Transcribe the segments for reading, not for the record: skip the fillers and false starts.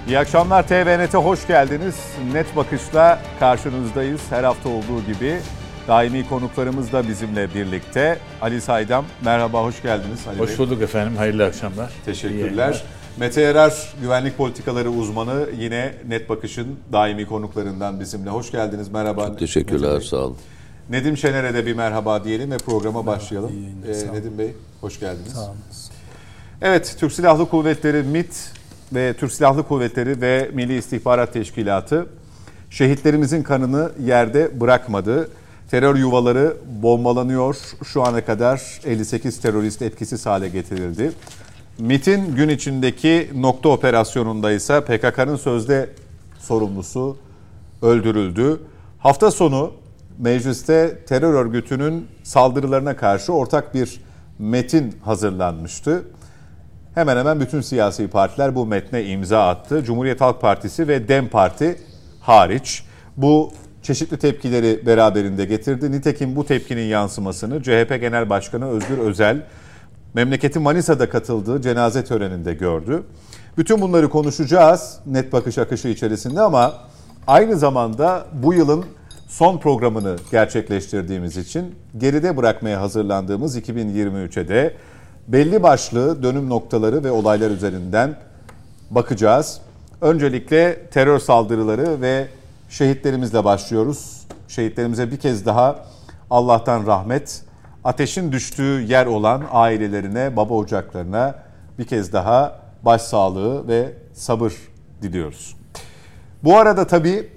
İyi akşamlar, TVNet'e hoş geldiniz. Net Bakış'la karşınızdayız. Her hafta olduğu gibi daimi konuklarımız da bizimle birlikte. Ali Saydam, merhaba, hoş geldiniz. Ali hoş bulduk efendim, hayırlı akşamlar. Teşekkürler. Mete Yarar, güvenlik politikaları uzmanı, yine Net Bakış'ın daimi konuklarından bizimle. Hoş geldiniz, merhaba. Çok teşekkürler, sağ olun. Nedim Şener'e de bir merhaba diyelim ve programa başlayalım. Nedim Bey, hoş geldiniz. Sağ olun. Evet, Türk Silahlı Kuvvetleri MİT ve Türk Silahlı Kuvvetleri ve Milli İstihbarat Teşkilatı şehitlerimizin kanını yerde bırakmadı. Terör yuvaları bombalanıyor. Şu ana kadar 58 terörist etkisiz hale getirildi. MİT'in gün içindeki nokta operasyonunda ise PKK'nın sözde sorumlusu öldürüldü. Hafta sonu mecliste terör örgütünün saldırılarına karşı ortak bir metin hazırlanmıştı. Hemen hemen bütün siyasi partiler bu metne imza attı. Cumhuriyet Halk Partisi ve DEM Parti hariç. Bu çeşitli tepkileri beraberinde getirdi. Nitekim bu tepkinin yansımasını CHP Genel Başkanı Özgür Özel, memleketi Manisa'da katıldığı cenaze töreninde gördü. Bütün bunları konuşacağız Net Bakış akışı içerisinde ama aynı zamanda bu yılın son programını gerçekleştirdiğimiz için geride bırakmaya hazırlandığımız 2023'e de belli başlı dönüm noktaları ve olaylar üzerinden bakacağız. Öncelikle terör saldırıları ve şehitlerimizle başlıyoruz. Şehitlerimize bir kez daha Allah'tan rahmet, ateşin düştüğü yer olan ailelerine, baba ocaklarına bir kez daha başsağlığı ve sabır diliyoruz. Bu arada tabii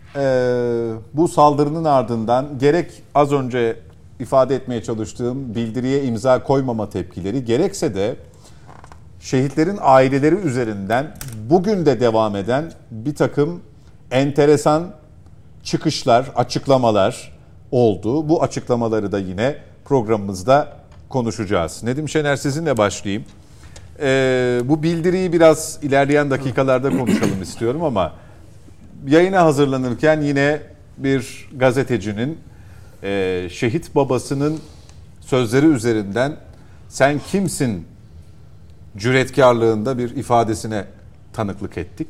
bu saldırının ardından gerek az önce ifade etmeye çalıştığım bildiriye imza koymama tepkileri, gerekse de şehitlerin aileleri üzerinden bugün de devam eden bir takım enteresan çıkışlar, açıklamalar oldu. Bu açıklamaları da yine programımızda konuşacağız. Nedim Şener, sizinle başlayayım. Bu bildiriyi biraz ilerleyen dakikalarda konuşalım istiyorum ama yayına hazırlanırken yine bir gazetecinin şehit babasının sözleri üzerinden "sen kimsin" cüretkarlığında bir ifadesine tanıklık ettik.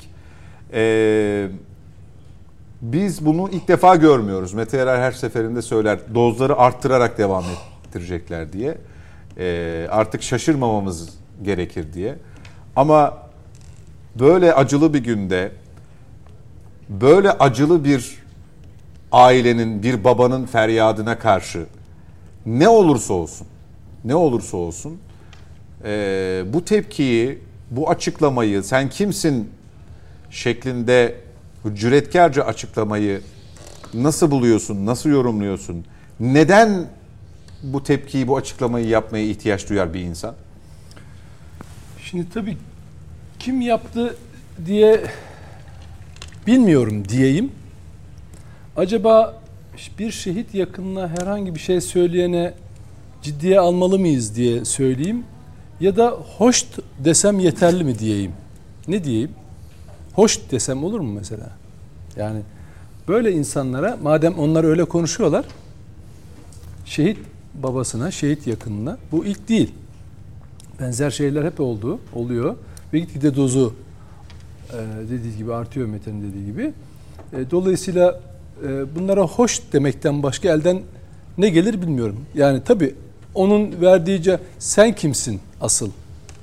Biz bunu ilk defa görmüyoruz. Mete Yarar her seferinde söyler, dozları arttırarak devam ettirecekler diye. Artık şaşırmamamız gerekir diye. Ama böyle acılı bir günde, böyle acılı bir ailenin, bir babanın feryadına karşı ne olursa olsun bu tepkiyi, bu açıklamayı, "sen kimsin" şeklinde cüretkarca açıklamayı nasıl buluyorsun, nasıl yorumluyorsun? Neden bu tepkiyi, bu açıklamayı yapmaya ihtiyaç duyar bir insan? Şimdi tabii kim yaptı diye bilmiyorum diyeyim. Acaba bir şehit yakınına herhangi bir şey söyleyene ciddiye almalı mıyız diye söyleyeyim. Ya da hoş desem yeterli mi diyeyim? Ne diyeyim? Hoş desem olur mu mesela? Yani böyle insanlara, madem onlar öyle konuşuyorlar, şehit babasına, şehit yakınına, bu ilk değil. Benzer şeyler hep oluyor. Ve gitgide dozu dediği gibi artıyor, Mete'nin dediği gibi. Dolayısıyla bunlara hoş demekten başka elden ne gelir bilmiyorum. Yani tabii onun verdiği "sen kimsin" asıl.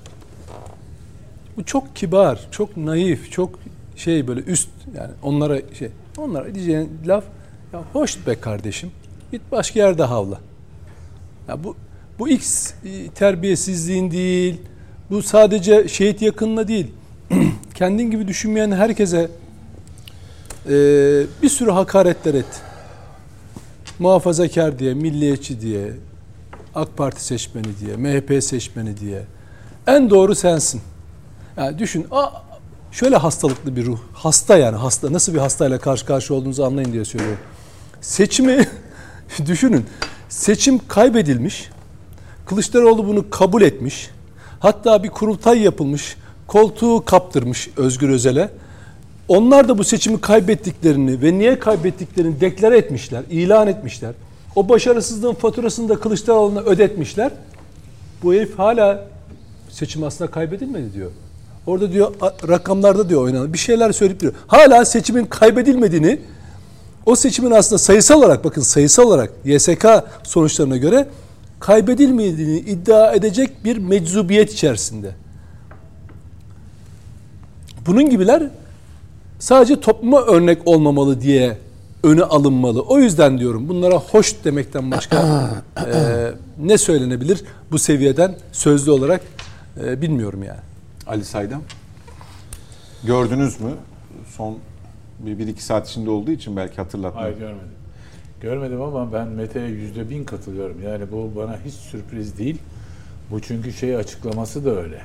Bu çok kibar, çok naif, çok böyle üst, yani onlara diyeceğin laf, "ya hoş be kardeşim, git başka yerde havla." Ya bu ilk terbiyesizliğin değil, bu sadece şehit yakınına değil, kendin gibi düşünmeyen herkese bir sürü hakaretler et. Muhafazakar diye, milliyetçi diye, AK Parti seçmeni diye, MHP seçmeni diye. En doğru sensin. Yani düşün, şöyle hastalıklı bir ruh. Hasta yani, hasta. Nasıl bir hastayla karşı karşıya olduğunuzu anlayın diye söylüyorum. Seçimi düşünün. Seçim kaybedilmiş. Kılıçdaroğlu bunu kabul etmiş. Hatta bir kurultay yapılmış. Koltuğu kaptırmış Özgür Özel'e. Onlar da bu seçimi kaybettiklerini ve niye kaybettiklerini deklare etmişler, ilan etmişler. O başarısızlığın faturasını da Kılıçdaroğlu'na ödetmişler. Bu herif hala seçim aslında kaybedilmedi diyor. Orada diyor rakamlarda diyor oynanan bir şeyler söyleyip duruyor. Hala seçimin kaybedilmediğini, o seçimin aslında sayısal olarak, bakın sayısal olarak YSK sonuçlarına göre kaybedilmediğini iddia edecek bir meczubiyet içerisinde. Bunun gibiler sadece topluma örnek olmamalı diye öne alınmalı. O yüzden diyorum bunlara hoş demekten başka ne söylenebilir bu seviyeden sözlü olarak bilmiyorum yani. Ali Saydam, gördünüz mü? Son bir iki saat içinde olduğu için belki hatırlatma. Hayır, görmedim. Görmedim ama ben Mete'ye %1000 katılıyorum. Yani bu bana hiç sürpriz değil. Bu çünkü açıklaması da öyle.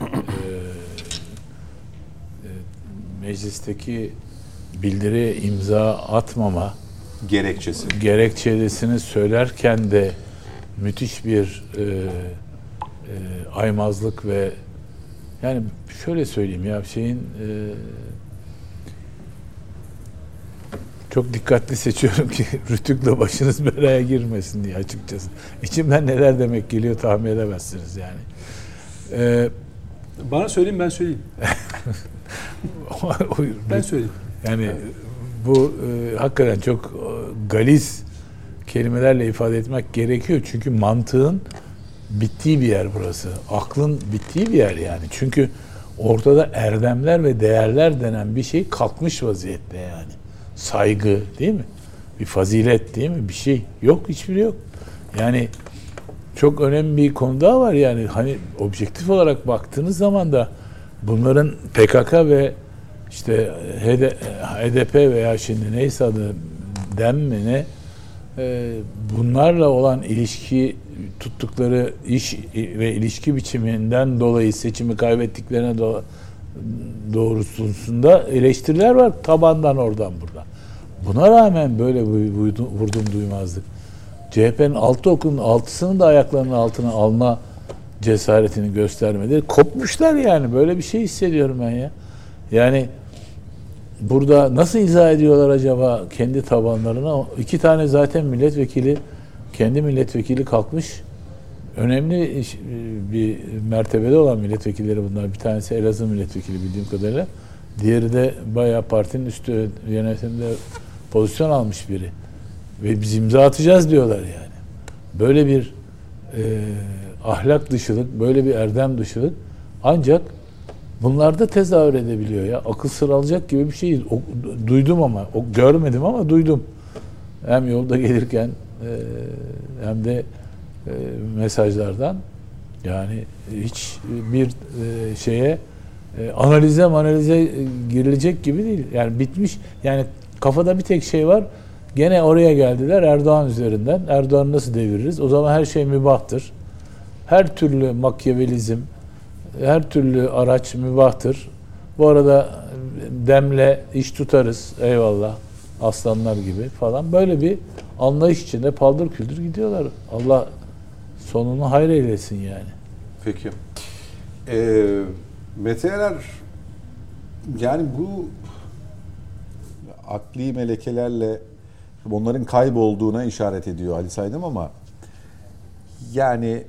Meclisteki bildiri imza atmama gerekçesini söylerken de müthiş bir aymazlık ve yani şöyle söyleyeyim ya çok dikkatli seçiyorum ki Rütük'le başınız belaya girmesin diye açıkçası. İçimden neler demek geliyor tahmin edemezsiniz yani. Bana söyleyin, ben söyleyeyim. Ben söyleyeyim. Yani bu hakikaten çok galiz kelimelerle ifade etmek gerekiyor. Çünkü mantığın bittiği bir yer burası. Aklın bittiği bir yer yani. Çünkü ortada erdemler ve değerler denen bir şey kalkmış vaziyette yani. Saygı değil mi? Bir fazilet değil mi? Bir şey yok, hiçbiri yok. Yani çok önemli bir konu daha var yani. Hani objektif olarak baktığınız zaman da bunların PKK ve işte HDP veya şimdi neyse adı DEM mi ne bunlarla olan ilişki tuttukları iş ve ilişki biçiminden dolayı seçimi kaybettiklerine doğrultusunda eleştiriler var tabandan oradan buradan. Buna rağmen böyle vurdum duymazdık. CHP'nin 6 okulun 6'sını da ayaklarının altına alma cesaretini göstermedi. Kopmuşlar yani. Böyle bir şey hissediyorum ben ya. Yani burada nasıl izah ediyorlar acaba kendi tabanlarına? 2 tane zaten milletvekili, kendi milletvekili kalkmış. Önemli bir mertebede olan milletvekilleri bunlar. Bir tanesi Elazığ milletvekili bildiğim kadarıyla. Diğeri de bayağı partinin üstü yönetimde pozisyon almış biri. Ve biz imza atacağız diyorlar yani. Böyle bir ahlak dışılık, böyle bir erdem dışılık ancak bunlarda tezahür edebiliyor ya. Akıl sır alacak gibi bir şey. Duydum ama, görmedim ama duydum. Hem yolda gelirken hem de mesajlardan yani hiç bir analize girilecek gibi değil. Yani bitmiş. Yani kafada bir tek şey var. Gene oraya geldiler Erdoğan üzerinden. Erdoğan'ı nasıl deviririz? O zaman her şey mübahtır. Her türlü makyavelizm, her türlü araç mübahtır. Bu arada demle iş tutarız. Eyvallah. Aslanlar gibi falan. Böyle bir anlayış içinde paldır küldür gidiyorlar. Allah sonunu hayır eylesin yani. Peki. Mete Erer, yani bu akli melekelerle onların kaybolduğuna işaret ediyor Ali Saydam ama yani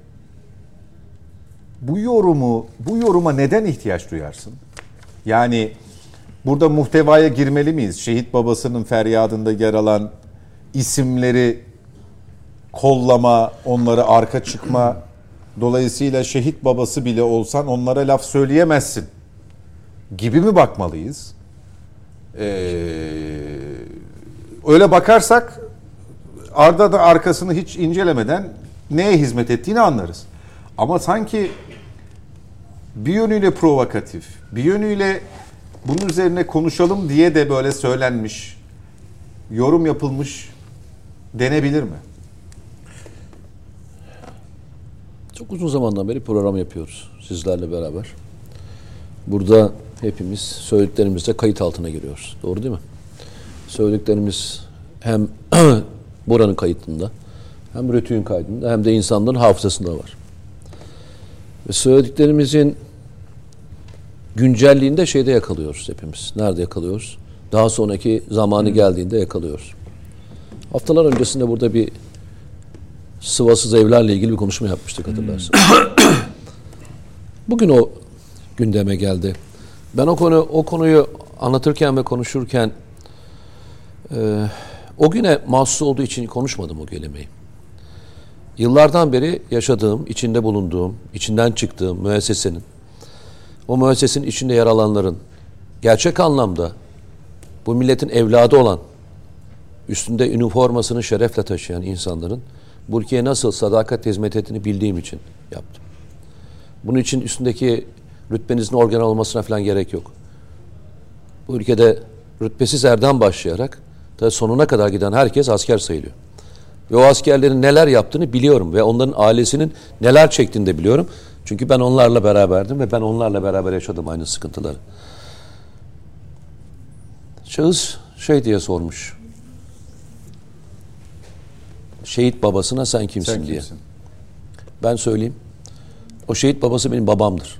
bu yoruma neden ihtiyaç duyarsın? Yani burada muhtevaya girmeli miyiz? Şehit babasının feryadında yer alan isimleri kollama, onlara arka çıkma, dolayısıyla şehit babası bile olsan onlara laf söyleyemezsin gibi mi bakmalıyız? Öyle bakarsak arda da arkasını hiç incelemeden neye hizmet ettiğini anlarız. Ama sanki bir yönüyle provokatif, bir yönüyle bunun üzerine konuşalım diye de böyle söylenmiş, yorum yapılmış denebilir mi? Çok uzun zamandan beri program yapıyoruz sizlerle beraber. Burada hepimiz söylediklerimizle kayıt altına giriyoruz. Doğru değil mi? Söylediklerimiz hem Bora'nın kayıtında, hem Rütük'ün kaydında, hem de insanların hafızasında var. Ve söylediklerimizin güncelliğinde şeyde yakalıyoruz hepimiz. Nerede yakalıyoruz? Daha sonraki zamanı geldiğinde yakalıyoruz. Haftalar öncesinde burada bir sıvasız evlerle ilgili bir konuşma yapmıştık hatırlarsın. Bugün o gündeme geldi. Ben o konuyu anlatırken ve konuşurken o güne mahsus olduğu için konuşmadım o kelimeyi. Yıllardan beri yaşadığım, içinde bulunduğum, içinden çıktığım müessesenin, o müessesenin içinde yer alanların gerçek anlamda bu milletin evladı olan, üstünde üniformasını şerefle taşıyan insanların bu ülkeye nasıl sadakat hizmet ettiğini bildiğim için yaptım. Bunun için üstündeki rütbenizin organel olmasına falan gerek yok. Bu ülkede rütbesiz erden başlayarak da sonuna kadar giden herkes asker sayılıyor. Ve o askerlerin neler yaptığını biliyorum ve onların ailesinin neler çektiğini de biliyorum. Çünkü ben onlarla beraberdim ve ben onlarla beraber yaşadım aynı sıkıntıları. Şahıs diye sormuş. Şehit babasına sen kimsin diye. Ben söyleyeyim. O şehit babası benim babamdır.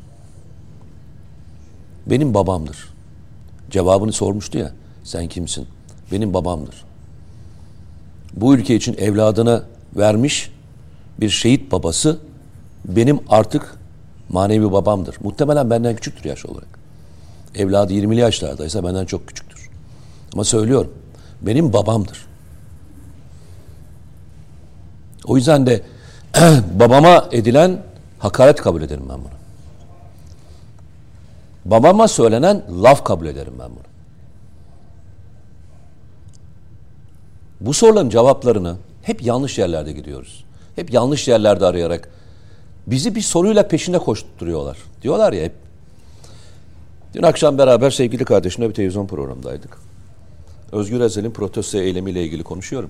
Benim babamdır. Cevabını sormuştu ya. Sen kimsin? Benim babamdır. Bu ülke için evladına vermiş bir şehit babası benim artık manevi babamdır. Muhtemelen benden küçüktür yaş olarak. Evladı 20'li yaşlardaysa benden çok küçüktür. Ama söylüyorum. Benim babamdır. O yüzden de babama edilen hakaret kabul ederim ben bunu. Babama söylenen laf kabul ederim ben bunu. Bu soruların cevaplarını hep yanlış yerlerde gidiyoruz. Hep yanlış yerlerde arayarak bizi bir soruyla peşine koşturuyorlar. Diyorlar ya hep. Dün akşam beraber sevgili kardeşimle bir televizyon programındaydık. Özgür Özel'in protesto eylemiyle ilgili konuşuyorum.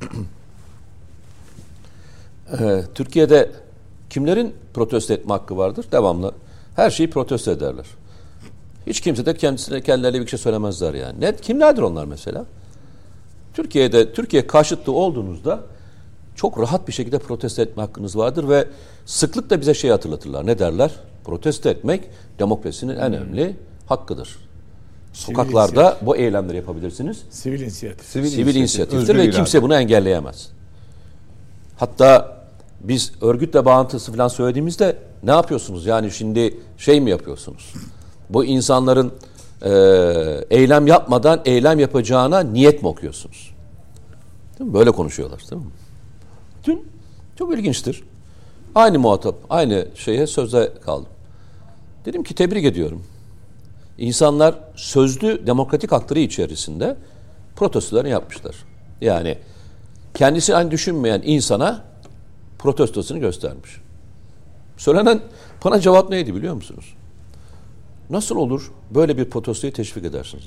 Türkiye'de kimlerin protesto etme hakkı vardır? Devamlı her şeyi protesto ederler. Hiç kimse de kendilerine bir şey söylemezler yani. Kimlerdir onlar mesela? Türkiye karşıtı olduğunuzda çok rahat bir şekilde protesto etme hakkınız vardır ve sıklıkla bize şey hatırlatırlar. Ne derler? Protesto etmek demokrasinin en önemli hakkıdır. Sokaklarda bu eylemleri yapabilirsiniz. Sivil inisiyatif. Sivil inisiyatiftir ve kimse bunu engelleyemez. Hatta biz örgütle bağıntısı falan söylediğimizde ne yapıyorsunuz? Yani şimdi şey mi yapıyorsunuz? Bu insanların eylem yapmadan eylem yapacağına niyet mi okuyorsunuz? Değil mi? Böyle konuşuyorlar. Değil mi? Dün çok ilginçtir. Aynı muhatap, aynı şeye sözde kaldım. Dedim ki tebrik ediyorum. İnsanlar sözlü demokratik hakları içerisinde protestolarını yapmışlar. Yani kendisi aynı düşünmeyen insana protestosunu göstermiş. Söylenen bana cevap neydi biliyor musunuz? Nasıl olur böyle bir protestoyu teşvik edersiniz?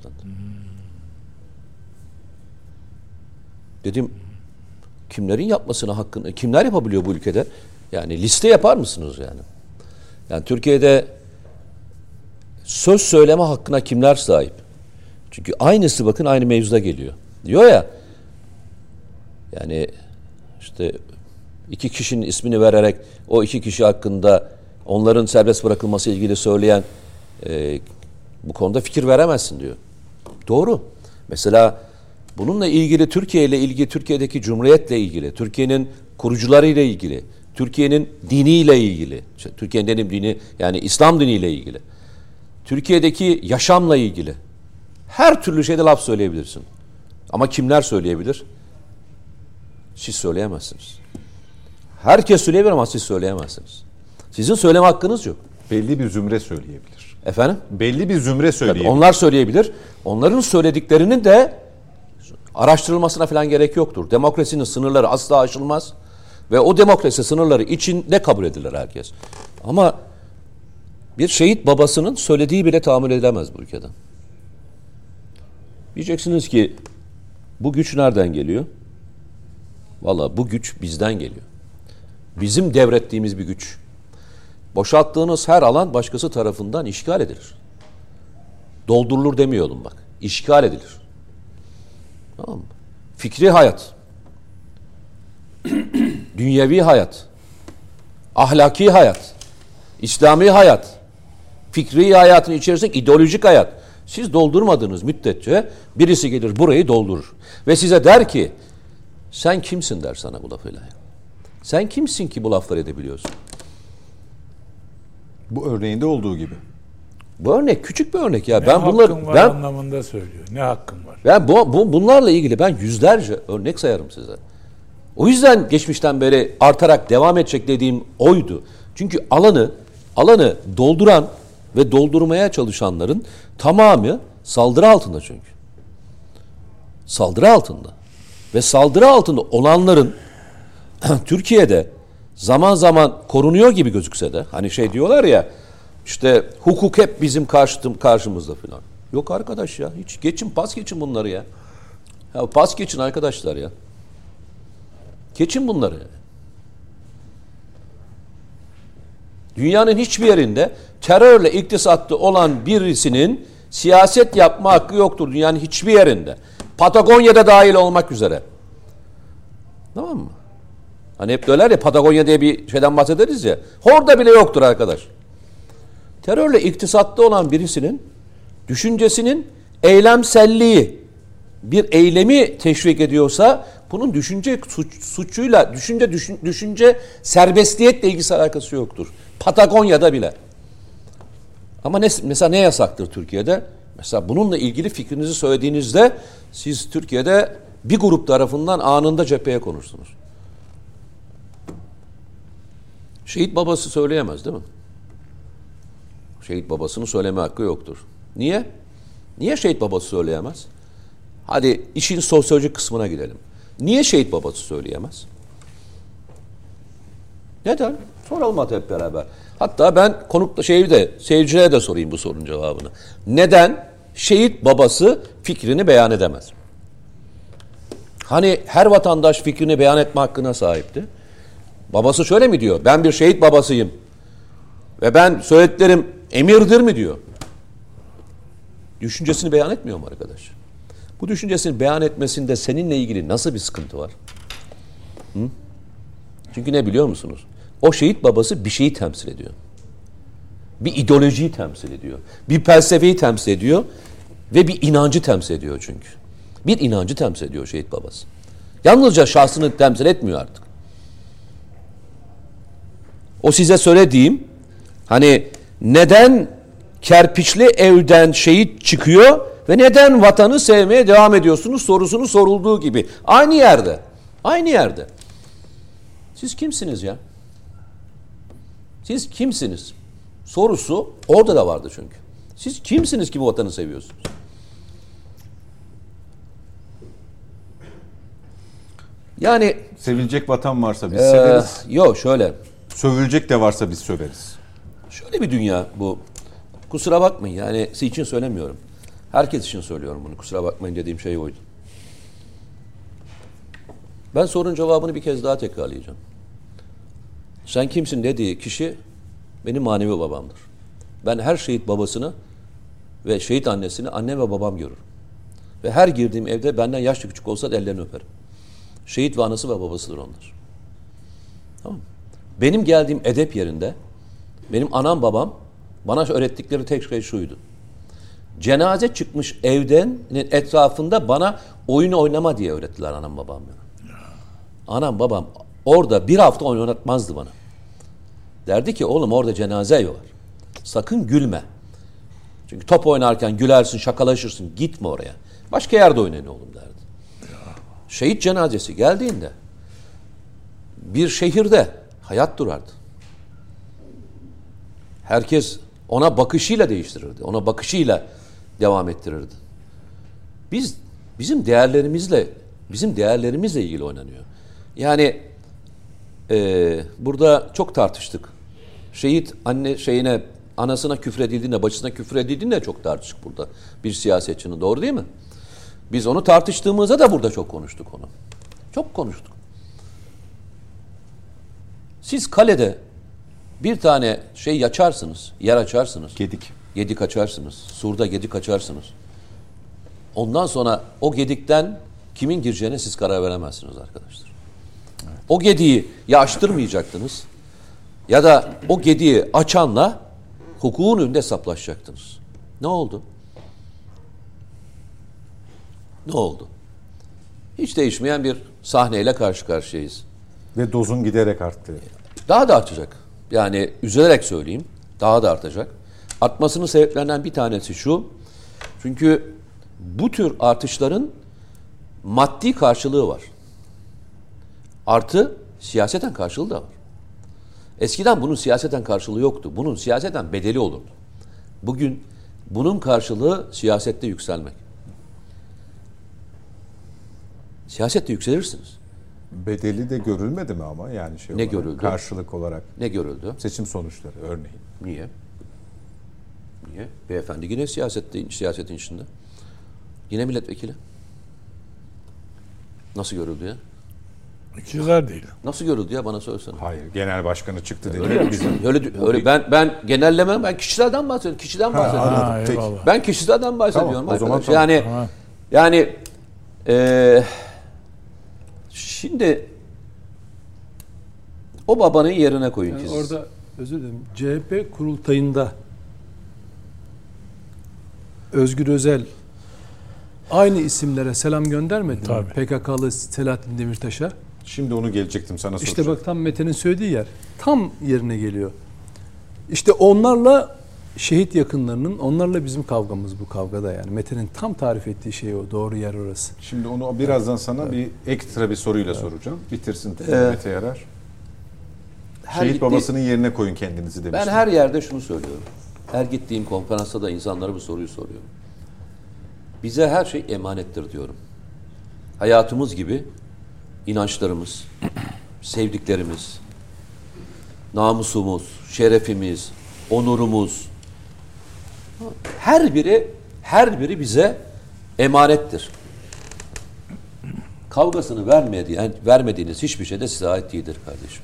Dedim kimlerin yapmasına hakkını, kimler yapabiliyor bu ülkede? Yani liste yapar mısınız yani? Yani Türkiye'de söz söyleme hakkına kimler sahip? Çünkü aynısı bakın aynı mevzuda geliyor. Diyor ya yani işte 2 kişinin ismini vererek o 2 kişi hakkında onların serbest bırakılması ilgili söyleyen bu konuda fikir veremezsin diyor. Doğru. Mesela bununla ilgili Türkiye ile ilgili, Türkiye'deki Cumhuriyet'le ilgili, Türkiye'nin kurucularıyla ilgili, Türkiye'nin diniyle ilgili, Türkiye'nin dini yani İslam diniyle ilgili, Türkiye'deki yaşamla ilgili her türlü şeyde laf söyleyebilirsin. Ama kimler söyleyebilir? Siz söyleyemezsiniz. Herkes söyleyebilir ama siz söyleyemezsiniz. Sizin söyleme hakkınız yok. Belli bir zümre söyleyebilir. Efendim? Belli bir zümre söyleyebilir. Tabii onlar söyleyebilir. Onların söylediklerinin de araştırılmasına falan gerek yoktur. Demokrasinin sınırları asla aşılmaz. Ve o demokrasi sınırları içinde kabul edilir herkes. Ama bir şehit babasının söylediği bile tahammül edilemez bu ülkede. Diyeceksiniz ki bu güç nereden geliyor? Vallahi bu güç bizden geliyor. Bizim devrettiğimiz bir güç. Boşalttığınız her alan başkası tarafından işgal edilir. Doldurulur demiyorum bak. İşgal edilir. Tamam mı? Fikri hayat, dünyevi hayat, ahlaki hayat, İslami hayat, fikri hayatın içerisinde ideolojik hayat. Siz doldurmadığınız müddetçe birisi gelir burayı doldurur. Ve size der ki sen kimsin der sana bu lafıyla. Sen kimsin ki bu lafları edebiliyorsun? Bu örneğinde olduğu gibi. Bu örnek küçük bir örnek ya. Ne Ben bunları hakkın var anlamında söylüyor. Ne hakkın var? ben bunlarla ilgili ben yüzlerce örnek sayarım size. O yüzden geçmişten beri artarak devam edecek dediğim oydu. Çünkü alanı dolduran ve doldurmaya çalışanların tamamı saldırı altında çünkü. Saldırı altında. Ve saldırı altında olanların Türkiye'de zaman zaman korunuyor gibi gözükse de hani şey diyorlar ya işte hukuk hep bizim karşımızda falan. Yok arkadaş ya hiç pas geçin bunları ya. Ya pas geçin arkadaşlar ya. Geçin bunları. Dünyanın hiçbir yerinde terörle iktisatlı olan birisinin siyaset yapma hakkı yoktur dünyanın hiçbir yerinde. Patagonya'da dahil olmak üzere. Tamam mı? Hani hep söyler ya Patagonya diye bir şeyden bahsederiz ya. Orada bile yoktur arkadaş. Terörle iktisatlı olan birisinin düşüncesinin eylemselliği bir eylemi teşvik ediyorsa bunun düşünce suçuyla düşünce serbestliyetle ilgisi alakası yoktur. Patagonya'da bile. Ama mesela ne yasaktır Türkiye'de? Mesela bununla ilgili fikrinizi söylediğinizde siz Türkiye'de bir grup tarafından anında cepheye konursunuz. Şehit babası söyleyemez değil mi? Şehit babasının söyleme hakkı yoktur. Niye? Niye şehit babası söyleyemez? Hadi işin sosyolojik kısmına gidelim. Niye şehit babası söyleyemez? Neden? Soralım hadi hep beraber. Hatta ben seyircilere de sorayım bu sorunun cevabını. Neden şehit babası fikrini beyan edemez? Hani her vatandaş fikrini beyan etme hakkına sahipti. Babası şöyle mi diyor? Ben bir şehit babasıyım. Ve ben söylediklerim emirdir mi diyor. Düşüncesini beyan etmiyor mu arkadaş? Bu düşüncesini beyan etmesinde seninle ilgili nasıl bir sıkıntı var? Hı? Çünkü ne biliyor musunuz? O şehit babası bir şeyi temsil ediyor. Bir ideolojiyi temsil ediyor. Bir felsefeyi temsil ediyor. Ve bir inancı temsil ediyor çünkü. Bir inancı temsil ediyor şehit babası. Yalnızca şahsını temsil etmiyor artık. O size söylediğim hani neden kerpiçli evden şehit çıkıyor ve neden vatanı sevmeye devam ediyorsunuz sorusunu sorulduğu gibi. Aynı yerde. Aynı yerde. Siz kimsiniz ya? Siz kimsiniz? Sorusu orada da vardı çünkü. Siz kimsiniz ki bu vatanı seviyorsunuz? Yani sevilecek vatan varsa biz severiz. Yok şöyle. Sövülecek de varsa biz söveriz. Şöyle bir dünya bu. Kusura bakmayın yani siz için söylemiyorum. Herkes için söylüyorum bunu. Kusura bakmayın dediğim şey oydu. Ben sorunun cevabını bir kez daha tekrarlayacağım. Sen kimsin dediği kişi benim manevi babamdır. Ben her şehit babasını ve şehit annesini anne ve babam görürüm. Ve her girdiğim evde benden yaşlı küçük olsa da ellerini öperim. Şehit ve anası ve babasıdır onlar. Tamam mı? Benim geldiğim edep yerinde benim anam babam bana öğrettikleri tek şey şuydu. Cenaze çıkmış evden etrafında bana oyun oynama diye öğrettiler anam babam. Anam babam orada bir hafta oyun oynatmazdı bana. Derdi ki oğlum orada cenaze var. Sakın gülme. Çünkü top oynarken gülersin, şakalaşırsın. Gitme oraya. Başka yerde oynayın oğlum derdi. Şehit cenazesi geldiğinde bir şehirde hayat durardı. Herkes ona bakışıyla değiştirirdi. Ona bakışıyla devam ettirirdi. Bizim değerlerimizle ilgili oynanıyor. Yani burada çok tartıştık. Şehit anasına küfredildiğinde, bacısına küfredildiğinde çok tartıştık burada. Bir siyasetçinin, doğru değil mi? Biz onu tartıştığımızda da burada çok konuştuk onu. Çok konuştuk. Siz kalede bir tane açarsınız, yer açarsınız. Gedik açarsınız. Surda gedik açarsınız. Ondan sonra o gedikten kimin gireceğine siz karar veremezsiniz arkadaşlar. Evet. O gediği ya açtırmayacaktınız ya da o gediği açanla hukukun önünde hesaplaşacaktınız. Ne oldu? Ne oldu? Hiç değişmeyen bir sahneyle karşı karşıyayız. Ve dozun giderek arttı. Daha da artacak. Yani üzülerek söyleyeyim. Daha da artacak. Artmasının sebeplerinden bir tanesi şu. Çünkü bu tür artışların maddi karşılığı var. Artı siyaseten karşılığı da var. Eskiden bunun siyaseten karşılığı yoktu. Bunun siyaseten bedeli olurdu. Bugün bunun karşılığı siyasette yükselmek. Siyasette yükselirsiniz. Bedeli de görülmedi mi ama yani şey Ne olarak, görüldü? karşılık olarak Ne görüldü? seçim sonuçları örneğin. Niye? Niye? Beyefendi yine siyasetin içinde. Yine milletvekili. Nasıl görüldü ya? İktidar değil. Nasıl görüldü ya, bana söylesene. Hayır, genel başkanı çıktı dedi. Öyle ben genellemem, ben kişilerden bahsediyorum. Kişiden bahsediyorum. anladım. Ha, Peki. eyvallah. Ben kişilerden bahsediyorum. Tamam, o zaman arkadaş. Yani Tamam. yani şimdi o babanın yerine koyun Yani siz. orada özür dilerim. CHP kurultayında Özgür Özel aynı isimlere selam göndermedi mi? Tabii. PKK'lı Selahattin Demirtaş'a. Şimdi onu gelecektim sana soracağım. İşte bak, tam Mete'nin söylediği yer. Tam yerine geliyor. İşte onlarla şehit yakınlarının, onlarla bizim kavgamız bu kavgada yani. Mete'nin tam tarif ettiği şey o. Doğru yer orası. Şimdi onu birazdan sana bir ekstra bir soruyla soracağım. Bitirsin Mete Yarar. Şehit babasının yerine koyun kendinizi demiştim. Ben her yerde şunu söylüyorum. Her gittiğim konferansta da insanlara bu soruyu soruyorum. Bize her şey emanettir diyorum. Hayatımız gibi inançlarımız, sevdiklerimiz, namusumuz, şerefimiz, onurumuz, her biri bize emanettir. Kavgasını vermediğiniz hiçbir şey de size ait değildir kardeşim.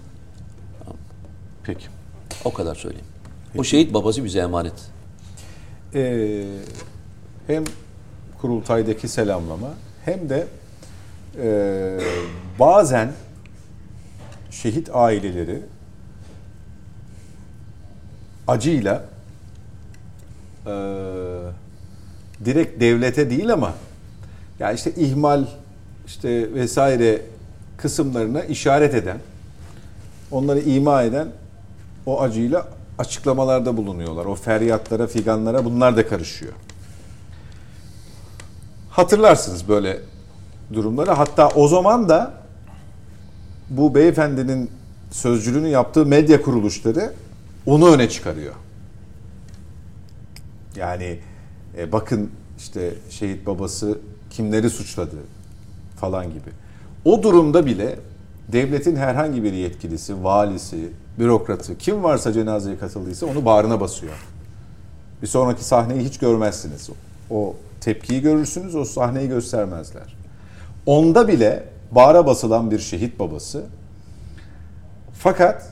Peki. O kadar söyleyeyim. O şehit babası bize emanet. Hem kurultaydaki selamlama hem de bazen şehit aileleri acıyla direkt devlete değil ama yani işte ihmal işte vesaire kısımlarına işaret eden, onları ima eden o acıyla açıklamalarda bulunuyorlar. O feryatlara, figanlara bunlar da karışıyor. Hatırlarsınız böyle durumları. Hatta o zaman da bu beyefendinin sözcülüğünü yaptığı medya kuruluşları onu öne çıkarıyor. Yani bakın işte şehit babası kimleri suçladı falan gibi. O durumda bile devletin herhangi bir yetkilisi, valisi, bürokratı, kim varsa cenazeye katıldıysa onu bağrına basıyor. Bir sonraki sahneyi hiç görmezsiniz. O tepkiyi görürsünüz, o sahneyi göstermezler. Onda bile bağra basılan bir şehit babası. Fakat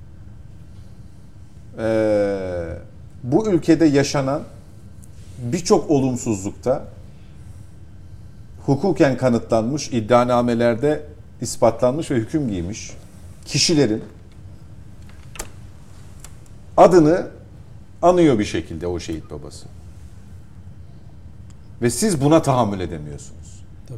bu ülkede yaşanan birçok olumsuzlukta hukuken kanıtlanmış, iddianamelerde ispatlanmış ve hüküm giymiş kişilerin adını anıyor bir şekilde o şehit babası. Ve siz buna tahammül edemiyorsunuz. Tabii.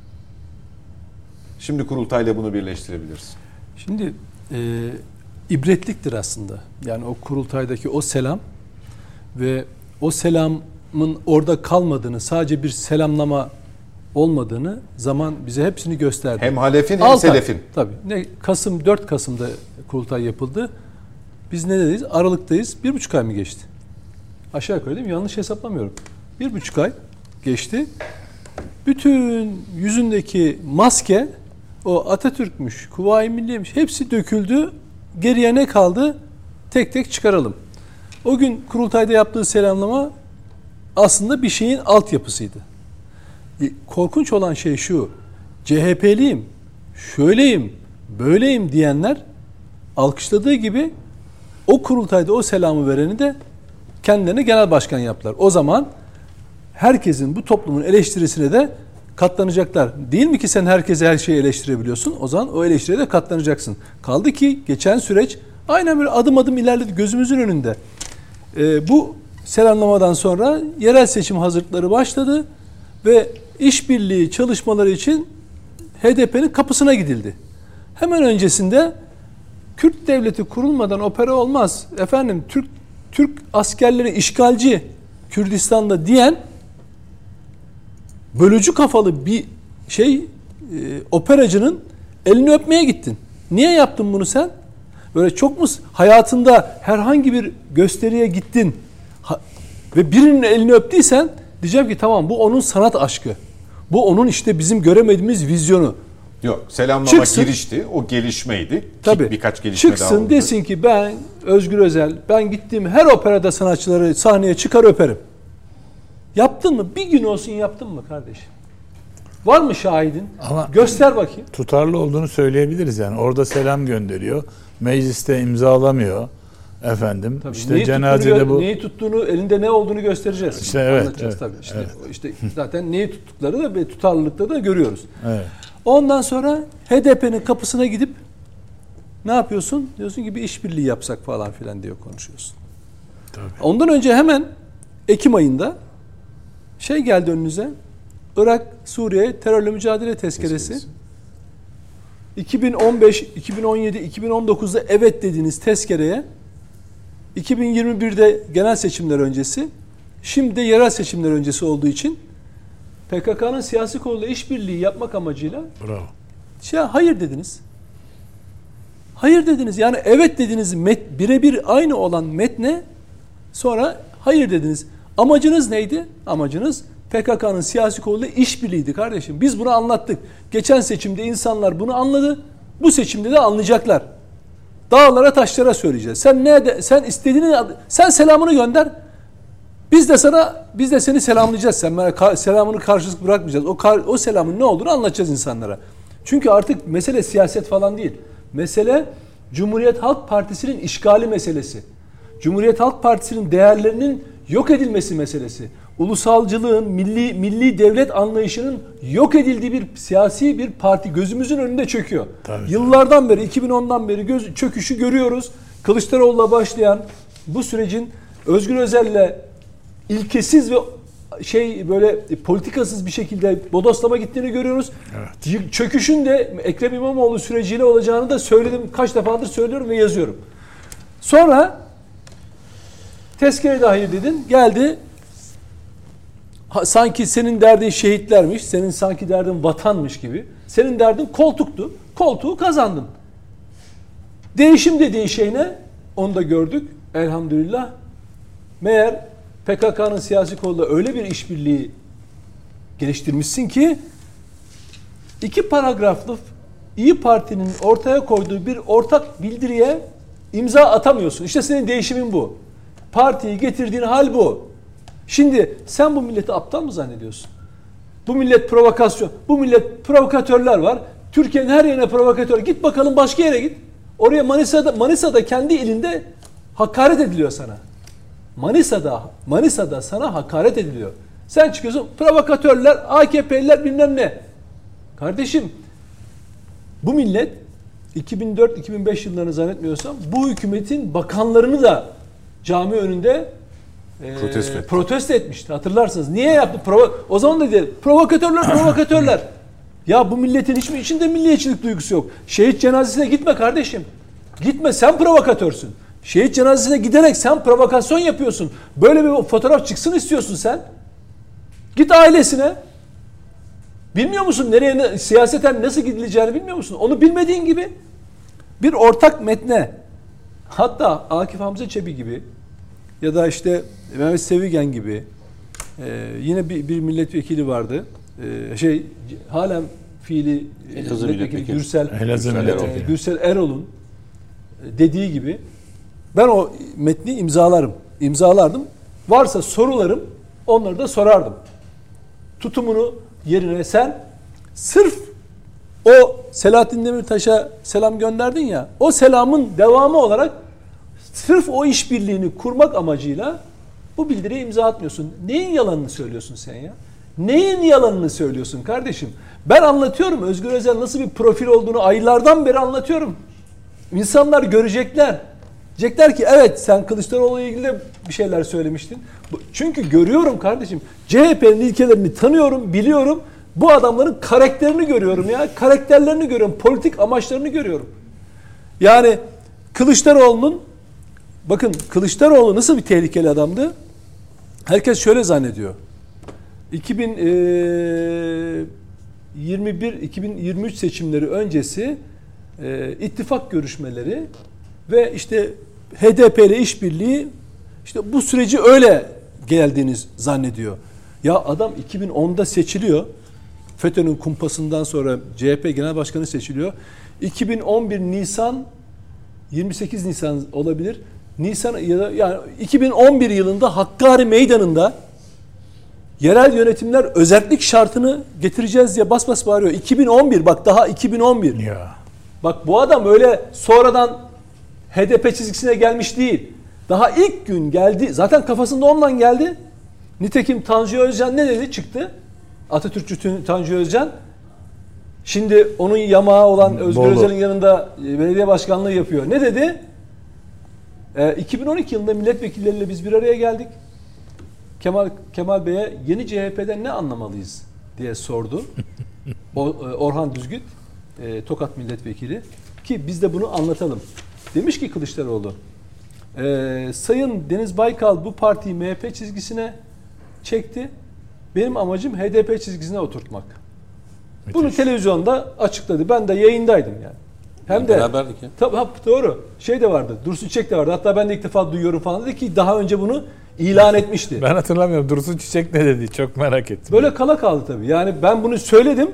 Şimdi kurultayla bunu birleştirebilirsin. Şimdi ibretliktir aslında. Yani o kurultaydaki o selam ve o selamın orada kalmadığını, sadece bir selamlama olmadığını zaman bize hepsini gösterdi. Hem halefin hem 6 ay, selefin. tabii. 4 Kasım'da kurultay yapıldı. Biz neredeyiz? Aralıktayız. 1,5 ay mı geçti? Aşağı yukarı değil mi? Yanlış hesaplamıyorum. 1,5 ay geçti. Bütün yüzündeki maske, o Atatürk'müş, Kuvayi Milliye'miş, hepsi döküldü. Geriye ne kaldı? Tek tek çıkaralım. O gün kurultayda yaptığı selamlama aslında bir şeyin altyapısıydı. Korkunç olan şey şu: CHP'liyim, şöyleyim, böyleyim diyenler alkışladığı gibi o kurultayda o selamı vereni de kendilerine genel başkan yaptılar. O zaman herkesin, bu toplumun eleştirisine de katlanacaklar. Değil mi ki sen herkese her şeyi eleştirebiliyorsun? O zaman o eleştiriye de katlanacaksın. Kaldı ki geçen süreç aynen böyle adım adım ilerledi gözümüzün önünde. Bu selamlamadan sonra yerel seçim hazırlıkları başladı ve işbirliği çalışmaları için HDP'nin kapısına gidildi. Hemen öncesinde Kürt devleti kurulmadan opera olmaz. Efendim Türk askerleri işgalci Kürdistan'da diyen bölücü kafalı bir operacının elini öpmeye gittin. Niye yaptın bunu sen? Böyle çok mu hayatında herhangi bir gösteriye gittin ve birinin elini öptüysen diyeceğim ki tamam, bu onun sanat aşkı. Bu onun işte bizim göremediğimiz vizyonu. Yok, selamlama Çıksın, girişti. O gelişmeydi. Tabii. Birkaç gelişme daha çıksın oldu. desin ki ben Özgür Özel, ben gittiğim her operada sanatçıları sahneye çıkar öperim. Yaptın mı? Bir gün olsun yaptın mı kardeşim? Var mı şahidin? Ama göster bakayım. tutarlı olduğunu söyleyebiliriz yani. Orada selam gönderiyor. Mecliste imzalamıyor. Efendim Tabii, işte cenazede bu neyi tuttuğunu, elinde ne olduğunu göstereceğiz. İşte evet, Anlatacağız evet, tabii. evet. İşte zaten neyi tuttukları da ve tutarlılıkta da görüyoruz. evet. Ondan sonra HDP'nin kapısına gidip ne yapıyorsun? Diyorsun ki bir işbirliği yapsak falan filan diye konuşuyorsun. Tabii. Ondan önce hemen Ekim ayında geldi önünüze. Irak, Suriye terörle mücadele tezkeresi. 2015, 2017, 2019'da evet dediğiniz tezkereye 2021'de genel seçimler öncesi, şimdi de yerel seçimler öncesi olduğu için PKK'nın siyasi konuda işbirliği yapmak amacıyla hayır dediniz. Hayır dediniz. Yani evet dediniz, birebir aynı olan metne sonra hayır dediniz. Amacınız neydi? Amacınız PKK'nın siyasi koluyla işbirliğiydi kardeşim. Biz bunu anlattık. Geçen seçimde insanlar bunu anladı. Bu seçimde de anlayacaklar. Dağlara taşlara söyleyeceğiz. Sen istediğini, sen selamını gönder. Biz de seni selamlayacağız. Sen selamını karşılık bırakmayacağız. O selamın ne olduğunu anlatacağız insanlara. Çünkü artık mesele siyaset falan değil. Mesele Cumhuriyet Halk Partisi'nin işgali meselesi. Cumhuriyet Halk Partisi'nin değerlerinin yok edilmesi meselesi. Ulusalcılığın, milli devlet anlayışının yok edildiği bir siyasi bir parti gözümüzün önünde çöküyor. Tabii. Yıllardan beri, 2010'dan beri çöküşü görüyoruz. Kılıçdaroğlu'la başlayan bu sürecin Özgür Özel'le ilkesiz ve böyle politikasız bir şekilde bodoslama gittiğini görüyoruz. Evet. Çöküşün de Ekrem İmamoğlu süreciyle olacağını da söyledim. Kaç defadır söylüyorum ve yazıyorum. Sonra tezkere dahil dedin. Geldi. Sanki senin derdin şehitlermiş. Senin sanki derdin vatanmış gibi. Senin derdin koltuktu. Koltuğu kazandın. Değişim dediğin şey ne? Onu da gördük. Elhamdülillah. Meğer PKK'nın siyasi kolunda öyle bir işbirliği geliştirmişsin ki 2 paragraflı İyi Parti'nin ortaya koyduğu bir ortak bildiriye imza atamıyorsun. İşte senin değişimin bu. Partiyi getirdiğin hal bu. Şimdi sen bu milleti aptal mı zannediyorsun? Bu millet provokasyon. Bu millet provokatörler var. Türkiye'nin her yerine provokatör. Git bakalım başka yere git. Oraya Manisa'da kendi ilinde hakaret ediliyor sana. Manisa'da sana hakaret ediliyor. Sen çıkıyorsun provokatörler, AKP'liler bilmem ne. Kardeşim bu millet 2004-2005 yıllarını zannetmiyorsam bu hükümetin bakanlarını da cami önünde protesto etmişti. Hatırlarsınız. Niye yaptı? O zaman da dedi provokatörler. Ya bu milletin hiçbir içinde milliyetçilik duygusu yok. Şehit cenazesine gitme kardeşim. Gitme, sen provokatörsün. Şehit cenazesine giderek sen provokasyon yapıyorsun. Böyle bir fotoğraf çıksın istiyorsun sen. Git ailesine. Bilmiyor musun siyaseten nasıl gidileceğini bilmiyor musun? Onu bilmediğin gibi bir ortak metne, hatta Akif Hamza Çebi gibi ya da işte Mehmet Sevigen gibi yine bir milletvekili vardı. Halen fiili milletvekili Gürsel Erol'un dediği gibi ben o metni imzalardım. Varsa sorularım, onları da sorardım. Tutumunu yerine sen sırf o Selahattin Demirtaş'a selam gönderdin ya, o selamın devamı olarak sırf o işbirliğini kurmak amacıyla bu bildiriye imza atmıyorsun. Neyin yalanını söylüyorsun sen ya? Neyin yalanını söylüyorsun kardeşim? Ben anlatıyorum Özgür Özel nasıl bir profil olduğunu aylardan beri anlatıyorum. İnsanlar görecekler. Diyecekler ki evet sen Kılıçdaroğlu'yla ilgili de bir şeyler söylemiştin. Çünkü görüyorum kardeşim. CHP'nin ilkelerini tanıyorum, biliyorum. Bu adamların karakterini görüyorum ya. Karakterlerini görüyorum. Politik amaçlarını görüyorum. Yani Kılıçdaroğlu'nun bakın Kılıçdaroğlu nasıl bir tehlikeli adamdı? Herkes şöyle zannediyor. 2021-2023 seçimleri öncesi ittifak görüşmeleri ve işte HDP ile işbirliği, işte bu süreci öyle geldiğini zannediyor. Ya adam 2010'da seçiliyor. FETÖ'nün kumpasından sonra CHP Genel Başkanı seçiliyor. 2011 Nisan, 28 Nisan olabilir. Nisan ya da yani 2011 yılında Hakkari Meydanı'nda yerel yönetimler özellik şartını getireceğiz diye bas bas bağırıyor. 2011, bak daha 2011. Ya. Bak bu adam öyle sonradan HDP çizgisine gelmiş değil. Daha ilk gün geldi. Zaten kafasında ondan geldi. Nitekim Tanju Özcan ne dedi? Çıktı. Atatürkçü Tanju Özcan. Şimdi onun yamağı olan Özgür Bolu. Özel'in yanında belediye başkanlığı yapıyor. Ne dedi? 2012 yılında milletvekilleriyle biz bir araya geldik. Kemal Bey'e yeni CHP'den ne anlamalıyız diye sordu. Orhan Düzgüt, Tokat milletvekili, ki biz de bunu anlatalım. Demiş ki Kılıçdaroğlu, Sayın Deniz Baykal bu partiyi MHP çizgisine çekti. Benim amacım HDP çizgisine oturtmak. Müthiş. Bunu televizyonda açıkladı. Ben de yayındaydım yani. Hem de beraberdik ya. Tabii doğru. Şey de vardı. Dursun Çiçek de vardı. Hatta ben de ilk defa duyuyorum falan dedi ki daha önce bunu ilan etmişti. Ben hatırlamıyorum. Dursun Çiçek ne dedi? Çok merak ettim. Böyle kala kaldı tabii. Yani ben bunu söyledim.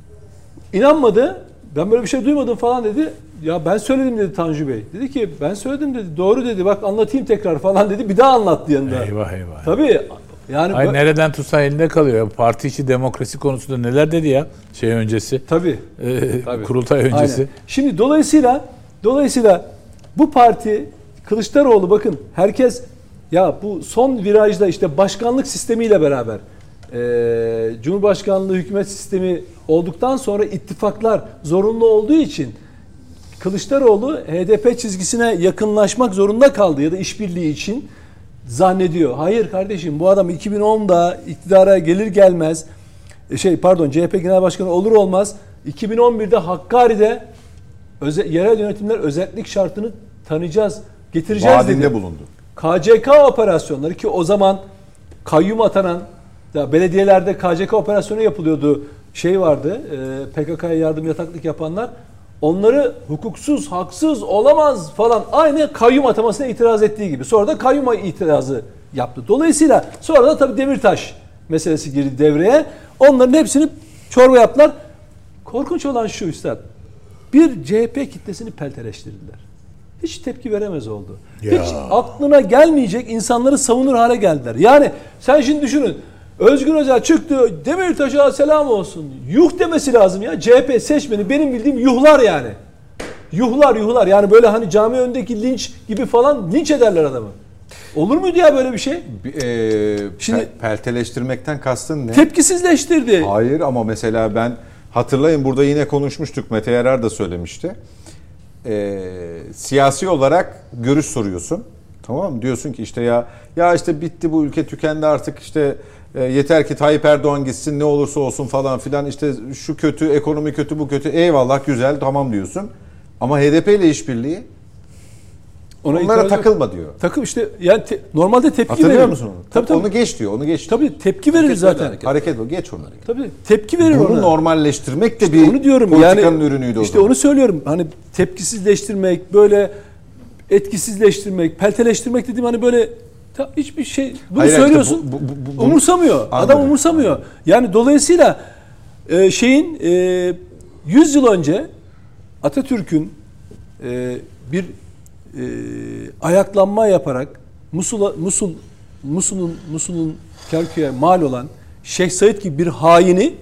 İnanmadı. Ben böyle bir şey duymadım falan dedi. Ya ben söyledim dedi Tanju Bey. Dedi ki ben söyledim dedi. Doğru dedi. Bak anlatayım tekrar falan dedi. Bir daha anlattı yanında. Eyvah eyvah. Tabii. Yani Ay nereden tutsa elinde kalıyor. Parti içi demokrasi konusunda neler dedi ya şey öncesi. Tabii. Kurultay öncesi. Aynen. Şimdi dolayısıyla bu parti Kılıçdaroğlu, bakın herkes ya bu son virajda işte başkanlık sistemiyle beraber Cumhurbaşkanlığı hükümet sistemi olduktan sonra ittifaklar zorunlu olduğu için Kılıçdaroğlu HDP çizgisine yakınlaşmak zorunda kaldı ya da işbirliği için zannediyor. Hayır kardeşim, bu adam 2010'da iktidara gelir gelmez CHP Genel Başkanı olur olmaz 2011'de Hakkari'de yerel yönetimler özellik şartını tanıyacağız, getireceğiz Vaadinde dedi. bulundu. KCK operasyonları, ki o zaman kayyum atanan belediyelerde KCK operasyonu yapılıyordu. Vardı, PKK'ya yardım yataklık yapanlar. Onları hukuksuz, haksız, olamaz falan, aynı kayyum atamasına itiraz ettiği gibi. Sonra da kayyuma itirazı yaptı. Dolayısıyla sonra da tabii Demirtaş meselesi girdi devreye. Onların hepsini çorba yaptılar. Korkunç olan şu üstad. Bir CHP kitlesini pelteleştirdiler. Hiç tepki veremez oldu. Ya. Hiç aklına gelmeyecek insanları savunur hale geldiler. Yani sen şimdi düşünün. Özgür Özel çıktı, Demirtaş'a selam olsun. Yuh demesi lazım ya. CHP seçmeni benim bildiğim yuhlar yani. Yuhlar. Yani böyle hani cami önündeki linç gibi falan linç ederler adamı. Olur muydu ya böyle bir şey? Şimdi pelteleştirmekten kastın ne? Tepkisizleştirdi. Hayır, ama mesela ben hatırlayın, burada yine konuşmuştuk. Mete Yarar da söylemişti. Siyasi olarak görüş soruyorsun. Tamam mı? Diyorsun ki işte ya işte bitti, bu ülke tükendi artık, işte yeter ki Tayyip Erdoğan gitsin, ne olursa olsun falan filan, işte şu kötü, ekonomi kötü, bu kötü, eyvallah güzel tamam diyorsun. Ama HDP ile işbirliği, onlara takılma diyor. İşte yani normalde tepki Hatırlıyor verir. musun onu? Tabii. Onu geç diyor, onu geç. Tabii tepki verir zaten. Hareket bu, geç onu. Tabii tepki verir ona. Bunu normalleştirmek de İşte bir onu diyorum politikanın ürünüydü o İşte zaman. onu söylüyorum. Hani tepkisizleştirmek, böyle etkisizleştirmek, pelteleştirmek dediğim hani böyle hiçbir şey, bunu Hayır, söylüyorsun. işte bu umursamıyor. Anladım. Adam umursamıyor. Yani dolayısıyla 100 yıl önce Atatürk'ün bir ayaklanma yaparak Musul'un Kerkük'e mal olan Şeyh Said gibi bir haini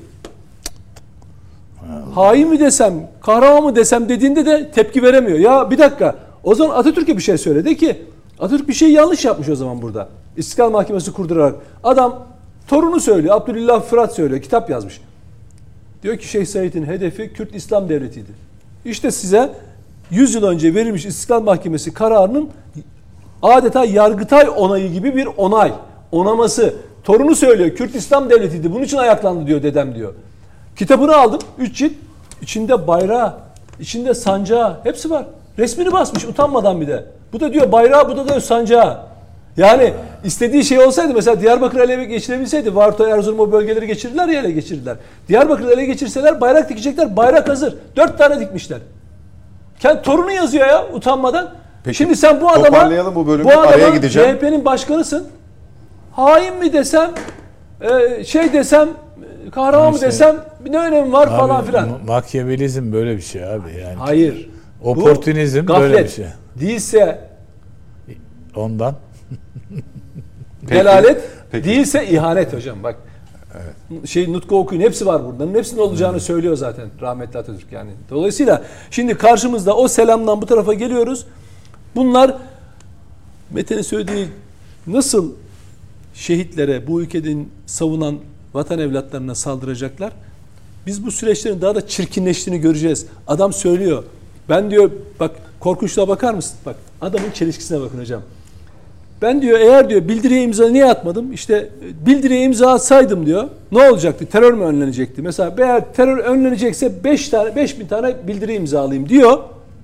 hain mi desem, kahraman mı desem dediğinde de tepki veremiyor. Ya bir dakika. O zaman Atatürk'e bir şey söyledi ki Atatürk bir şey yanlış yapmış o zaman burada. İstiklal Mahkemesi kurdurarak. Adam torunu söylüyor. Abdülillah Fırat söylüyor. Kitap yazmış. Diyor ki Şeyh Said'in hedefi Kürt İslam Devleti'ydi. İşte size 100 yıl önce verilmiş İstiklal Mahkemesi kararının adeta Yargıtay onayı gibi bir onaması. Torunu söylüyor. Kürt İslam Devleti'ydi. Bunun için ayaklandı diyor dedem diyor. Kitabını aldım. 3 cilt. İçinde bayrağı, içinde sancağı hepsi var. Resmini basmış utanmadan bir de. Bu da diyor bayrağı, bu da diyor sancağı. Yani istediği şey olsaydı, mesela Diyarbakır ele geçirebilseydi, Varto, Erzurum o bölgeleri geçirdiler ya, ele geçirdiler. Diyarbakır'ı ele geçirseler bayrak dikecekler, bayrak hazır. 4 tane dikmişler. Kendi torunu yazıyor ya utanmadan. Peki, şimdi sen bu adama, toparlayalım bu bölümü, araya gideceğim. CHP'nin başkanısın. Hain mi desem, şey desem, kahraman mı desem ne önemi var abi, falan filan. Makyavelizm böyle bir şey abi yani. Hayır. Oportunizm Bu böyle bir şey. Değilse Ondan. delalet, peki. değilse ihanet hocam bak. Evet. Nutku okuyun, hepsi var burada. Hepsinin olacağını söylüyor zaten rahmetli Atatürk yani. Dolayısıyla şimdi karşımızda o selamdan bu tarafa geliyoruz. Bunlar Mete'nin söylediği, nasıl şehitlere, bu ülkenin savunan vatan evlatlarına saldıracaklar? Biz bu süreçlerin daha da çirkinleştiğini göreceğiz. Adam söylüyor. Ben diyor, bak korkunçluğa bakar mısın? Bak adamın çelişkisine bakın hocam. Ben diyor, eğer diyor bildiriye imza niye atmadım? İşte bildiriye imza atsaydım diyor. Ne olacaktı? Terör mü önlenecekti? Mesela eğer terör önlenecekse 5.000 tane bildiri imzalayayım diyor.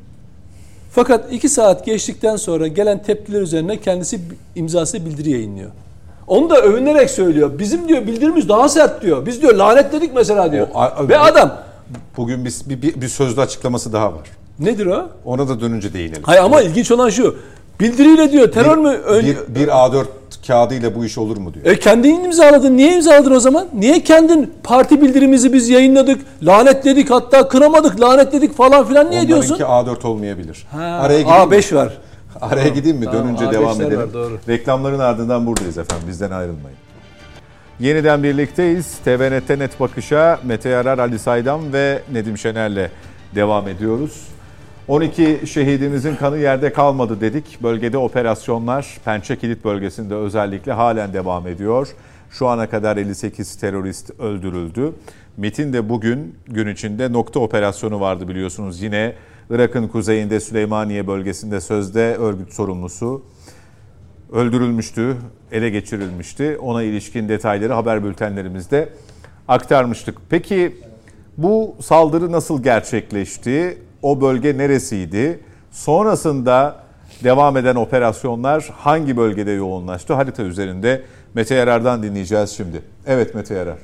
Fakat 2 saat geçtikten sonra gelen tepkiler üzerine kendisi imzası bildiri yayınlıyor. Onu da övünerek söylüyor. Bizim diyor bildirimiz daha sert diyor. Biz diyor lanetledik mesela diyor. Ve adam. Bugün bir sözlü açıklaması daha var. Nedir o? Ona da dönünce değinelim. Hayır ama ilginç olan şu. Bildiriyle diyor terör mü? Bir A4 kağıdıyla bu iş olur mu diyor. Kendin imzaladın. Niye imzaladın o zaman? Niye kendin parti bildirimizi biz yayınladık, lanetledik, hatta kıramadık, lanetledik falan filan niye diyorsun? Onlarınki A4 olmayabilir. Araya A5 var. Araya gideyim mi? Tamam, dönünce A5'ler devam edelim. Var, doğru. Reklamların ardından buradayız efendim. Bizden ayrılmayın. Yeniden birlikteyiz. TVNet'te Net Bakış'a Mete Yarar, Ali Saydam ve Nedim Şener'le devam ediyoruz. 12 şehidimizin kanı yerde kalmadı dedik. Bölgede operasyonlar Pençe Kilit bölgesinde özellikle halen devam ediyor. Şu ana kadar 58 terörist öldürüldü. MİT'in de bugün gün içinde nokta operasyonu vardı biliyorsunuz. Yine Irak'ın kuzeyinde Süleymaniye bölgesinde sözde örgüt sorumlusu öldürülmüştü, ele geçirilmişti. Ona ilişkin detayları haber bültenlerimizde aktarmıştık. Peki bu saldırı nasıl gerçekleşti? O bölge neresiydi? Sonrasında devam eden operasyonlar hangi bölgede yoğunlaştı? Harita üzerinde Mete Yarar'dan dinleyeceğiz şimdi. Evet Mete Yarar.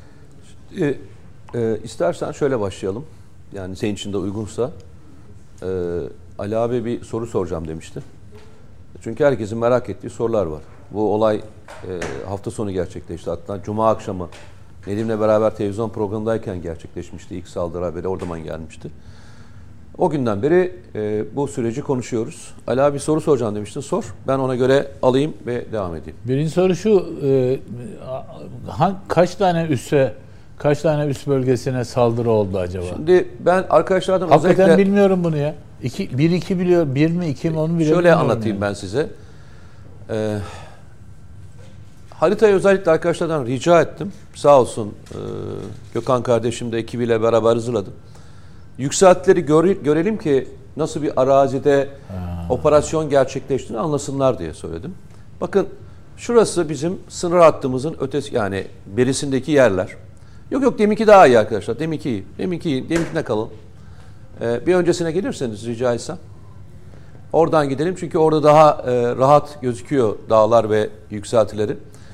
İstersen şöyle başlayalım. Yani senin için de uygunsa. Ali abi bir soru soracağım demişti. Çünkü herkesin merak ettiği sorular var. Bu olay hafta sonu gerçekleşti. Hatta Cuma akşamı Nedim'le beraber televizyon programındayken gerçekleşmişti. İlk saldırı haberi oradan gelmişti. O günden beri bu süreci konuşuyoruz. Ali abi soru soracağım demiştin. Sor. Ben ona göre alayım ve devam edeyim. Birinci soru şu. Kaç tane üst bölgesine saldırı oldu acaba? Şimdi ben arkadaşlardan hakikaten özellikle bilmiyorum bunu ya. 1-2 biliyor. 1 mi 2 mi onu bilmiyorum. Şöyle anlatayım yani ben size. Haritayı özellikle arkadaşlardan rica ettim. Sağ olsun Gökhan kardeşim de ekibiyle beraber hazırladı. Yükseltileri görelim ki nasıl bir arazide operasyon gerçekleştiğini anlasınlar diye söyledim. Bakın şurası bizim sınır hattımızın ötesi, yani berisindeki yerler. Yok deminki daha iyi arkadaşlar. Deminkine kalın. Bir öncesine gelirseniz rica etsem. Oradan gidelim çünkü orada daha rahat gözüküyor dağlar ve yükseltileri.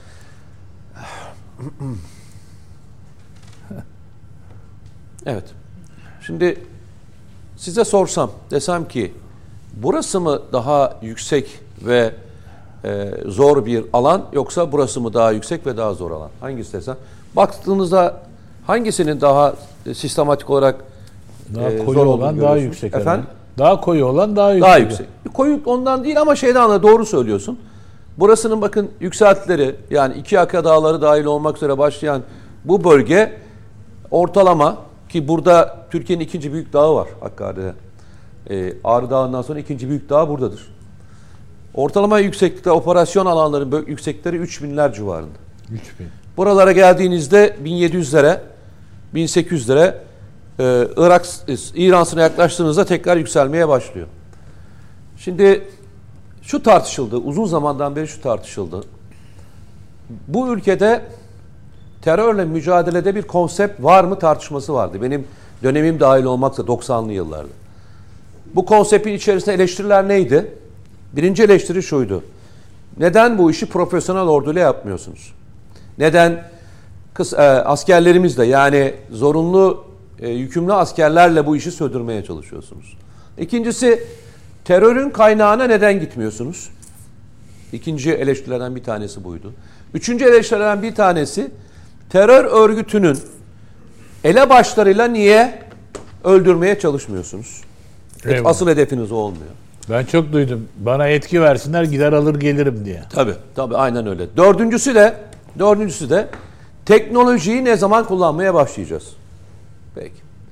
Evet. Şimdi size sorsam, desem ki burası mı daha yüksek ve zor bir alan, yoksa burası mı daha yüksek ve daha zor alan? Hangisi desem? Baktığınızda hangisinin daha sistematik olarak daha koyu olan daha yüksek. Efendim? Daha koyu olan daha yüksek. Daha yüksek. Koyu ondan değil ama şeyden doğru söylüyorsun. Burasının bakın yükseltileri, yani İkiaka Dağları dahil olmak üzere başlayan bu bölge ortalama, ki burada Türkiye'nin ikinci büyük dağı var Hakkari'de. Ağrı Dağı'ndan sonra ikinci büyük dağ buradadır. Ortalama yükseklikte operasyon alanlarının yükseklikleri 3000'ler civarında. 3000. Buralara geldiğinizde 1700'lere, 1800'lere İran sınırına yaklaştığınızda tekrar yükselmeye başlıyor. Şimdi şu tartışıldı, uzun zamandan beri şu tartışıldı. Bu ülkede terörle mücadelede bir konsept var mı tartışması vardı. Benim dönemim dahil olmakla 90'lı yıllarda. Bu konseptin içerisinde eleştiriler neydi? Birinci eleştiri şuydu. Neden bu işi profesyonel orduyla yapmıyorsunuz? Neden askerlerimizle, yani zorunlu yükümlü askerlerle bu işi sürdürmeye çalışıyorsunuz? İkincisi, terörün kaynağına neden gitmiyorsunuz? İkinci eleştirilerden bir tanesi buydu. Üçüncü eleştirilerden bir tanesi, terör örgütünün elebaşlarıyla niye öldürmeye çalışmıyorsunuz? Eyvallah. Asıl hedefiniz o olmuyor. Ben çok duydum. Bana yetki versinler, gider alır gelirim diye. Tabii aynen öyle. Dördüncüsü de teknolojiyi ne zaman kullanmaya başlayacağız? Peki.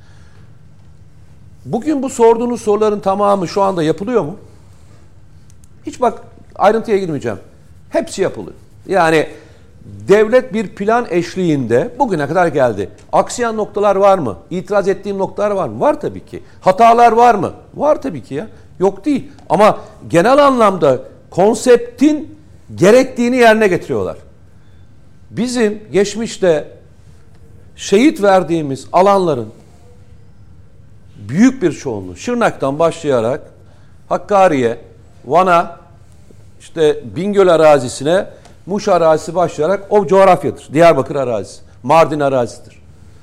Bugün bu sorduğunuz soruların tamamı şu anda yapılıyor mu? Hiç bak, ayrıntıya girmeyeceğim. Hepsi yapılıyor. Yani devlet bir plan eşliğinde bugüne kadar geldi. Aksayan noktalar var mı? İtiraz ettiğim noktalar var mı? Var tabii ki. Hatalar var mı? Var tabii ki ya. Yok değil. Ama genel anlamda konseptin gerektiğini yerine getiriyorlar. Bizim geçmişte şehit verdiğimiz alanların büyük bir çoğunluğu, Şırnak'tan başlayarak Hakkari'ye, Van'a, işte Bingöl arazisine, Muş arazisi başlayarak o coğrafyadır. Diyarbakır arazisi, Mardin arazisidir.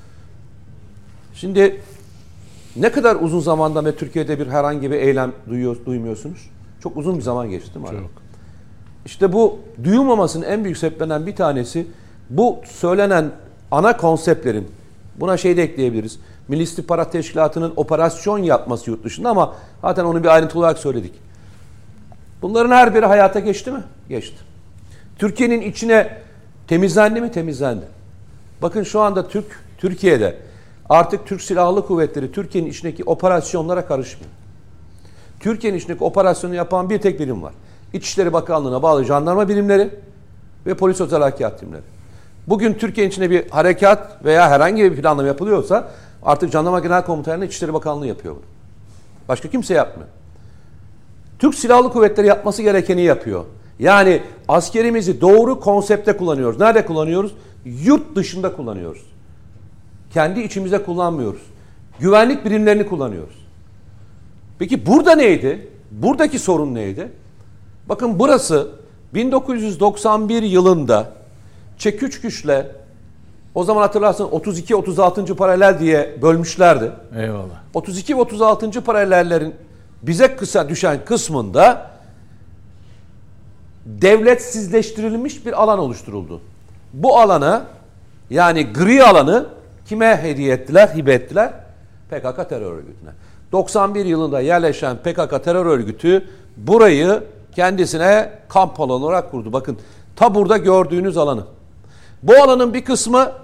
Şimdi ne kadar uzun zamandan ve Türkiye'de bir herhangi bir eylem duymuyorsunuz? Çok uzun bir zaman geçti değil mi? Çok. İşte bu duyulmamasının en büyük sebeplerinden bir tanesi, bu söylenen ana konseptlerin, buna şey de ekleyebiliriz. Milli İstihbarat Teşkilatı'nın operasyon yapması yurt dışında, ama zaten onu bir ayrıntılı olarak söyledik. Bunların her biri hayata geçti mi? Geçti. Türkiye'nin içine temizlendi mi? Temizlendi. Bakın şu anda Türkiye'de artık Türk Silahlı Kuvvetleri Türkiye'nin içindeki operasyonlara karışmıyor. Türkiye'nin içindeki operasyonu yapan bir tek birim var. İçişleri Bakanlığı'na bağlı jandarma birimleri ve polis özel harekat timleri. Bugün Türkiye'nin içinde bir harekat veya herhangi bir planlama yapılıyorsa artık Jandarma Genel Komutanlığı, İçişleri Bakanlığı yapıyor bunu. Başka kimse yapmıyor. Türk Silahlı Kuvvetleri yapması gerekeni yapıyor. Yani askerimizi doğru konsepte kullanıyoruz. Nerede kullanıyoruz? Yurt dışında kullanıyoruz. Kendi içimizde kullanmıyoruz. Güvenlik birimlerini kullanıyoruz. Peki burada neydi? Buradaki sorun neydi? Bakın burası 1991 yılında çekiç güçle, o zaman hatırlarsın 32-36. paralel diye bölmüşlerdi. Eyvallah. 32 ve 36. paralellerin bize kısa düşen kısmında devletsizleştirilmiş bir alan oluşturuldu. Bu alana, yani gri alanı kime hediye ettiler, hibe ettiler? PKK terör örgütüne. 91 yılında yerleşen PKK terör örgütü burayı kendisine kamp alanı olarak kurdu. Bakın ta burada gördüğünüz alanı. Bu alanın bir kısmı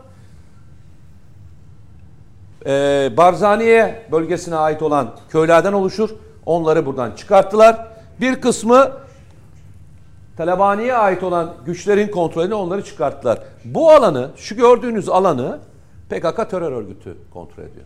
Barzaniye bölgesine ait olan köylerden oluşur. Onları buradan çıkarttılar. Bir kısmı Talabani'ye ait olan güçlerin kontrolüne onları çıkarttılar. Bu alanı, şu gördüğünüz alanı PKK terör örgütü kontrol ediyor.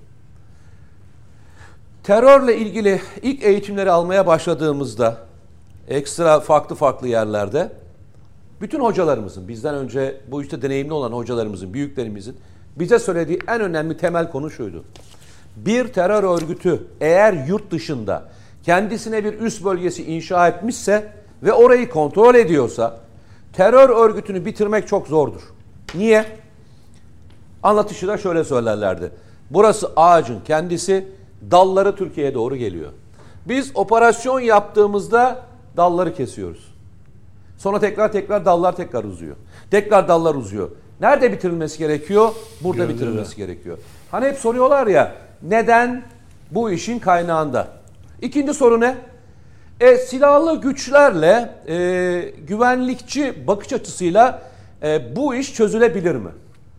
Terörle ilgili ilk eğitimleri almaya başladığımızda ekstra farklı yerlerde bütün hocalarımızın, bizden önce bu işte deneyimli olan hocalarımızın, büyüklerimizin bize söylediği en önemli temel konu şuydu. Bir terör örgütü eğer yurt dışında kendisine bir üst bölgesi inşa etmişse ve orayı kontrol ediyorsa terör örgütünü bitirmek çok zordur. Niye? Anlatışı da şöyle söylerlerdi. Burası ağacın kendisi, dalları Türkiye'ye doğru geliyor. Biz operasyon yaptığımızda dalları kesiyoruz. Sonra tekrar dallar tekrar uzuyor. Tekrar dallar uzuyor. Nerede bitirilmesi gerekiyor? Burada bitirilmesi gerekiyor. Hani hep soruyorlar ya, neden bu işin kaynağında? İkinci soru ne? Silahlı güçlerle güvenlikçi bakış açısıyla bu iş çözülebilir mi?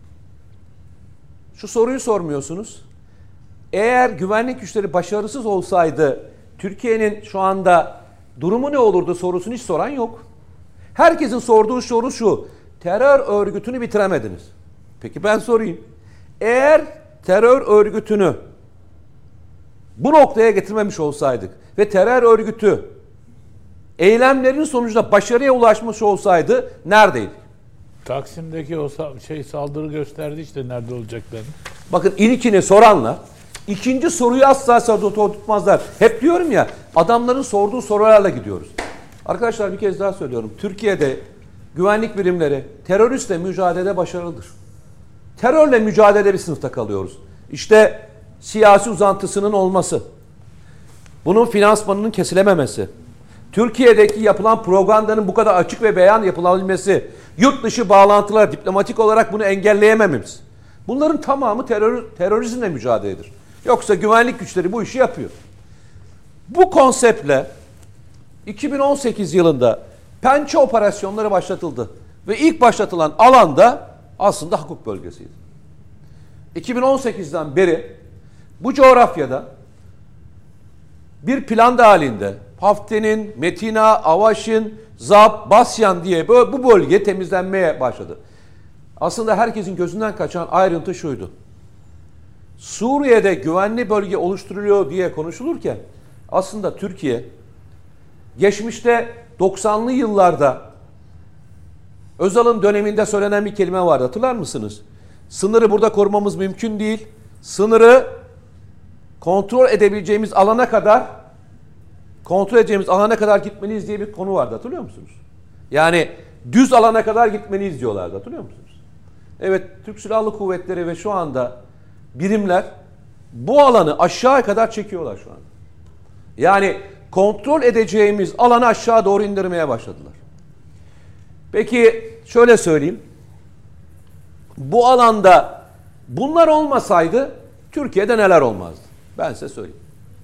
Şu soruyu sormuyorsunuz. Eğer güvenlik güçleri başarısız olsaydı Türkiye'nin şu anda durumu ne olurdu sorusunu hiç soran yok. Herkesin sorduğu soru şu: terör örgütünü bitiremediniz. Peki ben sorayım. Eğer terör örgütünü bu noktaya getirmemiş olsaydık ve terör örgütü eylemlerin sonucunda başarıya ulaşmış olsaydı neredeydi? Taksim'deki o saldırı gösterdi işte nerede olacaklarını. Bakın ilkini soranlar ikinci soruyu asla tutmazlar. Hep diyorum ya, adamların sorduğu sorularla gidiyoruz. Arkadaşlar bir kez daha söylüyorum. Türkiye'de güvenlik birimleri teröristle mücadelede başarılıdır. Terörle mücadelede bir sınıfta kalıyoruz. İşte siyasi uzantısının olması, bunun finansmanının kesilememesi, Türkiye'deki yapılan propagandanın bu kadar açık ve beyan yapılabilmesi, yurt dışı bağlantılar, diplomatik olarak bunu engelleyemememiz. Bunların tamamı terörizmle mücadeledir. Yoksa güvenlik güçleri bu işi yapıyor. Bu konseptle 2018 yılında Pençe operasyonları başlatıldı. Ve ilk başlatılan alanda aslında Hakuk bölgesiydi. 2018'den beri bu coğrafyada bir plan dahilinde Hafte'nin, Metina, Avaşin, Zab, Basyan diye bu bölge temizlenmeye başladı. Aslında herkesin gözünden kaçan ayrıntı şuydu. Suriye'de güvenli bölge oluşturuluyor diye konuşulurken aslında Türkiye geçmişte 90'lı yıllarda Özal'ın döneminde söylenen bir kelime vardı, hatırlar mısınız? Sınırı burada korumamız mümkün değil. Sınırı kontrol edebileceğimiz alana kadar gitmeliyiz diye bir konu vardı, hatırlıyor musunuz? Yani düz alana kadar gitmeliyiz diyorlardı, hatırlıyor musunuz? Evet, Türk Silahlı Kuvvetleri ve şu anda birimler bu alanı aşağıya kadar çekiyorlar şu anda. Yani kontrol edeceğimiz alanı aşağı doğru indirmeye başladılar. Peki şöyle söyleyeyim. Bu alanda bunlar olmasaydı Türkiye'de neler olmazdı? Ben size söyleyeyim.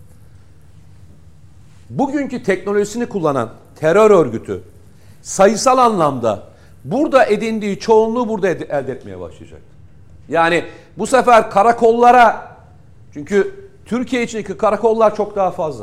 Bugünkü teknolojisini kullanan terör örgütü sayısal anlamda burada edindiği çoğunluğu burada elde etmeye başlayacak. Yani bu sefer karakollara, çünkü Türkiye içindeki karakollar çok daha fazla.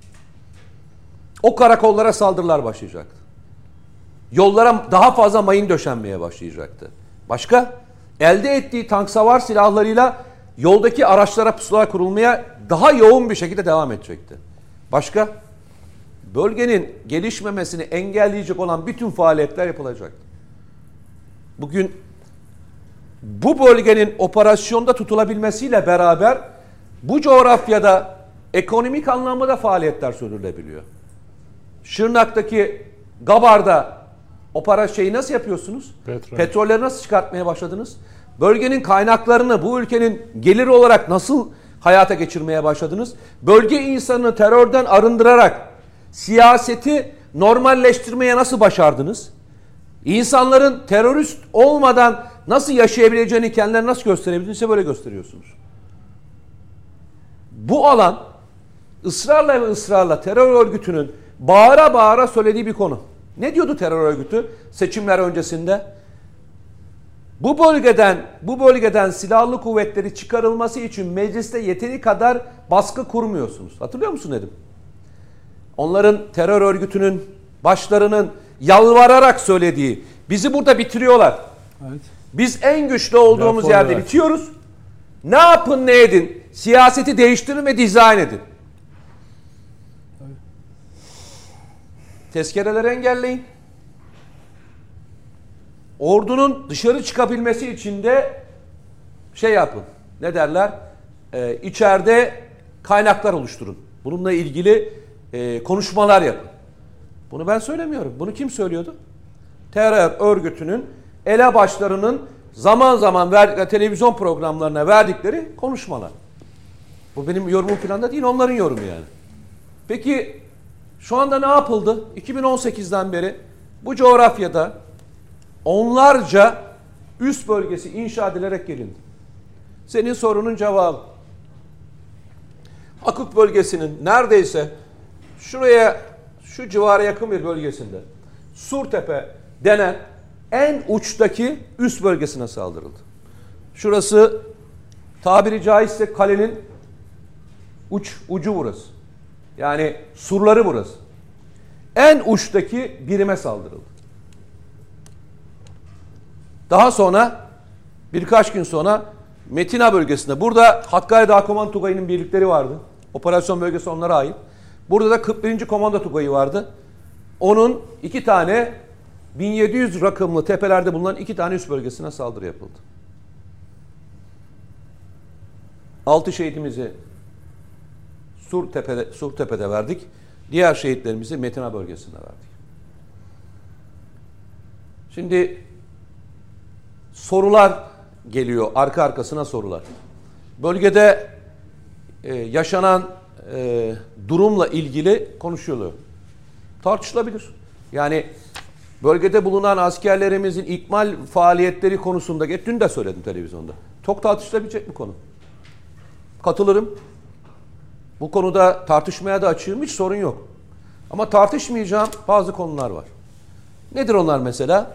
O karakollara saldırılar başlayacaktı. Yollara daha fazla mayın döşenmeye başlayacaktı. Başka? Elde ettiği tank savar silahlarıyla yoldaki araçlara pusular kurulmaya daha yoğun bir şekilde devam edecekti. Başka? Bölgenin gelişmemesini engelleyecek olan bütün faaliyetler yapılacaktı. Bugün bu bölgenin operasyonda tutulabilmesiyle beraber bu coğrafyada ekonomik anlamda da faaliyetler sürdürülebiliyor. Şırnak'taki Gabar'da operasyon nasıl yapıyorsunuz? Petrolleri nasıl çıkartmaya başladınız? Bölgenin kaynaklarını bu ülkenin gelir olarak nasıl hayata geçirmeye başladınız? Bölge insanını terörden arındırarak siyaseti normalleştirmeye nasıl başardınız? İnsanların terörist olmadan nasıl yaşayabileceğini kendilerine nasıl gösterebildiniz? Böyle gösteriyorsunuz. Bu alan ısrarla terör örgütünün bağıra bağıra söylediği bir konu. Ne diyordu terör örgütü seçimler öncesinde? Bu bölgeden silahlı kuvvetleri çıkarılması için mecliste yeteri kadar baskı kurmuyorsunuz. Hatırlıyor musun dedim. Onların terör örgütünün başlarının yalvararak söylediği, bizi burada bitiriyorlar. Evet. Biz en güçlü olduğumuz yerde bitiyoruz. Ne yapın ne edin? Siyaseti değiştirin ve dizayn edin. Evet. Tezkereleri engelleyin. Ordunun dışarı çıkabilmesi için de şey yapın. Ne derler? İçeride kaynaklar oluşturun. Bununla ilgili konuşmalar yapın. Bunu ben söylemiyorum. Bunu kim söylüyordu? Terör örgütünün elebaşlarının zaman zaman televizyon programlarına verdikleri konuşmalar. Bu benim yorumum falan da değil, onların yorumu yani. Peki şu anda ne yapıldı? 2018'den beri bu coğrafyada onlarca üst bölgesi inşa edilerek gelindi. Senin sorunun cevabı. Hakuk bölgesinin neredeyse şu civara yakın bir bölgesinde Surtepe denen en uçtaki üst bölgesine saldırıldı. Şurası tabiri caizse kalenin ucu burası. Yani surları burası. En uçtaki birime saldırıldı. Daha sonra birkaç gün sonra Metina bölgesinde, burada Hakkari Dağ Komando Tugayı'nın birlikleri vardı. Operasyon bölgesi onlara ait. Burada da 41. Komando Tugayı vardı. Onun 2 tane 1700 rakımlı tepelerde bulunan 2 tane üst bölgesine saldırı yapıldı. 6 şehidimizi Surtepe'de verdik. Diğer şehitlerimizi Metina bölgesinde verdik. Şimdi sorular geliyor, arka arkasına sorular. Bölgede yaşanan durumla ilgili konuşuluyor. Tartışılabilir. Yani bölgede bulunan askerlerimizin ikmal faaliyetleri konusunda, dün de söyledim televizyonda, çok tartışılabilecek bir konu. Katılırım. Bu konuda tartışmaya da açığım, hiç sorun yok. Ama tartışmayacağım bazı konular var. Nedir onlar mesela?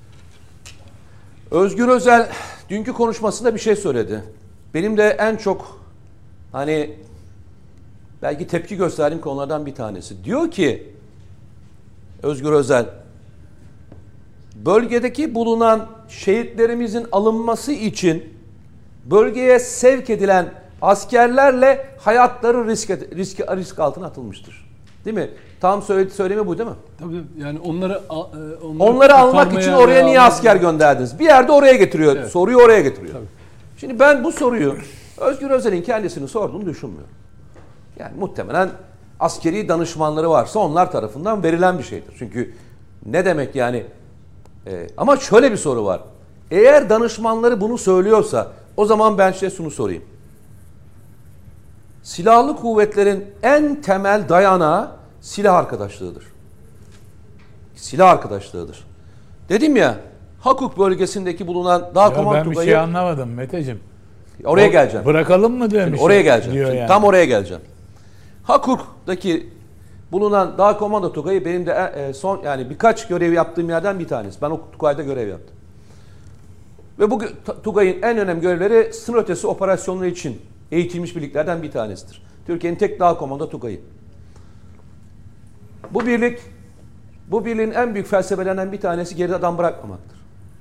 Özgür Özel dünkü konuşmasında bir şey söyledi. Benim de en çok belki tepki gösterdiğim konulardan bir tanesi. Diyor ki Özgür Özel, bölgedeki bulunan şehitlerimizin alınması için bölgeye sevk edilen askerlerle hayatları risk altına atılmıştır. Değil mi? Tam söylemi bu değil mi? Tabii yani onları almak için oraya niye asker gönderdiniz? Bir yerde oraya getiriyor. Evet. Soruyu oraya getiriyor. Tabii. Şimdi ben bu soruyu Özgür Özel'in kendisini sorduğunu düşünmüyorum. Yani muhtemelen askeri danışmanları varsa onlar tarafından verilen bir şeydir. Çünkü ne demek yani? Ama şöyle bir soru var. Eğer danışmanları bunu söylüyorsa o zaman ben size şunu sorayım. Silahlı kuvvetlerin en temel dayanağı silah arkadaşlığıdır. Silah arkadaşlığıdır. Dedim ya, Hakuk bölgesindeki bulunan Dağ Komando Ben bir şey anlamadım Meteciğim. Oraya geleceğim. Bırakalım mı demiş? Oraya geleceğim. Diyor yani. Tam oraya geleceğim. Hakuk'taki bulunan Dağ Komando Tugayı benim de birkaç görev yaptığım yerden bir tanesi. Ben o Tugay'da görev yaptım. Ve bu Tugay'ın en önemli görevleri sınır ötesi operasyonları için eğitilmiş birliklerden bir tanesidir. Türkiye'nin tek Dağ Komando Tugayı. Bu birliğin en büyük felsefelerinden bir tanesi geride adam bırakmamaktır.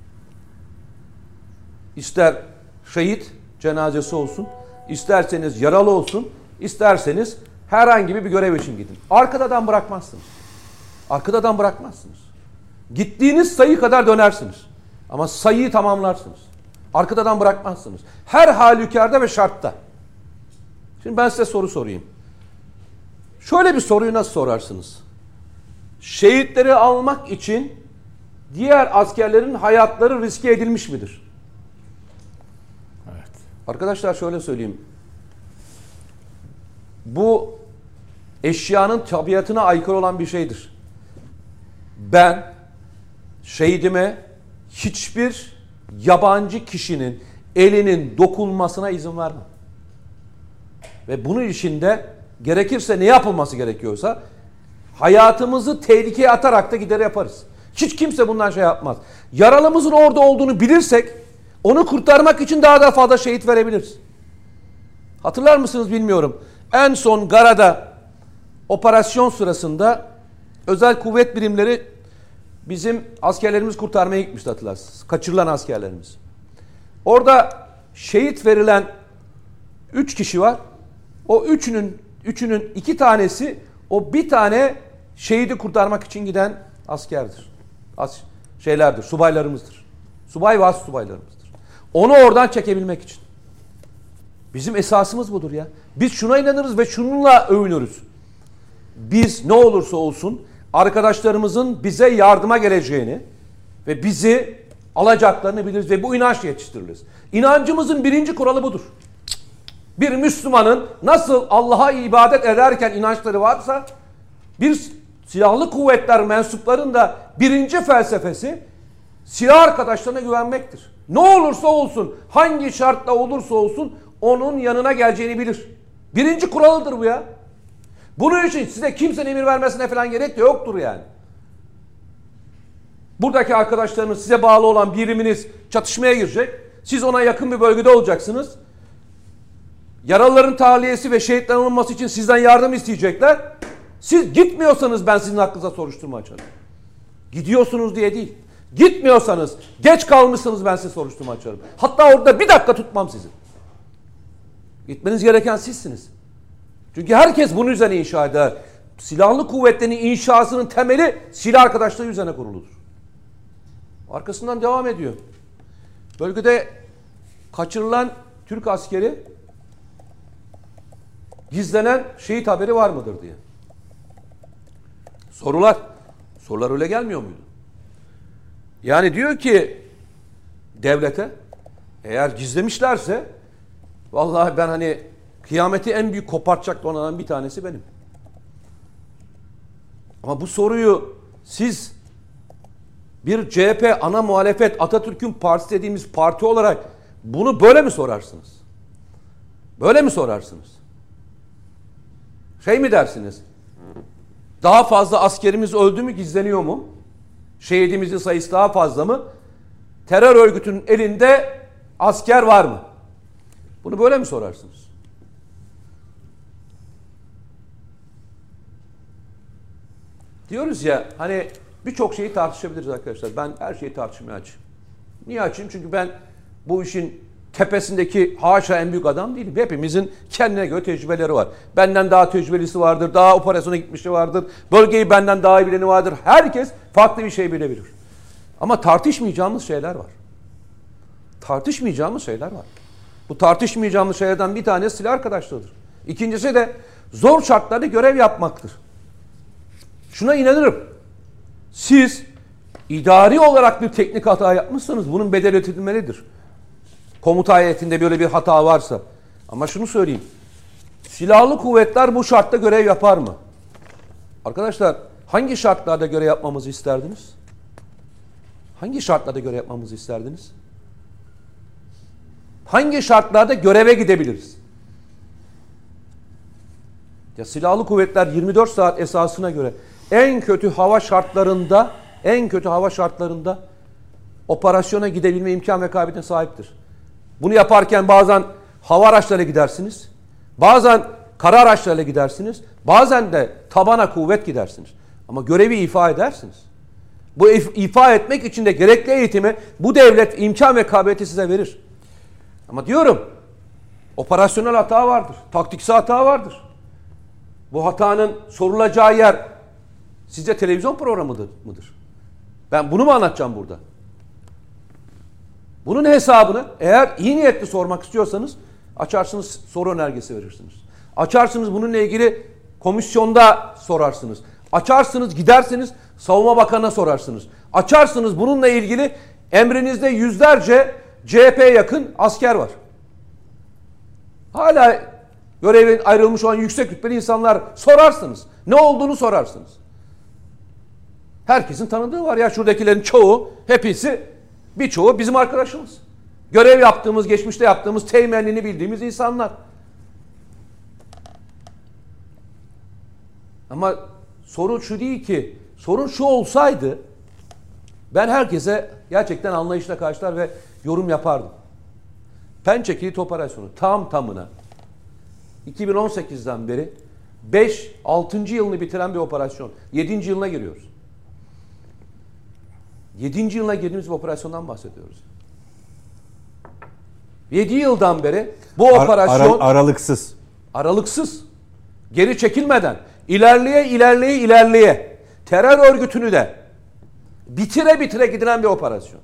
İster şehit cenazesi olsun, isterseniz yaralı olsun, isterseniz herhangi bir görev için gidin. Arkada adam bırakmazsınız. Arkada adam bırakmazsınız. Gittiğiniz sayı kadar dönersiniz. Ama sayıyı tamamlarsınız. Arkada adam bırakmazsınız. Her halükarda ve şartta. Şimdi ben size soru sorayım. Şöyle bir soruyu nasıl sorarsınız? Şehitleri almak için diğer askerlerin hayatları riske edilmiş midir? Evet. Arkadaşlar şöyle söyleyeyim. Bu eşyanın tabiatına aykırı olan bir şeydir. Ben şehidime hiçbir yabancı kişinin elinin dokunmasına izin vermem. Ve bunun içinde gerekirse ne yapılması gerekiyorsa hayatımızı tehlikeye atarak da gider yaparız. Hiç kimse bundan şey yapmaz. Yaralımızın orada olduğunu bilirsek onu kurtarmak için daha da fazla şehit verebiliriz. Hatırlar mısınız bilmiyorum. En son Gara'da operasyon sırasında özel kuvvet birimleri bizim askerlerimizi kurtarmaya gitmişti, hatırlarsınız. Kaçırılan askerlerimiz. Orada şehit verilen 3 kişi var. O üçünün 2 tanesi o bir tane şehidi kurtarmak için giden askerdir. Subaylarımızdır. Subay ve astsubaylarımızdır. Onu oradan çekebilmek için. Bizim esasımız budur ya. Biz şuna inanırız ve şununla övünürüz. Biz ne olursa olsun arkadaşlarımızın bize yardıma geleceğini ve bizi alacaklarını biliriz ve bu inançla yetiştiririz. İnancımızın birinci kuralı budur. Bir Müslümanın nasıl Allah'a ibadet ederken inançları varsa bir silahlı kuvvetler mensuplarının da birinci felsefesi silah arkadaşlarına güvenmektir. Ne olursa olsun, hangi şartla olursa olsun onun yanına geleceğini bilir. Birinci kuralıdır bu ya. Bunun için size kimsenin emir vermesine falan gerek de yoktur yani. Buradaki arkadaşlarınız, size bağlı olan biriminiz çatışmaya girecek. Siz ona yakın bir bölgede olacaksınız. Yaralıların tahliyesi ve şehitlerin alınması için sizden yardım isteyecekler. Siz gitmiyorsanız ben sizin hakkınızda soruşturma açarım. Gidiyorsunuz diye değil. Gitmiyorsanız, geç kalmışsınız ben size soruşturma açarım. Hatta orada bir dakika tutmam sizi. Gitmeniz gereken sizsiniz. Çünkü herkes bunun üzerine inşa eder. Silahlı kuvvetlerin inşasının temeli silah arkadaşlığı üzerine kuruludur. Arkasından devam ediyor. Bölgede kaçırılan Türk askeri gizlenen şehit haberi var mıdır diye. Sorular öyle gelmiyor muydu? Yani diyor ki devlete, eğer gizlemişlerse vallahi ben hani kıyameti en büyük kopartacak donanan bir tanesi benim. Ama bu soruyu siz bir CHP ana muhalefet Atatürk'ün partisi dediğimiz parti olarak bunu böyle mi sorarsınız? Böyle mi sorarsınız? Şey mi dersiniz? Daha fazla askerimiz öldü mü, gizleniyor mu? Şehidimizin sayısı daha fazla mı? Terör örgütünün elinde asker var mı? Bunu böyle mi sorarsınız? Diyoruz ya hani birçok şeyi tartışabiliriz arkadaşlar. Ben her şeyi tartışmaya açayım. Niye açayım? Çünkü ben bu işin tepesindeki haşa en büyük adam değilim. Hepimizin kendine göre tecrübeleri var. Benden daha tecrübelisi vardır. Daha operasyona gitmişi vardır. Bölgeyi benden daha iyi bileni vardır. Herkes farklı bir şey bilebilir. Ama tartışmayacağımız şeyler var. Tartışmayacağımız şeyler var. Bu tartışmayacağımız şeylerden bir tanesi silah arkadaşlığıdır. İkincisi de zor şartlarda görev yapmaktır. Şuna inanırım. Siz idari olarak bir teknik hata yapmışsanız bunun bedeli ödenmelidir. Komuta heyetinde böyle bir hata varsa. Ama şunu söyleyeyim. Silahlı kuvvetler bu şartta görev yapar mı? Arkadaşlar hangi şartlarda görev yapmamızı isterdiniz? Hangi şartlarda görev yapmamızı isterdiniz? Hangi şartlarda göreve gidebiliriz? Ya silahlı kuvvetler 24 saat esasına göre en kötü hava şartlarında operasyona gidebilme imkan ve kabiliyetine sahiptir. Bunu yaparken bazen hava araçlarıyla gidersiniz. Bazen kara araçlarıyla gidersiniz. Bazen de tabana kuvvet gidersiniz. Ama görevi ifa edersiniz. Bu ifa etmek için de gerekli eğitimi bu devlet imkan ve kabiliyeti size verir. Ama diyorum operasyonel hata vardır. Taktiksel hata vardır. Bu hatanın sorulacağı yer sizce televizyon programı mıdır? Ben bunu mu anlatacağım burada? Bunun hesabını eğer iyi niyetli sormak istiyorsanız açarsınız, soru önergesi verirsiniz. Açarsınız bununla ilgili komisyonda sorarsınız. Açarsınız gidersiniz Savunma Bakanı'na sorarsınız. Açarsınız bununla ilgili emrinizde yüzlerce CHP'ye yakın asker var. Hala görevin ayrılmış olan yüksek rütbeli insanlar sorarsınız. Ne olduğunu sorarsınız. Herkesin tanıdığı var ya şuradakilerin çoğu, birçoğu bizim arkadaşımız. Görev yaptığımız, geçmişte yaptığımız teğmenliğini bildiğimiz insanlar. Ama sorun şu değil ki, sorun şu olsaydı ben herkese gerçekten anlayışla karşılar ve yorum yapardım. Pençe Kilit Operasyonu tamına 2018'den beri 6. yılını bitiren bir operasyon. 7. yılına giriyoruz. 7. yılına girdiğimiz bir operasyondan bahsediyoruz. 7 yıldan beri bu operasyon aralıksız geri çekilmeden ilerleye terör örgütünü de bitire gidilen bir operasyon.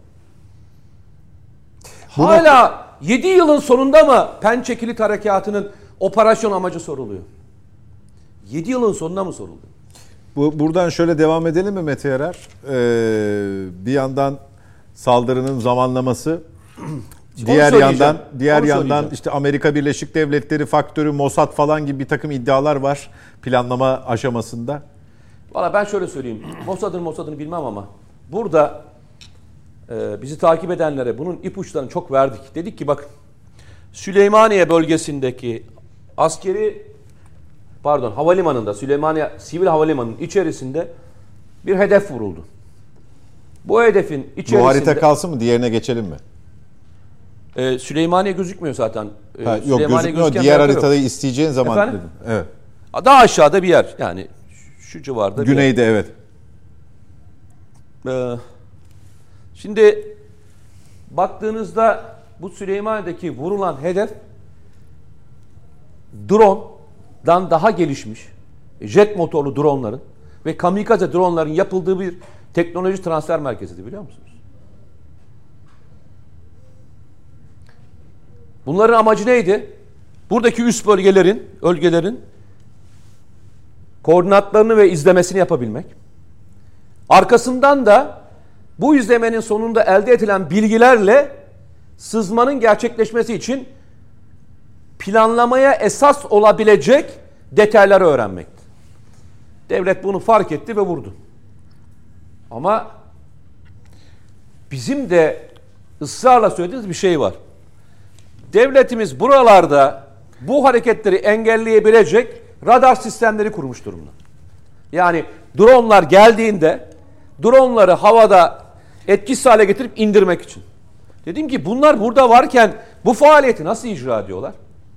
Hala 7 yılın sonunda mı Pençe Kilit Harekatı'nın operasyon amacı soruluyor? 7 yılın sonunda mı soruluyor? Buradan şöyle devam edelim mi Mete Yarar? Bir yandan saldırının zamanlaması, diğer yandan işte Amerika Birleşik Devletleri faktörü, Mossad falan gibi bir takım iddialar var planlama aşamasında. Valla ben şöyle söyleyeyim. Mossad'ını bilmem ama burada bizi takip edenlere bunun ipuçlarını çok verdik. Dedik ki bakın Süleymaniye bölgesindeki havalimanında, Süleymaniye Sivil Havalimanı'nın içerisinde bir hedef vuruldu. Bu hedefin içerisinde... Bu harita kalsın mı? Diğerine geçelim mi? Süleymaniye gözükmüyor zaten. Yok gözükmüyor. Diğer haritayı isteyeceğin zaman efendim? dedim. Evet. Daha aşağıda bir yer. Yani şu civarda. Güneyde evet. Şimdi baktığınızda bu Süleymaniye'deki vurulan hedef drone'dan daha gelişmiş jet motorlu dronların ve kamikaze dronların yapıldığı bir teknoloji transfer merkezidir, biliyor musunuz? Bunların amacı neydi? Buradaki üst bölgelerin koordinatlarını ve izlemesini yapabilmek. Arkasından da Bu izlemenin sonunda elde edilen bilgilerle sızmanın gerçekleşmesi için planlamaya esas olabilecek detayları öğrenmekti. Devlet bunu fark etti ve vurdu. Ama bizim de ısrarla söylediğimiz bir şey var. Devletimiz buralarda bu hareketleri engelleyebilecek radar sistemleri kurmuş durumda. Yani dronlar geldiğinde dronları havada etkisiz hale getirip indirmek için. Dedim ki bunlar burada varken bu faaliyeti nasıl icra ediyorlar?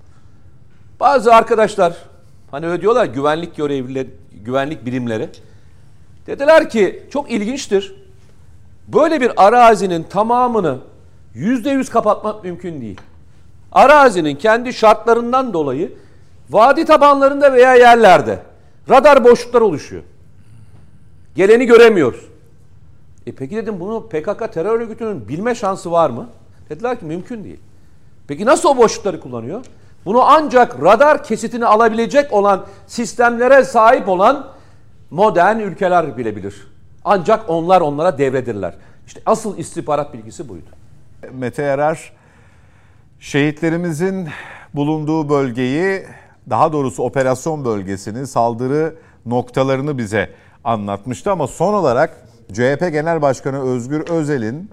Bazı arkadaşlar hani öyle diyorlar güvenlik görevlileri, güvenlik birimleri dediler ki çok ilginçtir. Böyle bir arazinin tamamını %100 kapatmak mümkün değil. Arazinin kendi şartlarından dolayı vadi tabanlarında veya yerlerde radar boşlukları oluşuyor. Geleni göremiyoruz. Peki dedim bunu PKK terör örgütünün bilme şansı var mı? Dediler ki mümkün değil. Peki nasıl o boşlukları kullanıyor? Bunu ancak radar kesitini alabilecek olan sistemlere sahip olan modern ülkeler bilebilir. Ancak onlar onlara devredirler. İşte asıl istihbarat bilgisi buydu. Mete Yarar, şehitlerimizin bulunduğu bölgeyi, daha doğrusu operasyon bölgesini, saldırı noktalarını bize anlatmıştı. Ama son olarak CHP Genel Başkanı Özgür Özel'in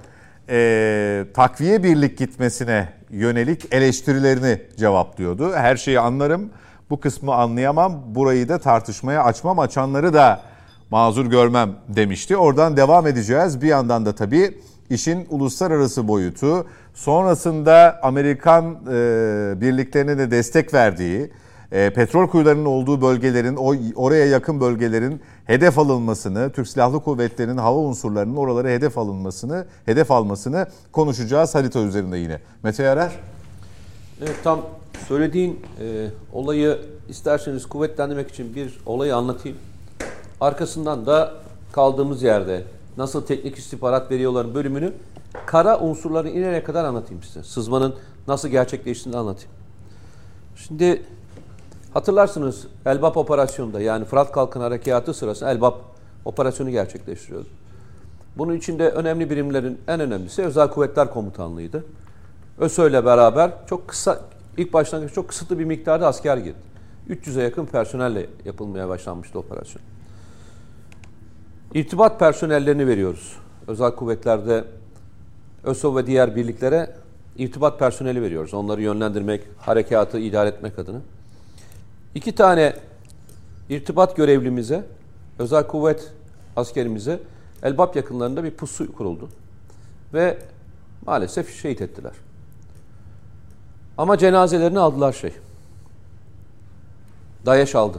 takviye birlik gitmesine yönelik eleştirilerini cevaplıyordu. Her şeyi anlarım, bu kısmı anlayamam, burayı da tartışmaya açmam, açanları da mazur görmem demişti. Oradan devam edeceğiz. Bir yandan da tabii işin uluslararası boyutu, sonrasında Amerikan birliklerine de destek verdiği, petrol kuyularının olduğu bölgelerin, oraya yakın bölgelerin hedef alınmasını, Türk Silahlı Kuvvetleri'nin hava unsurlarının oralara hedef almasını konuşacağız harita üzerinde yine. Mete Yarar. Evet, tam söylediğin olayı isterseniz kuvvetlendirmek için bir olayı anlatayım. Arkasından da kaldığımız yerde nasıl teknik istihbarat veriyorların bölümünü kara unsurları inene kadar anlatayım size. Sızmanın nasıl gerçekleştiğini anlatayım. Şimdi hatırlarsınız Elbap operasyonunda yani Fırat Kalkın Harekatı sırasında Elbap operasyonu gerçekleştiriyordu. Bunun içinde önemli birimlerin en önemlisi Özel Kuvvetler Komutanlığı'ydı. ÖSÖ'yle beraber çok kısa, ilk başlangıçta çok kısıtlı bir miktarda asker girdi. 300'e yakın personelle yapılmaya başlanmıştı operasyon. İrtibat personellerini veriyoruz. Özel kuvvetlerde ÖSO ve diğer birliklere irtibat personeli veriyoruz. Onları yönlendirmek, harekatı idare etmek adına. 2 tane irtibat görevlimize, özel kuvvet askerimize Elbap yakınlarında bir pusu kuruldu. Ve maalesef şehit ettiler. Ama cenazelerini aldılar DAEŞ aldı.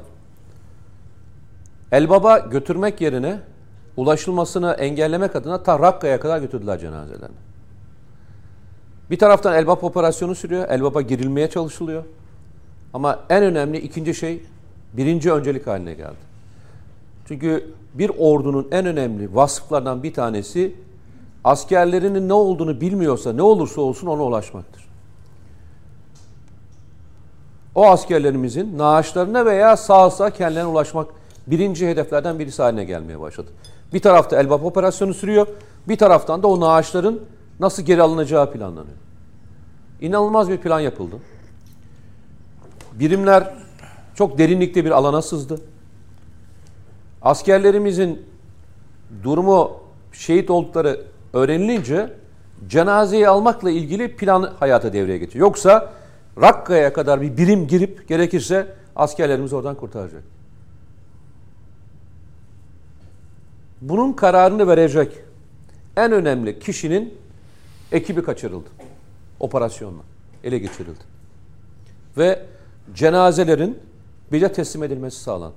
Elbap'a götürmek yerine ulaşılmasını engellemek adına ta Rakka'ya kadar götürdüler cenazelerini. Bir taraftan Elbap operasyonu sürüyor. Elbap'a girilmeye çalışılıyor. Ama en önemli ikinci şey birinci öncelik haline geldi. Çünkü bir ordunun en önemli vasıflarından bir tanesi askerlerinin ne olduğunu bilmiyorsa ne olursa olsun ona ulaşmaktır. O askerlerimizin naaşlarına veya sağ kendilerine ulaşmak birinci hedeflerden birisi haline gelmeye başladı. Bir tarafta Elbap operasyonu sürüyor, bir taraftan da o naaşların nasıl geri alınacağı planlanıyor. İnanılmaz bir plan yapıldı. Birimler çok derinlikte bir alana sızdı. Askerlerimizin durumu, şehit oldukları öğrenilince cenazeyi almakla ilgili plan hayata devreye geçiyor. Yoksa Rakka'ya kadar bir birim girip gerekirse askerlerimizi oradan kurtaracak. Bunun kararını verecek en önemli kişinin ekibi kaçırıldı. Operasyonla ele geçirildi. Ve cenazelerin bize teslim edilmesi sağlandı.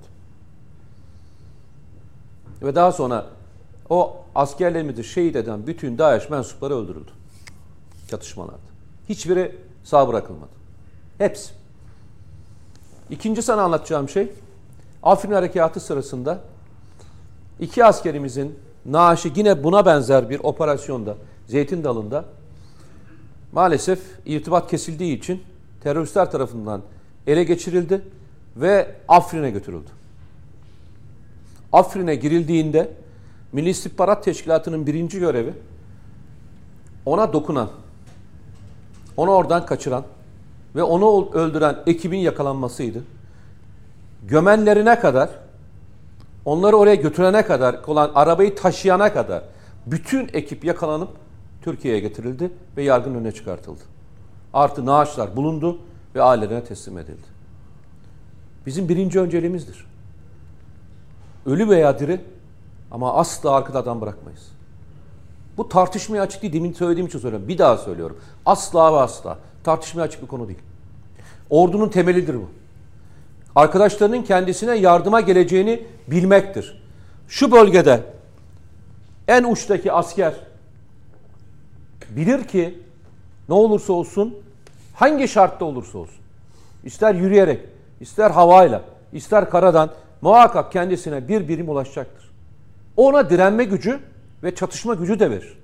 Ve daha sonra o askerlerimizi şehit eden bütün DAEŞ mensupları öldürüldü. Çatışmalarda. Hiçbiri sağ bırakılmadı. Hepsi. İkinci sana anlatacağım şey, Afrin Harekatı sırasında 2 askerimizin naaşı yine buna benzer bir operasyonda Zeytin Dalı'nda maalesef irtibat kesildiği için teröristler tarafından ele geçirildi ve Afrin'e götürüldü. Afrin'e girildiğinde Milli İstihbarat Teşkilatı'nın birinci görevi ona dokunan, onu oradan kaçıran ve onu öldüren ekibin yakalanmasıydı. Gömenlerine kadar, onları oraya götürene kadar, olan arabayı taşıyana kadar bütün ekip yakalanıp Türkiye'ye getirildi ve yargının önüne çıkartıldı. Artı naaşlar bulundu ve ailelerine teslim edildi. Bizim birinci önceliğimizdir. Ölü veya diri ama asla arkada adam bırakmayız. Bu tartışmaya açık değil. Demin söylediğim için söylüyorum. Bir daha söylüyorum. Asla ve asla. Tartışmaya açık bir konu değil. Ordunun temelidir bu. Arkadaşlarının kendisine yardıma geleceğini bilmektir. Şu bölgede en uçtaki asker bilir ki ne olursa olsun, hangi şartta olursa olsun, ister yürüyerek, ister havayla, ister karadan muhakkak kendisine bir birim ulaşacaktır. Ona direnme gücü ve çatışma gücü de verir.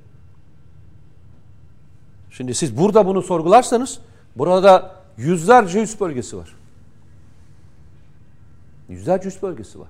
Şimdi siz burada bunu sorgularsanız, burada yüzlerce üs bölgesi var. Yüzlerce üs bölgesi var.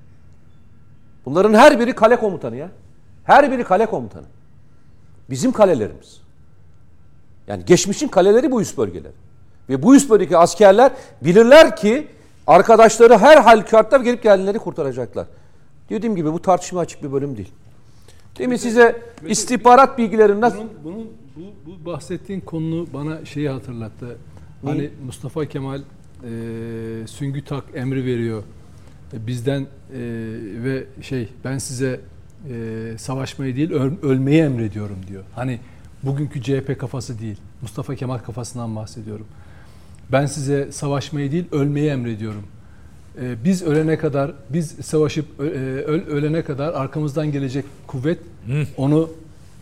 Bunların her biri kale komutanı ya. Her biri kale komutanı. Bizim kalelerimiz. Yani geçmişin kaleleri bu üst bölgeler. Ve bu üst bölgedeki askerler bilirler ki arkadaşları her halükarda gelip geldiğinleri kurtaracaklar. Dediğim gibi bu tartışma açık bir bölüm değil. Demin size istihbarat bilgileri nasıl... Bu bahsettiğin konu bana şeyi hatırlattı. Hani Mustafa Kemal süngü tak emri veriyor. Bizden ve ben size savaşmayı değil ölmeyi emrediyorum diyor. Hani bugünkü CHP kafası değil. Mustafa Kemal kafasından bahsediyorum. Ben size savaşmayı değil ölmeyi emrediyorum. Biz ölene kadar, biz savaşıp ölene kadar arkamızdan gelecek kuvvet onu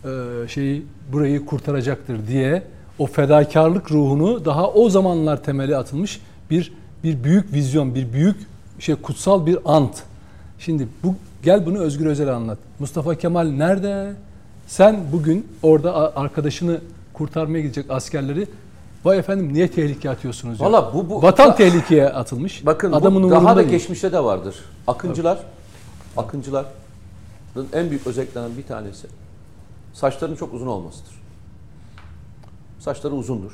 burayı kurtaracaktır diye o fedakarlık ruhunu daha o zamanlar temeli atılmış bir büyük vizyon, bir büyük kutsal bir ant. Şimdi gel bunu Özgür Özel'e anlat. Mustafa Kemal nerede? Sen bugün orada arkadaşını kurtarmaya gidecek askerleri vay efendim niye tehlikeye atıyorsunuz? Valla vatan tehlikeye atılmış. Bakın adamın bu daha da değil. geçmişte de vardır. Akıncıların en büyük özelliklerinden bir tanesi saçlarının çok uzun olmasıdır. Saçları uzundur.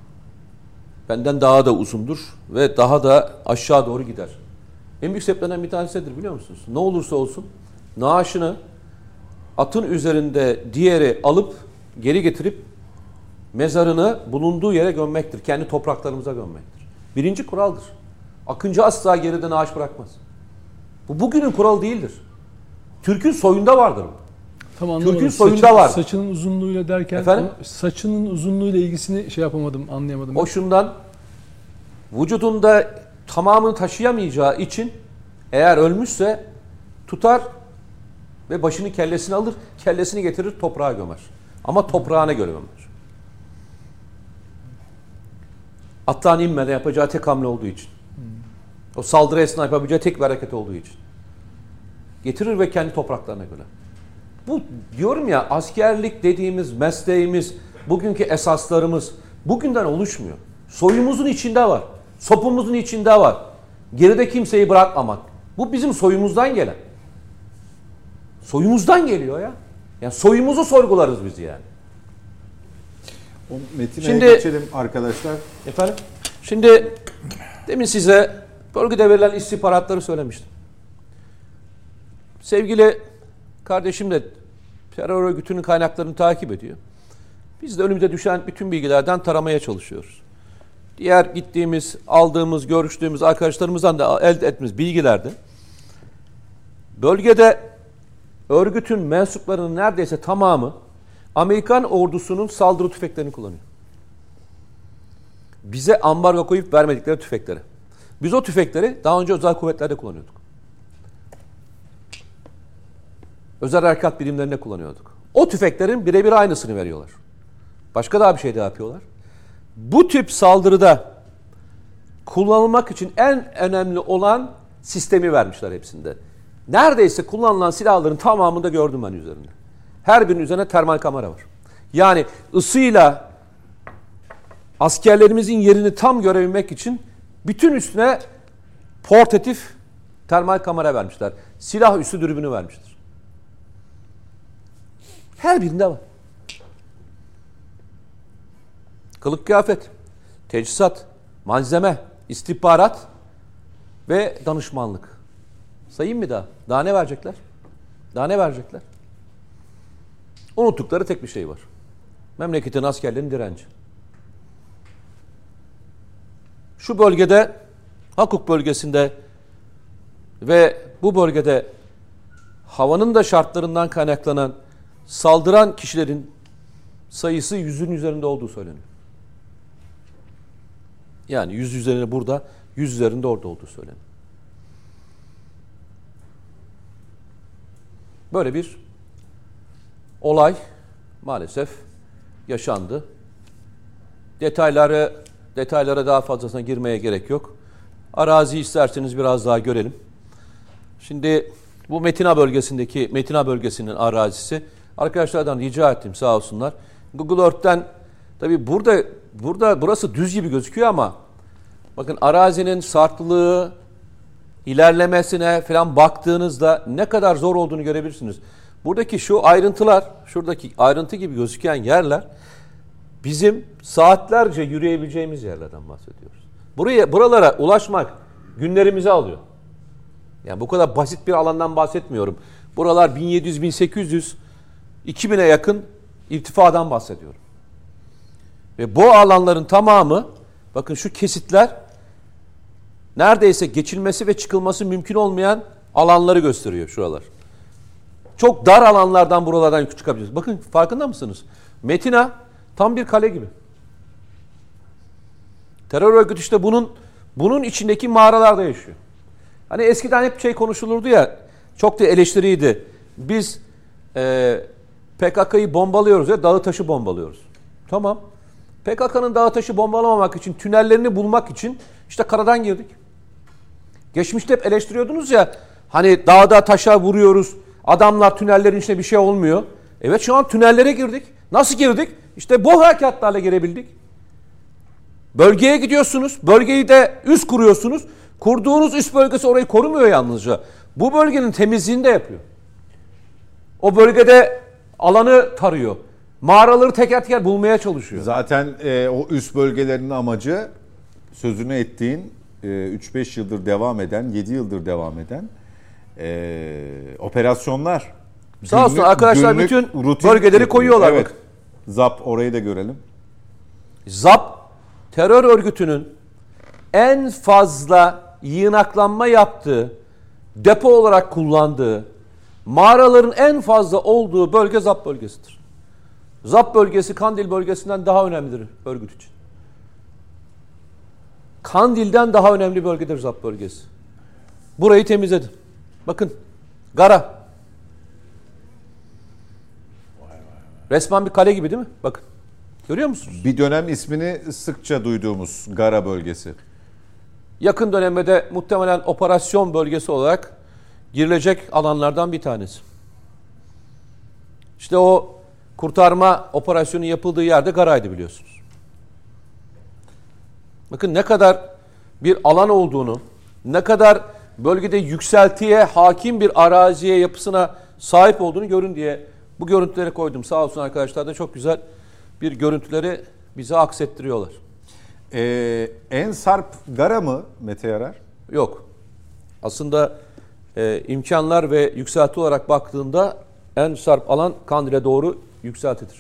Benden daha da uzundur ve daha da aşağı doğru gider. En büyük sebeplerinden bir tanesidir biliyor musunuz? Ne olursa olsun naaşını atın üzerinde diğeri alıp geri getirip mezarını bulunduğu yere gömmektir. Kendi topraklarımıza gömmektir. Birinci kuraldır. Akıncı asla geride naaş bırakmaz. Bu bugünün kuralı değildir. Türk'ün soyunda vardır bu. Tamam, Türk'ün soyunda var. Saçının uzunluğuyla derken efendim? Saçının uzunluğuyla ilgisini yapamadım, anlayamadım. O şundan vücudunda tamamını taşıyamayacağı için eğer ölmüşse tutar ve başını kellesini alır, kellesini getirir toprağa gömer. Ama toprağına göre gömer. Attan inmeden yapacağı tek hamle olduğu için. O saldırı esnasında yapabileceği tek bir hareket olduğu için. Getirir ve kendi topraklarına göre. Bu diyorum ya askerlik dediğimiz mesleğimiz, bugünkü esaslarımız bugünden oluşmuyor. Soyumuzun içinde var. Sopumuzun içinde var. Geride kimseyi bırakmamak. Bu bizim soyumuzdan gelen. Soyumuzdan geliyor ya. Yani soyumuzu sorgularız biz yani. O metine geçelim arkadaşlar. Efendim? Şimdi demin size bölgede verilen istihbaratları söylemiştim. Sevgili kardeşim de terör örgütünün kaynaklarını takip ediyor. Biz de önümüze düşen bütün bilgilerden taramaya çalışıyoruz. Diğer gittiğimiz, aldığımız, görüştüğümüz arkadaşlarımızdan da elde ettiğimiz bilgilerde bölgede örgütün mensuplarının neredeyse tamamı Amerikan ordusunun saldırı tüfeklerini kullanıyor. Bize ambargo koyup vermedikleri tüfekleri. Biz o tüfekleri daha önce özel kuvvetlerde kullanıyorduk. Özel harekat birimlerinde kullanıyorduk. O tüfeklerin birebir aynısını veriyorlar. Başka daha bir şey de yapıyorlar. Bu tip saldırıda kullanılmak için en önemli olan sistemi vermişler hepsinde. Neredeyse kullanılan silahların tamamını da gördüm ben üzerinde. Her birinin üzerine termal kamera var. Yani ısıyla askerlerimizin yerini tam görebilmek için bütün üstüne portatif termal kamera vermişler. Silah üstü dürbünü vermiştir. Her birinde var. Kılık kıyafet, teçhizat, malzeme, istihbarat ve danışmanlık. Sayayım mı daha? Daha ne verecekler? Daha ne verecekler? Unuttukları tek bir şey var. Memleketin askerlerinin direnci. Şu bölgede, Hakuk bölgesinde ve bu bölgede havanın da şartlarından kaynaklanan saldıran kişilerin sayısı 100'ün üzerinde olduğu söyleniyor. Yani 100 üzerinde burada, 100 üzerinde orada olduğu söyleniyor. Böyle bir olay maalesef yaşandı. Detaylara daha fazlasına girmeye gerek yok. Arazi isterseniz biraz daha görelim. Şimdi bu Metina bölgesinin arazisi. Arkadaşlardan rica ettim sağ olsunlar. Google Earth'ten tabii burada burası düz gibi gözüküyor ama bakın arazinin sarklığı, ilerlemesine falan baktığınızda ne kadar zor olduğunu görebilirsiniz. Buradaki şu ayrıntılar, şuradaki ayrıntı gibi gözüken yerler bizim saatlerce yürüyebileceğimiz yerlerden bahsediyoruz. Buralara ulaşmak günlerimizi alıyor. Yani bu kadar basit bir alandan bahsetmiyorum. Buralar 1700, 1800, 2000'e yakın irtifadan bahsediyorum. Ve bu alanların tamamı, bakın şu kesitler neredeyse geçilmesi ve çıkılması mümkün olmayan alanları gösteriyor şuralar. Çok dar alanlardan buralardan çıkabiliriz. Bakın farkında mısınız? Metina tam bir kale gibi. Terör örgütü işte bunun içindeki mağaralarda yaşıyor. Hani eskiden hep şey konuşulurdu ya, çok da eleştiriydi. Biz PKK'yı bombalıyoruz ya, dağı taşı bombalıyoruz. Tamam. PKK'nın dağı taşı bombalamamak için, tünellerini bulmak için işte karadan girdik. Geçmişte hep eleştiriyordunuz ya, hani dağda taşa vuruyoruz, adamlar tünellerin içine bir şey olmuyor. Evet, şu an tünellere girdik. Nasıl girdik? İşte bu harekatlarla girebildik. Bölgeye gidiyorsunuz, bölgeyi de üst kuruyorsunuz. Kurduğunuz üst bölgesi orayı korumuyor yalnızca. Bu bölgenin temizliğini de yapıyor. O bölgede alanı tarıyor. Mağaraları teker teker bulmaya çalışıyor. Zaten o üst bölgelerinin amacı sözünü ettiğin 3-5 yıldır devam eden, 7 yıldır devam eden operasyonlar. Sağ olsun arkadaşlar bütün bölgeleri koyuyorlar. Evet. Bak. ZAP, orayı da görelim. ZAP terör örgütünün en fazla yığınaklanma yaptığı, depo olarak kullandığı, mağaraların en fazla olduğu bölge ZAP bölgesidir. ZAP bölgesi Kandil bölgesinden daha önemlidir örgüt için. Kandil'den daha önemli bölgedir ZAP bölgesi. Burayı temizledim. Bakın, Gara. Resmen bir kale gibi değil mi? Bakın. Görüyor musunuz? Bir dönem ismini sıkça duyduğumuz Gara bölgesi. Yakın dönemde de muhtemelen operasyon bölgesi olarak girilecek alanlardan bir tanesi. İşte o kurtarma operasyonu yapıldığı yerde Gara'ydı biliyorsunuz. Bakın ne kadar bir alan olduğunu, ne kadar bölgede yükseltiye, hakim bir araziye, yapısına sahip olduğunu görün diye bu görüntüleri koydum. Sağ olsun arkadaşlar da çok güzel bir görüntüleri bize aksettiriyorlar. Ensarp Gara mı Mete Yarar? Yok. Aslında imkanlar ve yükselti olarak baktığında en sarp alan Kandil'e doğru yükseltidir.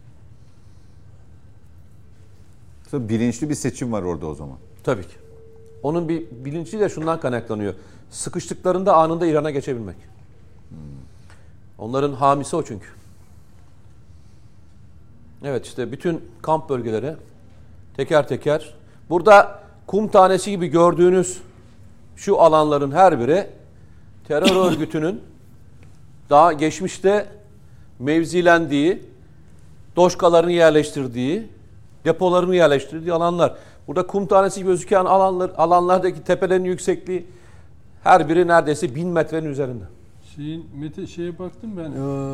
Bilinçli bir seçim var orada o zaman. Tabii ki. Onun bir bilinci de şundan kaynaklanıyor. Sıkıştıklarında anında İran'a geçebilmek. Onların hamisi o çünkü. Evet işte bütün kamp bölgeleri teker teker. Burada kum tanesi gibi gördüğünüz şu alanların her biri terör örgütünün daha geçmişte mevzilendiği, doşkalarını yerleştirdiği, depolarını yerleştirdiği alanlar. Burada kum tanesi gözüken alanlardaki tepelerin yüksekliği her biri neredeyse 1000 metrenin üzerinde. Mete şeye baktım ben.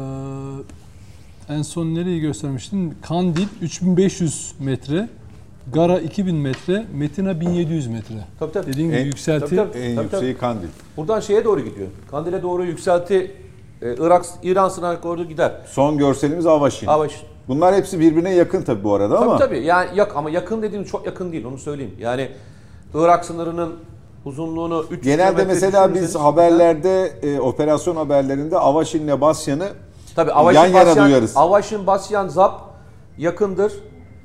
En son nereyi göstermiştin? Kandil 3500 metre, Gara 2000 metre, Metina 1700 metre. Tabii tabii. Dediğim gibi yükselti. En yükseği Kandil. Buradan şeye doğru gidiyor. Kandil'e doğru yükselti İran Sınır Koridoru gider. Son görselimiz Avaşin. Avaşin. Bunlar hepsi birbirine yakın tabii bu arada ama. Tabii yani ama yakın dediğim çok yakın değil, onu söyleyeyim. Yani Irak sınırının uzunluğunu 300 Genelde kilometre mesela biz düşünürseniz- haberlerde, operasyon haberlerinde Avaşin'le Basyan'ı Tabii yan yana duyarız. Avaşin, Basyan, Zap yakındır.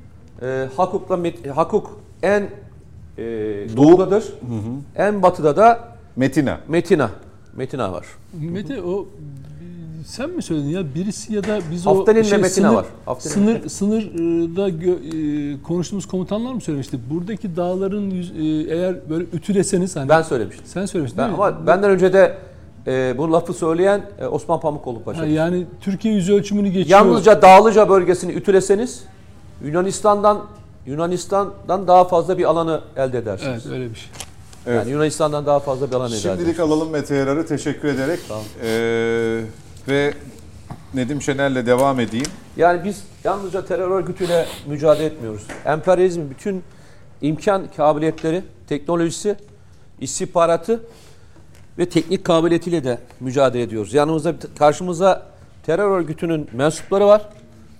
Hakuk en doğudadır. En batıda da Metina. Metina var. Mete sen mi söyledin ya, birisi ya da biz Haftanin'le Metina var. Sınırda konuştuğumuz komutanlar mı söylemişti? Buradaki dağların eğer böyle ütüleseniz hani Ben söylemiştim. sen söylemiştin değil mi? Ama benden önce de bu lafı söyleyen Osman Pamukoğlu Paşa. Yani Türkiye yüz ölçümünü geçiyor. Yalnızca Dağlıca bölgesini ütüleseniz Yunanistan'dan daha fazla bir alanı elde edersiniz. Evet, öyle bir şey. Evet. Yani Yunanistan'dan daha fazla bir alan elde edersiniz. Şimdilik alalım Mete Yarar'ı, teşekkür ederek. Tamam. Ve Nedim Şener'le devam edeyim. Yani biz yalnızca terör örgütüyle mücadele etmiyoruz. Emperyalizmin bütün imkan kabiliyetleri, teknolojisi, istihbaratı ve teknik kabiliyetiyle de mücadele ediyoruz. Yanımızda, karşımızda terör örgütünün mensupları var.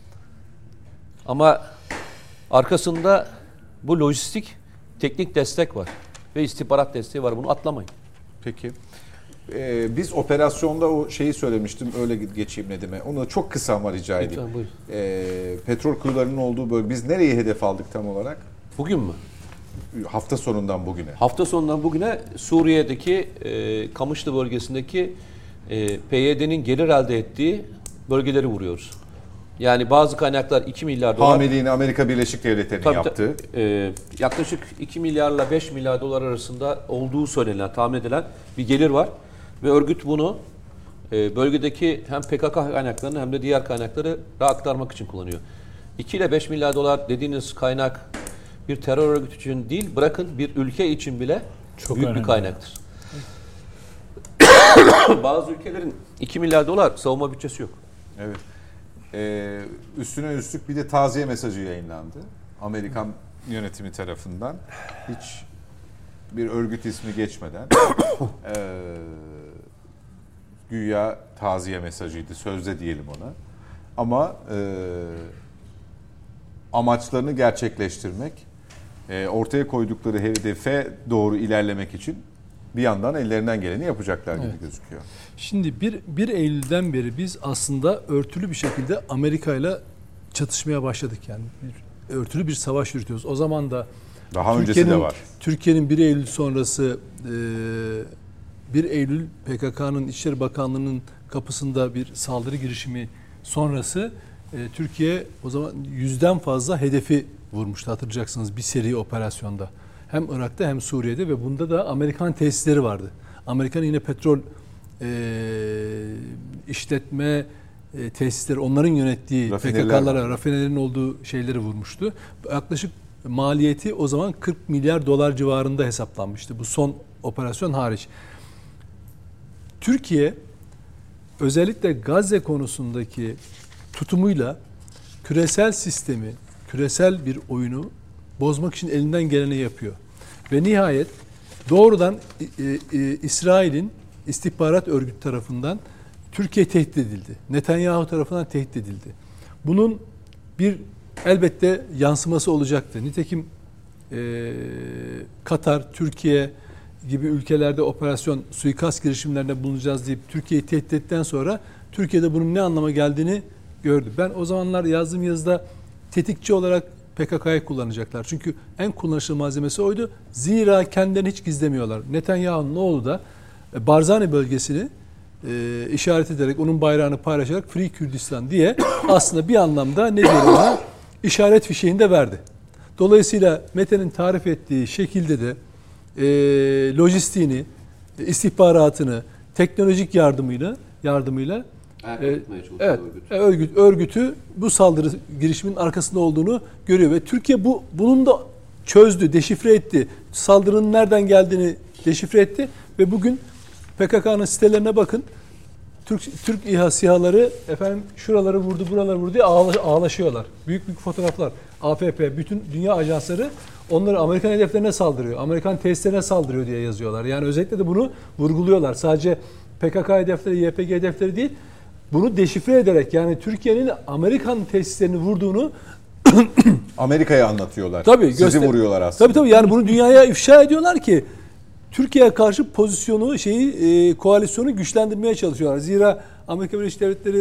Ama arkasında bu lojistik, teknik destek var. Ve istihbarat desteği var. Bunu atlamayın. Peki. Biz operasyonda o şeyi söylemiştim, öyle geçeyim Nedim'e. Onu çok kısa ama rica edeyim. Lütfen, buyurun. Petrol kuyularının olduğu bölge. Biz nereye hedef aldık tam olarak? Bugün mü? Hafta sonundan bugüne. Hafta sonundan bugüne Suriye'deki Kamışlı bölgesindeki PYD'nin gelir elde ettiği bölgeleri vuruyoruz. Yani bazı kaynaklar 2 milyar dolar. Hamiliğini Amerika Birleşik Devletleri'nin yaptığı. Yaklaşık 2 milyarla 5 milyar dolar arasında olduğu söylenen, tahmin edilen bir gelir var. Ve örgüt bunu bölgedeki hem PKK kaynaklarını hem de diğer kaynakları aktarmak için kullanıyor. 2 ile 5 milyar dolar dediğiniz kaynak bir terör örgütü için değil, bırakın bir ülke için bile Çok büyük önemli. bir kaynaktır. Bazı ülkelerin 2 milyar dolar savunma bütçesi yok. Evet. Üstüne üstlük bir de taziye mesajı yayınlandı. Amerikan yönetimi tarafından. Hiç bir örgüt ismi geçmeden. Güya taziye mesajıydı. Sözde diyelim ona. Ama amaçlarını gerçekleştirmek, ortaya koydukları hedefe doğru ilerlemek için bir yandan ellerinden geleni yapacaklar gibi gözüküyor. Şimdi 1 Eylül'den beri biz aslında örtülü bir şekilde Amerika ile çatışmaya başladık yani. Örtülü bir savaş yürütüyoruz. O zaman da Daha öncesi de var. Türkiye'nin 1 Eylül sonrası 1 Eylül PKK'nın İçişleri Bakanlığı'nın kapısında bir saldırı girişimi sonrası Türkiye o zaman 100'den fazla hedefi vurmuştu, hatırlayacaksınız, bir seri operasyonda. Hem Irak'ta hem Suriye'de ve bunda da Amerikan tesisleri vardı. Amerikan yine petrol işletme tesisleri, onların yönettiği PKK'lara, rafinerilerin olduğu şeyleri vurmuştu. Yaklaşık maliyeti o zaman 40 milyar dolar civarında hesaplanmıştı. Bu son operasyon hariç. Türkiye özellikle Gazze konusundaki tutumuyla küresel sistemi, küresel bir oyunu bozmak için elinden geleni yapıyor. Ve nihayet doğrudan İsrail'in istihbarat örgütü tarafından Türkiye tehdit edildi. Netanyahu tarafından tehdit edildi. Bunun bir elbette yansıması olacaktı. Nitekim Katar, Türkiye gibi ülkelerde operasyon suikast girişimlerinde bulunacağız deyip Türkiye'yi tehdit ettikten sonra Türkiye'de bunun ne anlama geldiğini gördü. Ben o zamanlar yazdığım yazıda tetikçi olarak PKK'yı kullanacaklar. Çünkü en kullanışlı malzemesi oydu. Zira kendilerini hiç gizlemiyorlar. Netanyahu'nun oğlu da Barzani bölgesini işaret ederek, onun bayrağını paylaşarak Free Kürdistan diye aslında bir anlamda ne diyelim ona, işaret fişeğini de verdi. Dolayısıyla Mete'nin tarif ettiği şekilde de lojistiğini, istihbaratını, teknolojik yardımıyla örgütü bu saldırı girişiminin arkasında olduğunu görüyor ve Türkiye bunun da çözdü, deşifre etti. Saldırının nereden geldiğini deşifre etti ve bugün PKK'nın sitelerine bakın. Türk İHA SİHA'ları efendim şuraları vurdu, buraları vurdu diye ağlaşıyorlar. Büyük büyük fotoğraflar. AFP, bütün dünya ajansları onları Amerikan hedeflerine saldırıyor, Amerikan tesislerine saldırıyor diye yazıyorlar. Yani özellikle de bunu vurguluyorlar. Sadece PKK hedefleri, YPG hedefleri değil. Bunu deşifre ederek, yani Türkiye'nin Amerikan tesislerini vurduğunu Amerika'ya anlatıyorlar. tabii, Sizi vuruyorlar aslında. Tabii yani bunu dünyaya ifşa ediyorlar ki Türkiye'ye karşı pozisyonu, koalisyonu güçlendirmeye çalışıyorlar. Zira Amerika Birleşik Devletleri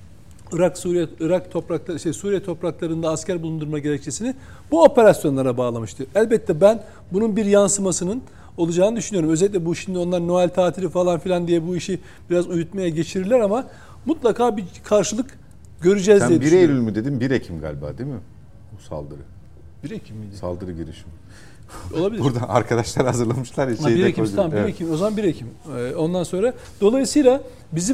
Suriye topraklarında asker bulundurma gerekçesini bu operasyonlara bağlamıştı. Elbette ben bunun bir yansımasının olacağını düşünüyorum. Özellikle bu şimdi onlar Noel tatili falan filan diye bu işi biraz uyutmaya geçirirler ama mutlaka bir karşılık göreceğiz diye Sen 1 düşünüyorum. Eylül mü dedin? 1 Ekim galiba değil mi? Bu saldırı. 1 Ekim miydi? Saldırı girişimi. Olabilir. Burada arkadaşlar hazırlamışlar ya. 1 Ekim, tamam 1 Ekim. O zaman 1 Ekim. Ondan sonra dolayısıyla bizim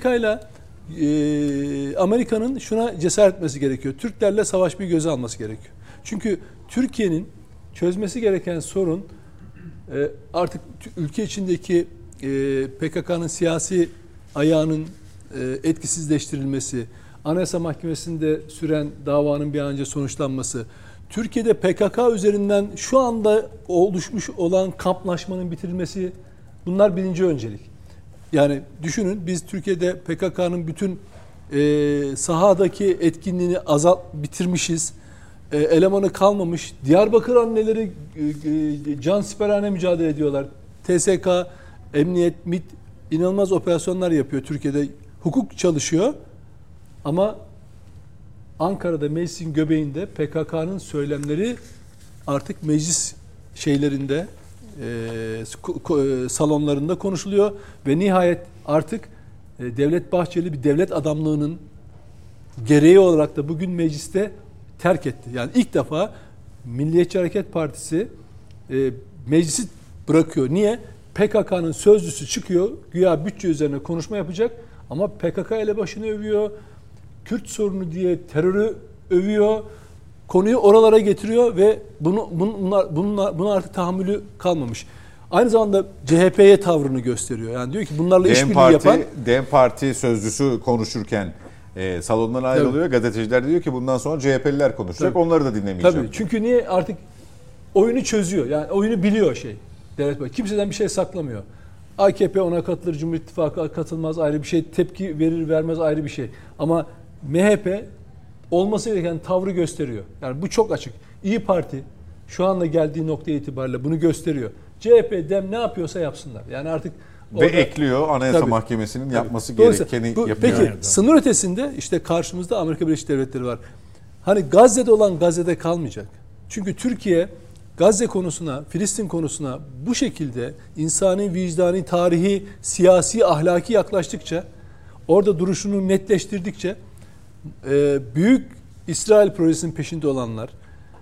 Amerika'nın şuna cesaret etmesi gerekiyor. Türklerle savaşmayı göze alması gerekiyor. Çünkü Türkiye'nin çözmesi gereken sorun artık ülke içindeki PKK'nın siyasi ayağının etkisizleştirilmesi, Anayasa Mahkemesi'nde süren davanın bir an önce sonuçlanması, Türkiye'de PKK üzerinden şu anda oluşmuş olan kamplaşmanın bitirilmesi, bunlar birinci öncelik. Yani düşünün, biz Türkiye'de PKK'nın bütün sahadaki etkinliğini bitirmişiz. Elemanı kalmamış. Diyarbakır anneleri cansiperane mücadele ediyorlar. TSK, Emniyet, MİT inanılmaz operasyonlar yapıyor Türkiye'de. Hukuk çalışıyor. Ama Ankara'da meclisin göbeğinde PKK'nın söylemleri artık meclis şeylerinde, salonlarında konuşuluyor ve nihayet artık Devlet Bahçeli bir devlet adamlığının gereği olarak da bugün mecliste terk etti. Yani ilk defa Milliyetçi Hareket Partisi meclisi bırakıyor. Niye? PKK'nın sözcüsü çıkıyor, güya bütçe üzerine konuşma yapacak ama PKK elebaşını övüyor, Kürt sorunu diye terörü övüyor, konuyu oralara getiriyor ve bunun artık tahammülü kalmamış. Aynı zamanda CHP'ye tavrını gösteriyor. Yani diyor ki bunlarla işbirliği yapan... DEM Parti sözcüsü konuşurken salondan ayrılıyor. Tabii. Gazeteciler diyor ki bundan sonra CHP'liler konuşacak. Tabii. Onları da dinlemeyeceğim. Tabii. Çünkü niye? Artık oyunu çözüyor. Yani oyunu biliyor Devlet Bahçeli. Kimseden bir şey saklamıyor. AKP ona katılır, Cumhur İttifakı katılmaz ayrı bir şey. Tepki verir vermez ayrı bir şey. Ama MHP olması gereken tavrı gösteriyor. Yani bu çok açık. İYİ Parti şu anda geldiği nokta itibariyle bunu gösteriyor. CHP, DEM ne yapıyorsa yapsınlar. Yani artık ve ekliyor Anayasa Mahkemesi'nin yapması gerekeni yapıyor. Peki sınır ötesinde işte karşımızda Amerika Birleşik Devletleri var. Hani Gazze'de olan Gazze'de kalmayacak. Çünkü Türkiye Gazze konusuna, Filistin konusuna bu şekilde insani, vicdani, tarihi, siyasi, ahlaki yaklaştıkça, orada duruşunu netleştirdikçe büyük İsrail projesinin peşinde olanlar,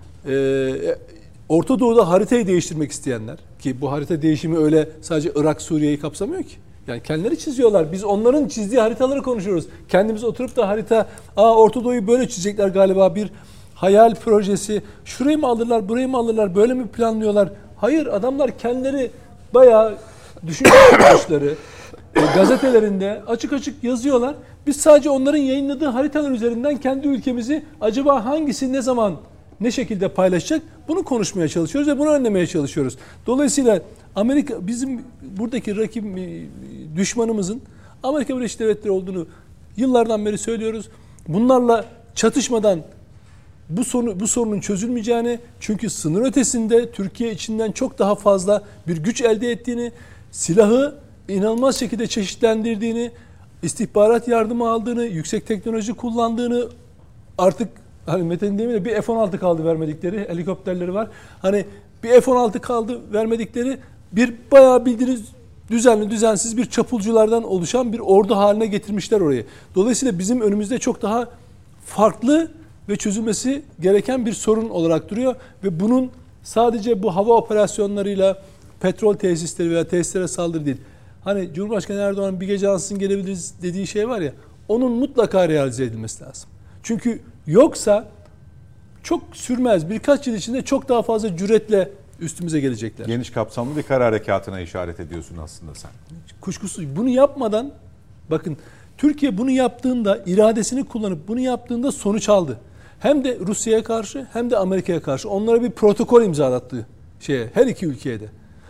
Orta Doğu'da haritayı değiştirmek isteyenler, ki bu harita değişimi öyle sadece Irak, Suriye'yi kapsamıyor ki. Yani kendileri çiziyorlar. Biz onların çizdiği haritaları konuşuyoruz. Kendimiz oturup da Orta Doğu'yu böyle çizecekler galiba, bir hayal projesi. Şurayı mı alırlar, burayı mı alırlar, böyle mi planlıyorlar? Hayır, adamlar kendileri bayağı düşünce kuruluşları gazetelerinde açık açık yazıyorlar. Biz sadece onların yayınladığı haritalar üzerinden kendi ülkemizi acaba hangisi ne zaman ne şekilde paylaşacak, bunu konuşmaya çalışıyoruz ve bunu önlemeye çalışıyoruz. Dolayısıyla Amerika, bizim buradaki düşmanımızın Amerika Birleşik Devletleri olduğunu yıllardan beri söylüyoruz. Bunlarla çatışmadan bu sorunun çözülmeyeceğini, çünkü sınır ötesinde Türkiye içinden çok daha fazla bir güç elde ettiğini, silahı inanılmaz şekilde çeşitlendirdiğini, istihbarat yardımı aldığını, yüksek teknoloji kullandığını, artık hani Metin demin de bir F-16 kaldı vermedikleri, helikopterleri var. Hani bir F-16 kaldı vermedikleri, bir bayağı bildiğiniz düzenli düzensiz bir çapulculardan oluşan bir ordu haline getirmişler orayı. Dolayısıyla bizim önümüzde çok daha farklı ve çözülmesi gereken bir sorun olarak duruyor ve bunun sadece bu hava operasyonlarıyla petrol tesisleri veya tesislere saldırı değil. Hani Cumhurbaşkanı Erdoğan'ın bir gece ansızın gelebiliriz dediği şey var ya, onun mutlaka realize edilmesi lazım. Çünkü yoksa çok sürmez. Birkaç yıl içinde çok daha fazla cüretle üstümüze gelecekler. Geniş kapsamlı bir kar harekatına işaret ediyorsun aslında sen. Kuşkusuz bunu yapmadan, bakın Türkiye bunu yaptığında, iradesini kullanıp bunu yaptığında sonuç aldı. Hem de Rusya'ya karşı hem de Amerika'ya karşı onlara bir protokol imzalattı her iki ülkeye de.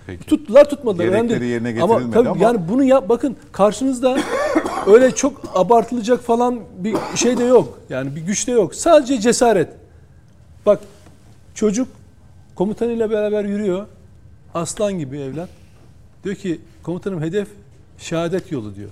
Peki. Tuttular tutmadılar. Gerekleri önemli değil. yerine getirilmedi ama- yani bunu bakın karşınızda öyle çok abartılacak falan bir şey de yok. Yani bir güç de yok. Sadece cesaret. Bak çocuk komutanıyla beraber yürüyor. Aslan gibi evlat. Diyor ki komutanım hedef şehadet yolu diyor.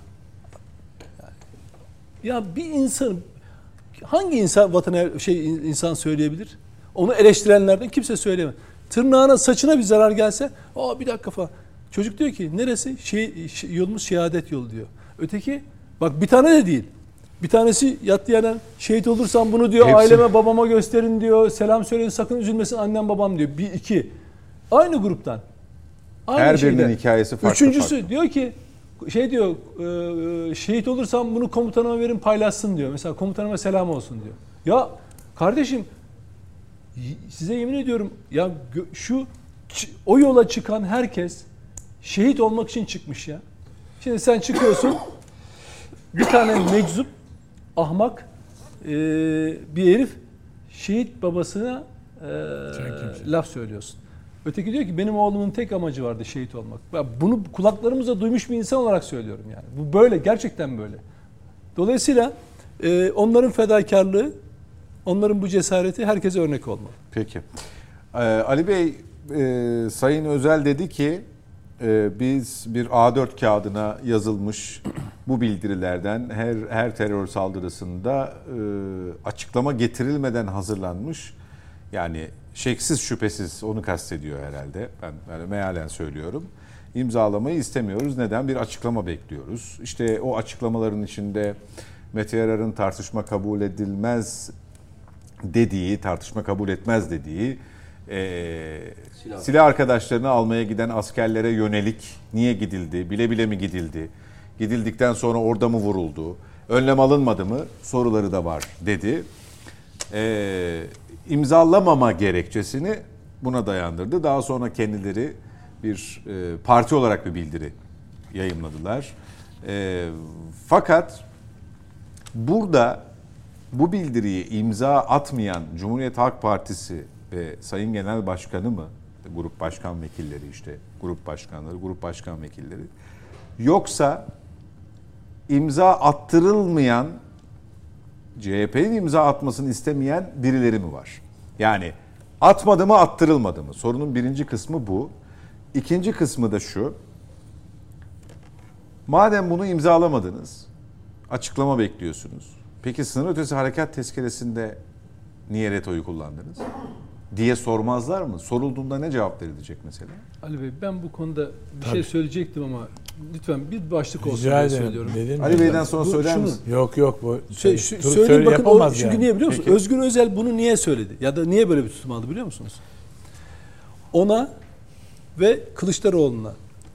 Ya bir insan hangi insan vatana insan söyleyebilir? Onu eleştirenlerden kimse söyleyemez. Tırnağına, saçına bir zarar gelse, bir dakika falan. Çocuk diyor ki neresi? Yolumuz şehadet yolu diyor. Öteki bak bir tane de değil. Bir tanesi yattığı yerden şehit olursam bunu diyor Hepsi. aileme babama gösterin diyor. Selam söyleyin sakın üzülmesin annem babam diyor. Bir iki. Aynı gruptan. Aynı Her şeyden. birinin hikayesi farklı. Üçüncüsü diyor ki diyor şehit olursam bunu komutanıma verin paylaşsın diyor. Mesela komutanıma selam olsun diyor. Ya kardeşim size yemin ediyorum ya o yola çıkan herkes şehit olmak için çıkmış ya. Şimdi sen çıkıyorsun bir tane meczup ahmak bir herif şehit babasına laf söylüyorsun. Öteki diyor ki benim oğlumun tek amacı vardı şehit olmak. Bunu kulaklarımızla duymuş bir insan olarak söylüyorum yani. Bu böyle gerçekten böyle. Dolayısıyla onların fedakarlığı, onların bu cesareti herkese örnek olmalı. Peki. Ali Bey, Sayın Özel dedi ki biz bir A4 kağıdına yazılmış bu bildirilerden her terör saldırısında açıklama getirilmeden hazırlanmış, yani şeksiz şüphesiz onu kastediyor herhalde. Ben yani mealen söylüyorum. İmzalamayı istemiyoruz. Neden? Bir açıklama bekliyoruz. İşte o açıklamaların içinde Mete Yarar'ın tartışma kabul edilmez dediği, tartışma kabul etmez dediği silah arkadaşlarını almaya giden askerlere yönelik niye gidildi, bile bile mi gidildi, gidildikten sonra orada mı vuruldu, önlem alınmadı mı soruları da var dedi. İmzalamama gerekçesini buna dayandırdı. Daha sonra kendileri bir parti olarak bir bildiri yayımladılar. Fakat burada bu bildiriyi imza atmayan Cumhuriyet Halk Partisi ve Sayın Genel Başkanı mı, grup başkan vekilleri, işte grup başkanları, grup başkan vekilleri, yoksa imza attırılmayan, CHP'nin imza atmasını istemeyen birileri mi var? Yani atmadı mı, attırılmadı mı? Sorunun birinci kısmı bu. İkinci kısmı da şu: madem bunu imzalamadınız, açıklama bekliyorsunuz, peki sınır ötesi harekat tezkeresinde niye retoyu kullandınız diye sormazlar mı? Sorulduğunda ne cevap verilecek mesela? Ali Bey, ben bu konuda bir şey söyleyecektim ama lütfen bir başlık olsun Rica diye ederim. söylüyorum. Dedim Ali ya. Bey'den sonra Bu- söyler şunu- misin? Yok bu Söyleyeyim bakın yapamaz çünkü yani. niye biliyor musun? Peki. Özgür Özel bunu niye söyledi? Ya da niye böyle bir tutum aldı biliyor musunuz? Ona ve Kılıçdaroğlu'na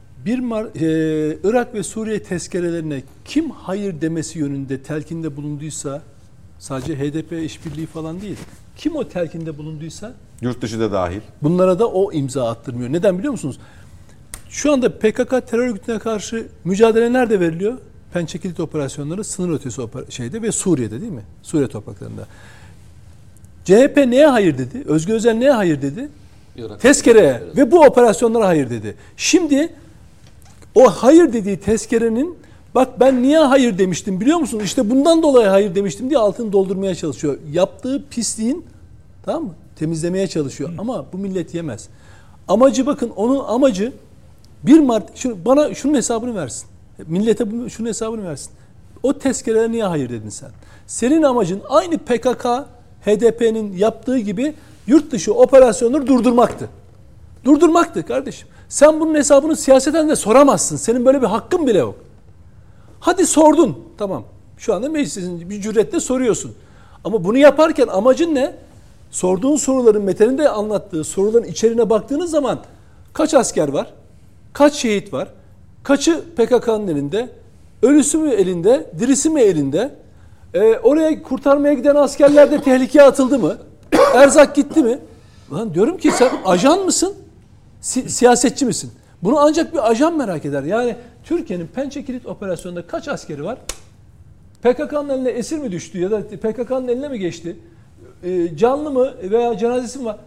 Irak ve Suriye tezkerelerine kim hayır demesi yönünde telkinde bulunduysa, sadece HDP işbirliği falan değil, kim o telkinde bulunduysa Yurt dışı da dahil. bunlara da o imza attırmıyor. Neden biliyor musunuz? Şu anda PKK terör örgütüne karşı mücadele nerede veriliyor? Pençe Kilit operasyonları sınır ötesi şeyde ve Suriye'de, değil mi? Suriye topraklarında. CHP neye hayır dedi? Özgür Özel neye hayır dedi? Tezkereye ve bu operasyonlara hayır dedi. Şimdi o hayır dediği tezkerenin, bak ben niye hayır demiştim biliyor musun? İşte bundan dolayı hayır demiştim diye altını doldurmaya çalışıyor. Yaptığı pisliğin, tamam mı, temizlemeye çalışıyor. Ama bu millet yemez. Amacı, bakın onun amacı 1 Mart, bana şunun hesabını versin. Millete şunun hesabını versin. O tezkerelere niye hayır dedin sen? Senin amacın aynı PKK, HDP'nin yaptığı gibi yurt dışı operasyonları durdurmaktı. Durdurmaktı kardeşim. Sen bunun hesabını siyaseten de soramazsın. Senin böyle bir hakkın bile yok. Hadi sordun. Tamam. Şu anda meclisin bir cüretle soruyorsun. Ama bunu yaparken amacın ne? Sorduğun soruların, Mete'nin de anlattığı soruların içeriğine baktığınız zaman kaç asker var? Kaç şehit var? Kaçı PKK'nın elinde? Ölüsü mü elinde? Dirisi mi elinde? Oraya kurtarmaya giden askerler de tehlikeye atıldı mı? Erzak gitti mi? Ulan diyorum ki sen ajan mısın? Siyasetçi misin? Bunu ancak bir ajan merak eder. Yani Türkiye'nin Pençe Kilit operasyonunda kaç askeri var? PKK'nın eline esir mi düştü ya da PKK'nın eline mi geçti? Canlı mı veya cenazesi mi var?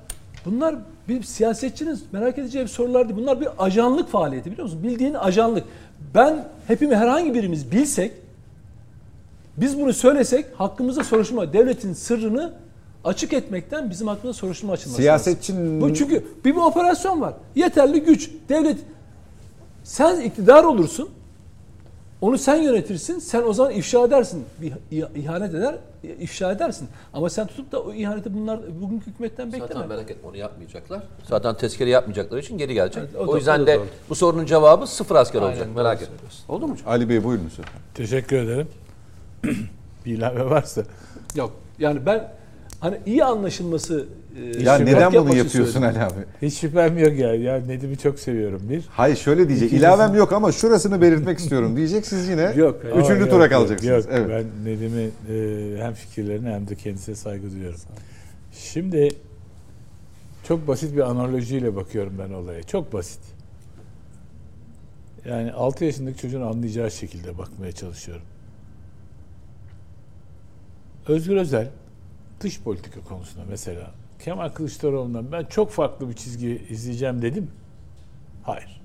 Bunlar bir siyasetçinin merak edeceği sorular değil. Bunlar bir ajanlık faaliyeti, biliyor musun? Bildiğin ajanlık. Hepimiz herhangi birimiz bilsek, biz bunu söylesek hakkımızda soruşturma, devletin sırrını açık etmekten bizim hakkımızda soruşturma açılması Siyasetçinin... lazım. Bu çünkü bir operasyon var. Yeterli güç. Devlet, sen iktidar olursun. Onu sen yönetirsin. Sen o zaman ifşa edersin. Bir ihanet eder, ifşa edersin. Ama sen tutup da o ihaneti bunlar bugünkü hükümetten bekleme. Zaten merak etme, onu yapmayacaklar. Zaten tezkere yapmayacakları için geri gelecek. Evet, o yüzden de bu sorunun cevabı 0 asker olacak. Merak etme. Oldu mu? Ali Bey buyurun lütfen. Teşekkür ederim. Bir ilave varsa. Yok. Yani ben hani iyi anlaşılması Ya neden bunu yapmak yapıyorsun istiyorum. Ali abi? Hiç şüphem yok yani. Ya Nedim'i çok seviyorum bir. Hayır şöyle diyecek. İlavem yok ama şurasını belirtmek istiyorum diyecek. Siz yine Yok. üçüncü Yok, tura yok, kalacaksınız. Yok, Evet. ben Nedim'i hem fikirlerine hem de kendisine saygı duyuyorum. Şimdi çok basit bir analojiyle bakıyorum ben olaya. Çok basit. Yani 6 yaşındaki çocuğun anlayacağı şekilde bakmaya çalışıyorum. Özgür Özel dış politika konusunda mesela Kemal Kılıçdaroğlu'ndan ben çok farklı bir çizgi izleyeceğim dedim. Hayır.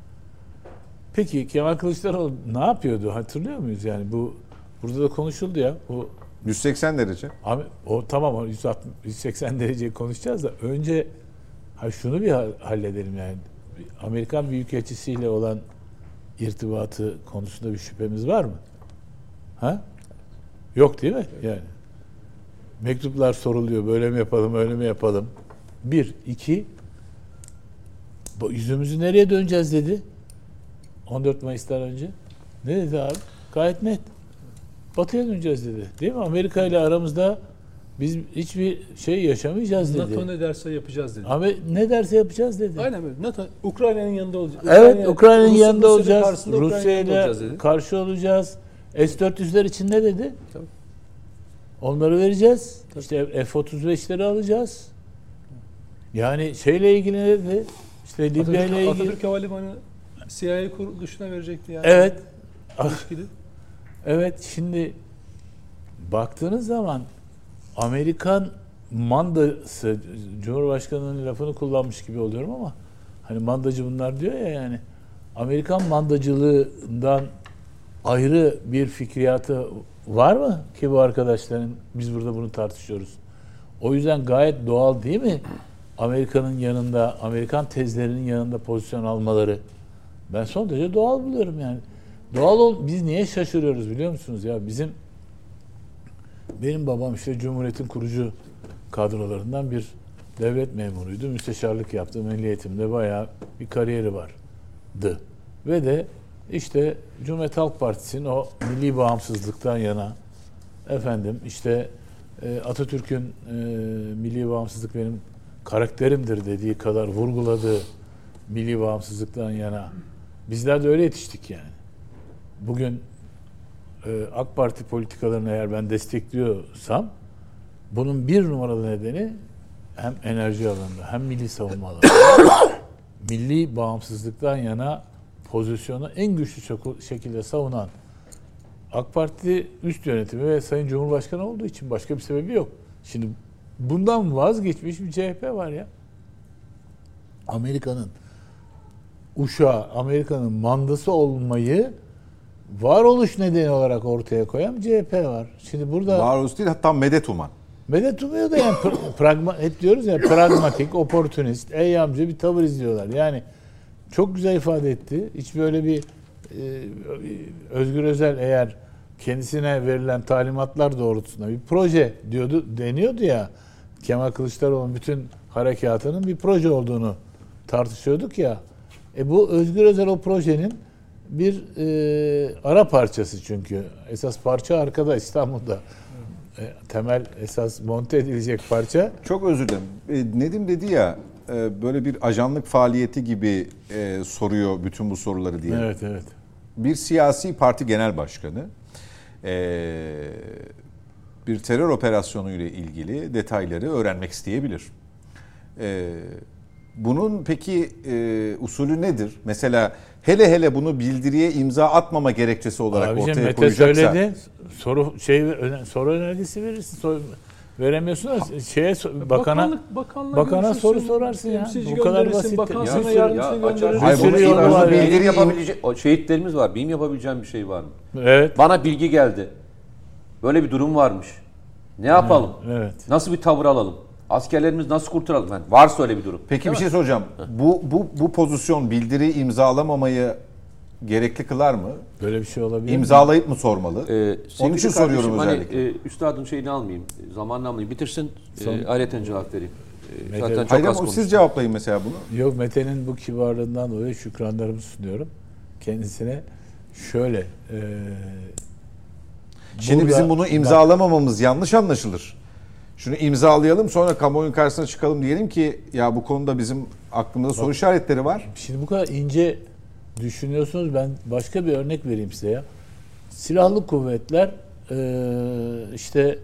Peki Kemal Kılıçdaroğlu ne yapıyordu? Hatırlıyor muyuz? Yani burada da konuşuldu ya. Bu 180 derece. abi o tamam, o 180 derece konuşacağız da önce şunu bir halledelim yani. Amerikan Büyükelçisiyle olan irtibatı konusunda bir şüphemiz var mı? Ha? Yok değil mi? Yani mektuplar soruluyor. Böyle mi yapalım, öyle mi yapalım? 1, 2 yüzümüzü nereye döneceğiz dedi. 14 Mayıs'tan önce. Ne dedi abi? Gayet net. Batı'ya döneceğiz dedi. Değil mi? Amerika ile aramızda biz hiçbir şey yaşamayacağız dedi. NATO ne derse yapacağız dedi. Abi ne derse yapacağız dedi. Aynen böyle. NATO Ukrayna'nın yanında olacak. Evet, Ukrayna'nın yanında olacağız. karşısında Rusya Ukrayna'nın olacağız ile dedi. karşı olacağız. S-400'ler için ne dedi? Tabii. Onları vereceğiz. İşte F-35'leri alacağız. Yani şeyle ilgili ne dedi? İşte Libya ile ilgili. Atatürk Havalimanı CIA kuruluşuna verecekti yani. Evet. İlişkili. Evet, şimdi baktığınız zaman Amerikan mandası, Cumhurbaşkanı'nın lafını kullanmış gibi oluyorum ama hani mandacı bunlar diyor ya, yani Amerikan mandacılığından ayrı bir fikriyatı var mı ki bu arkadaşların? Biz burada bunu tartışıyoruz. O yüzden gayet doğal değil mi? Amerika'nın yanında, Amerikan tezlerinin yanında pozisyon almaları. Ben son derece doğal buluyorum yani. Biz niye şaşırıyoruz biliyor musunuz ya? Benim babam işte Cumhuriyet'in kurucu kadrolarından bir devlet memuruydu. Müsteşarlık yaptı. Milli Eğitim'de bayağı bir kariyeri vardı. Ve de işte Cumhuriyet Halk Partisi'nin o milli bağımsızlıktan yana, işte Atatürk'ün milli bağımsızlık benim karakterimdir dediği kadar vurguladığı milli bağımsızlıktan yana. Bizler de öyle yetiştik yani. Bugün AK Parti politikalarını eğer ben destekliyorsam bunun bir numaralı nedeni hem enerji alanında hem milli savunma alanında milli bağımsızlıktan yana pozisyonu en güçlü şekilde savunan AK Parti üst yönetimi ve Sayın Cumhurbaşkanı olduğu için başka bir sebebi yok. Şimdi bundan vazgeçmiş bir CHP var ya. Amerika'nın uşağı, Amerika'nın mandası olmayı varoluş nedeni olarak ortaya koyan CHP var. Şimdi burada Varoluş değil, hatta medet uman. medet umuyor da yani hep diyoruz ya, pragmatik, oportunist, eyyamcı bir tavır izliyorlar. Yani çok güzel ifade etti. Hiç böyle bir Özgür Özel eğer kendisine verilen talimatlar doğrultusunda bir proje deniyordu ya, Kemal Kılıçdaroğlu'nun bütün harekatının bir proje olduğunu tartışıyorduk ya. Bu Özgür Özel o projenin bir ara parçası çünkü. Esas parça arkada, İstanbul'da. Temel esas monte edilecek parça. Çok özür dilerim. Nedim dedi ya, böyle bir ajanlık faaliyeti gibi soruyor bütün bu soruları diye. Evet, evet. Bir siyasi parti genel başkanı bir terör operasyonu ile ilgili detayları öğrenmek isteyebilir. Bunun peki usulü nedir? Mesela hele bunu bildiriye imza atmama gerekçesi olarak Abicim, ortaya Mete koyacaksa. söyledi. Soru önergesi verirsin. Veremiyorsunuz. Bakana görüşürsün, soru sorarsın ya. temsilci Bu kadar gönderirsin, basit. bakan Ya sana sürü- yardımcısını gönderir. Hayır, sürü bunu yolu bunu var bildir yani. yapabilecek o şehitlerimiz var. Benim yapabileceğim bir şey var mı? Evet. Bana bilgi geldi. Böyle bir durum varmış. Ne yapalım? Evet. Nasıl bir tavır alalım? Askerlerimizi nasıl kurtaralım? Yani varsa öyle bir durum. Peki bir şey soracağım. Bu pozisyon bildiri imzalamamayı gerekli kılar mı? Böyle bir şey olabilir mi? İmzalayıp mı sormalı? Onun için Sevgili soruyorum kardeşim, özellikle. Üstadın şeyini almayayım. Zamanını almayayım. Bitirsin. Ayrıca cevap vereyim. Mete- Zaten çok Hayır az ama konuştum. siz cevaplayın mesela bunu. Yok, Mete'nin bu kibarlığından dolayı şükranlarımı sunuyorum. Kendisine şöyle Şimdi burada- bizim bunu imzalamamamız yanlış anlaşılır. Şunu imzalayalım, sonra kamuoyunun karşısına çıkalım, diyelim ki ya bu konuda bizim aklımızda soru işaretleri var. Şimdi bu kadar ince düşünüyorsunuz. Ben başka bir örnek vereyim size ya. Silahlı kuvvetler işte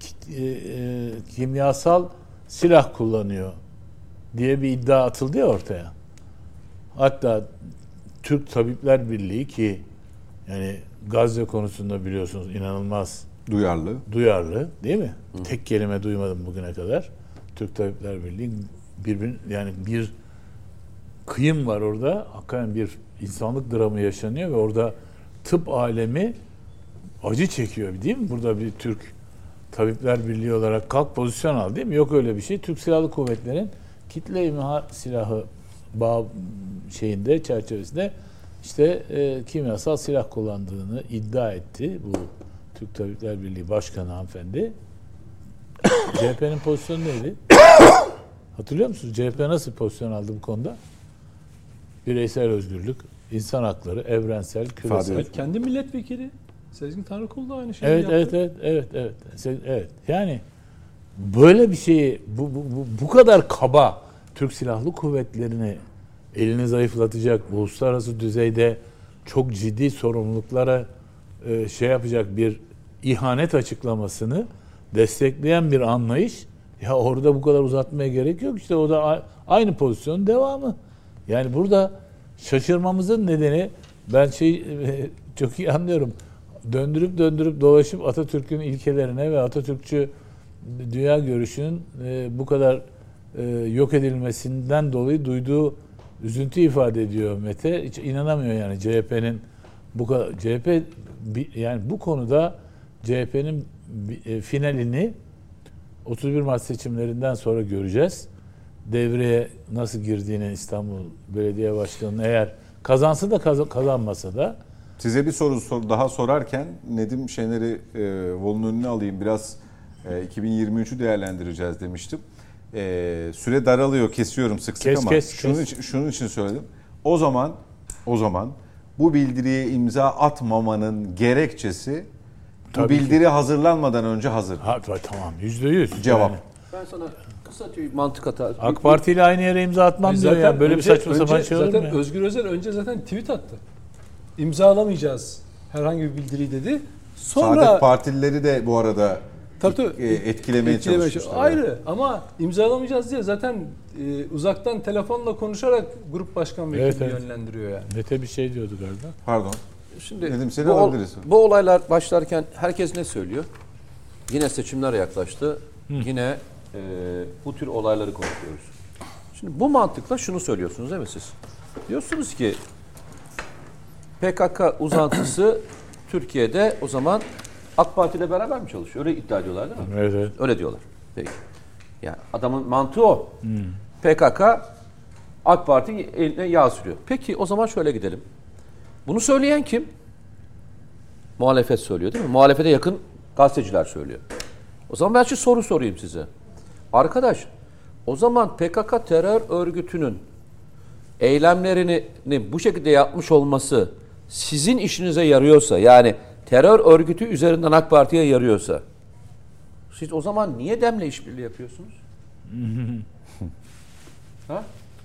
kimyasal silah kullanıyor diye bir iddia atıldı ya ortaya. Hatta Türk Tabipler Birliği, ki yani Gazze konusunda biliyorsunuz inanılmaz duyarlı değil mi? Tek kelime duymadım bugüne kadar. Türk Tabipler Birliği yani bir kıyım var orada. Hakikaten bir insanlık dramı yaşanıyor ve orada tıp alemi acı çekiyor değil mi? Burada bir Türk Tabipler Birliği olarak kalk pozisyon al değil mi? Yok öyle bir şey. Türk Silahlı Kuvvetleri'nin kitle imha silahı çerçevesinde işte kimyasal silah kullandığını iddia etti bu Türk Tabipler Birliği Başkanı hanımefendi. CHP'nin pozisyonu neydi? Hatırlıyor musunuz? CHP nasıl pozisyon aldı bu konuda? Bireysel özgürlük, insan hakları, evrensel, küresel. Kendi milletvekili Sezgin Tanrıkul da aynı şeyi yaptı. Evet. Yani böyle bir şeyi bu kadar kaba Türk Silahlı Kuvvetleri'ni elini zayıflatacak, uluslararası düzeyde çok ciddi sorumluluklara yapacak bir ihanet açıklamasını destekleyen bir anlayış, ya orada bu kadar uzatmaya gerek yok. İşte o da aynı pozisyonun devamı. Yani burada şaşırmamızın nedeni, ben çok iyi anlıyorum. Döndürüp dolaşıp Atatürk'ün ilkelerine ve Atatürkçü dünya görüşünün bu kadar yok edilmesinden dolayı duyduğu üzüntü ifade ediyor Mete. Hiç inanamıyor yani CHP'nin bu kadar. Yani bu konuda CHP'nin finalini 31 Mart seçimlerinden sonra göreceğiz. Devreye nasıl girdiğini İstanbul Belediye Başkanı'nın, eğer kazansa da kazanmasa da. Size bir soru daha sorarken Nedim Şener'i volun önüne alayım. Biraz 2023'ü değerlendireceğiz demiştim. Süre daralıyor, kesiyorum sık sık ama şunun için söyledim. O zaman bu bildiriye imza atmamanın gerekçesi bu bildiri hazırlanmadan önce hazır. Tamam, %100. Cevap. Yani. Ben sana kısa bir mantık hata. AK Parti ile aynı yere imza atmam diyor ya. Böyle bir saçma sapan şey olur mu ya? Özgür Özel önce zaten tweet attı. İmzalamayacağız herhangi bir bildiri dedi. Sonra Saadet Partilileri de bu arada etkilemeye çalışmışlar. Ayrı ama imzalamayacağız diye zaten uzaktan telefonla konuşarak grup başkan vekilini yönlendiriyor yani. Mete bir şey diyordu galiba. Pardon. Şimdi Nedim, seni alabiliriz. Bu olaylar başlarken herkes ne söylüyor? Yine seçimler yaklaştı. Yine bu tür olayları konuşuyoruz. Şimdi bu mantıkla şunu söylüyorsunuz değil mi siz? Diyorsunuz ki PKK uzantısı Türkiye'de o zaman AK Parti ile beraber mi çalışıyor? Öyle iddia ediyorlar değil mi? Evet. Öyle diyorlar. Peki. Yani adamın mantığı o. PKK AK Parti eline yağ sürüyor. Peki o zaman şöyle gidelim. Bunu söyleyen kim? Muhalefet söylüyor değil mi? Muhalefete yakın gazeteciler söylüyor. O zaman ben şu soru sorayım size. Arkadaş, o zaman PKK terör örgütünün eylemlerini bu şekilde yapmış olması sizin işinize yarıyorsa, yani terör örgütü üzerinden AK Parti'ye yarıyorsa, siz o zaman niye DEM'le işbirliği yapıyorsunuz? Ha?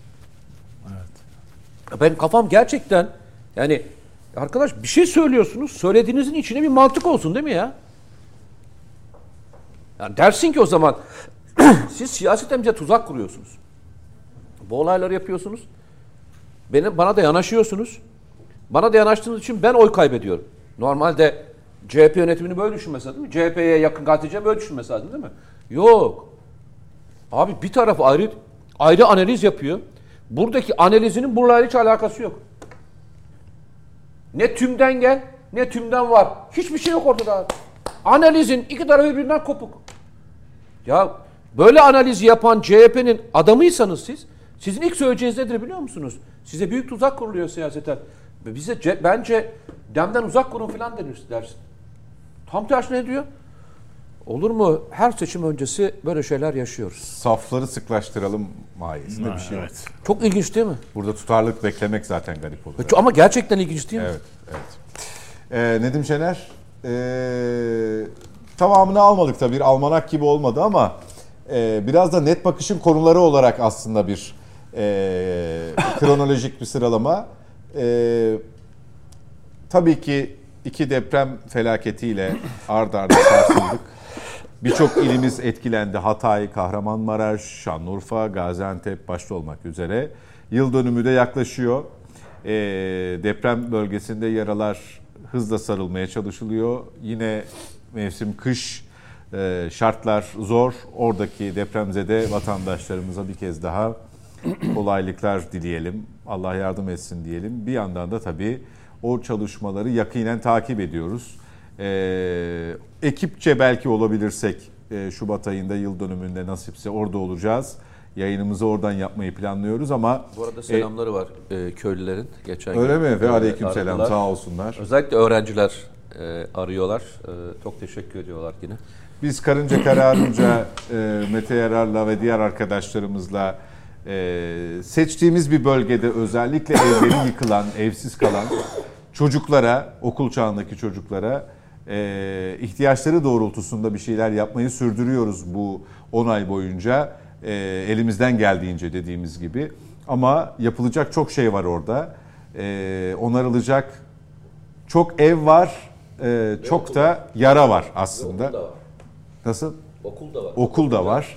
Evet. Benim kafam gerçekten, yani arkadaş bir şey söylüyorsunuz, söylediğinizin içine bir mantık olsun değil mi ya? Yani dersin ki o zaman siz siyaseten bize tuzak kuruyorsunuz. Bu olayları yapıyorsunuz. Bana da yanaşıyorsunuz. Bana da yanaştığınız için ben oy kaybediyorum. Normalde CHP yönetimini böyle düşünmesi lazım değil mi? CHP'ye yakın gazeteciler böyle düşünmesi lazım değil mi? Yok. Abi bir taraf ayrı analiz yapıyor. Buradaki analizinin burayla hiç alakası yok. Ne tümden gel, ne tümden var. Hiçbir şey yok ortada abi. Analizin iki tarafı birbirinden kopuk. Ya böyle analizi yapan CHP'nin adamıysanız sizin ilk söyleyeceğiniz nedir biliyor musunuz? Size büyük tuzak kuruluyor siyaseten. Bence demden uzak kurun falan dersin. Tam tersi ne diyor? Olur mu? Her seçim öncesi böyle şeyler yaşıyoruz. Safları sıklaştıralım mahiyetinde bir şey yok. Evet. Çok ilginç değil mi? Burada tutarlılık beklemek zaten garip olur. Ama gerçekten ilginç değil mi? Evet. Nedim Şener, tamamını almadık tabii, bir almanak gibi olmadı ama biraz da Net Bakış'ın konuları olarak aslında bir kronolojik bir sıralama. Tabii ki 2 deprem felaketiyle ard arda sarsıldık. Birçok ilimiz etkilendi. Hatay, Kahramanmaraş, Şanlıurfa, Gaziantep başta olmak üzere. Yıl dönümü de yaklaşıyor. Deprem bölgesinde yaralar hızla sarılmaya çalışılıyor. Yine mevsim kış, şartlar zor. Oradaki depremzede vatandaşlarımıza bir kez daha kolaylıklar dileyelim. Allah yardım etsin diyelim. Bir yandan da tabii o çalışmaları yakinen takip ediyoruz. Ekipçe belki olabilirsek Şubat ayında yıl dönümünde nasipse orada olacağız. Yayınımızı oradan yapmayı planlıyoruz ama... Bu arada selamları var köylülerin. Geçen öyle gün, mi? Ve aleykümselam, aradılar. sağ olsunlar. Özellikle öğrenciler arıyorlar. Çok teşekkür ediyorlar yine. Biz karınca kararınca Mete Yarar'la ve diğer arkadaşlarımızla seçtiğimiz bir bölgede özellikle evleri yıkılan, evsiz kalan çocuklara, okul çağındaki çocuklara ihtiyaçları doğrultusunda bir şeyler yapmayı sürdürüyoruz bu 10 ay boyunca. Elimizden geldiğince dediğimiz gibi. Ama yapılacak çok şey var orada. Onarılacak çok ev var, çok da yara var aslında. Okul da var. Nasıl? Okul da var. Okul da var.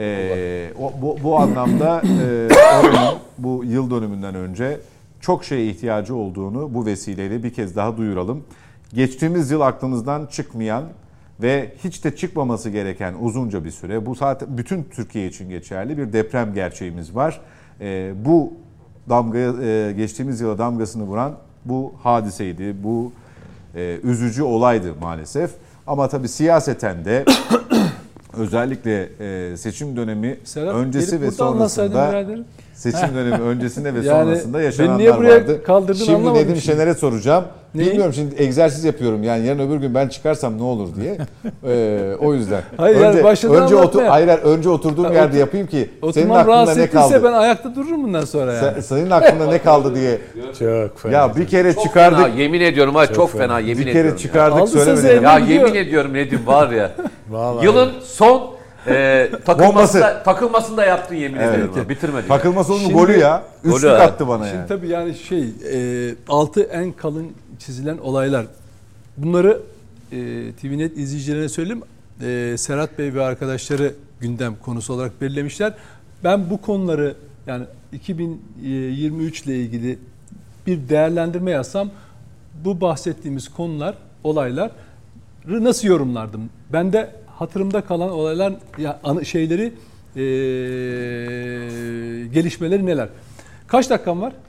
Bu anlamda oranın bu yıl dönümünden önce çok şeye ihtiyacı olduğunu bu vesileyle bir kez daha duyuralım. Geçtiğimiz yıl aklımızdan çıkmayan ve hiç de çıkmaması gereken uzunca bir süre, bu zaten bütün Türkiye için geçerli bir deprem gerçeğimiz var. Bu damgaya, geçtiğimiz yıla damgasını vuran bu hadiseydi, bu üzücü olaydı maalesef. Ama tabii siyaseten de özellikle seçim dönemi Serhat, öncesi ve sonrasında seçim dönemi öncesinde ve Yani sonrasında yaşananlar beni niye buraya vardı. kaldırdın Şimdi anlamadım Nedim şimdi. Şener'e soracağım. Neyi? Bilmiyorum, şimdi egzersiz yapıyorum. Yani yarın öbür gün ben çıkarsam ne olur diye. O yüzden. Hayır, yani başladın anlatmaya. Önce oturduğum yerde yapayım ki senin Oturmam aklında rahatsız ne ettiyse kaldı? ben ayakta dururum bundan sonra yani. Senin aklında ne kaldı diye. Çok fena. Ya bir kere Çok çıkardık. fena, yemin ediyorum ha çok fena yemin Bir ediyorum. kere çıkardık Aldı sözü söylemedim. Ya gidiyor. yemin ediyorum Nedim var ya. Vallahi. Yılın son Bombası. takılmasında yaptın yemin Evet. ediyorum. Ha. Bitirmedi. Takılması onun Şimdi- golü ya. Üçlük Golü ha. attı bana Şimdi yani. tabii yani altı en kalın çizilen olaylar. Bunları TVNet izleyicilerine söyleyeyim. Serhat Bey ve arkadaşları gündem konusu olarak belirlemişler. Ben bu konuları yani 2023 ile ilgili bir değerlendirme yazsam bu bahsettiğimiz konular, olayları nasıl yorumlardım? Ben de hatırımda kalan olaylar, şeyleri, gelişmeleri neler? Kaç dakikam var?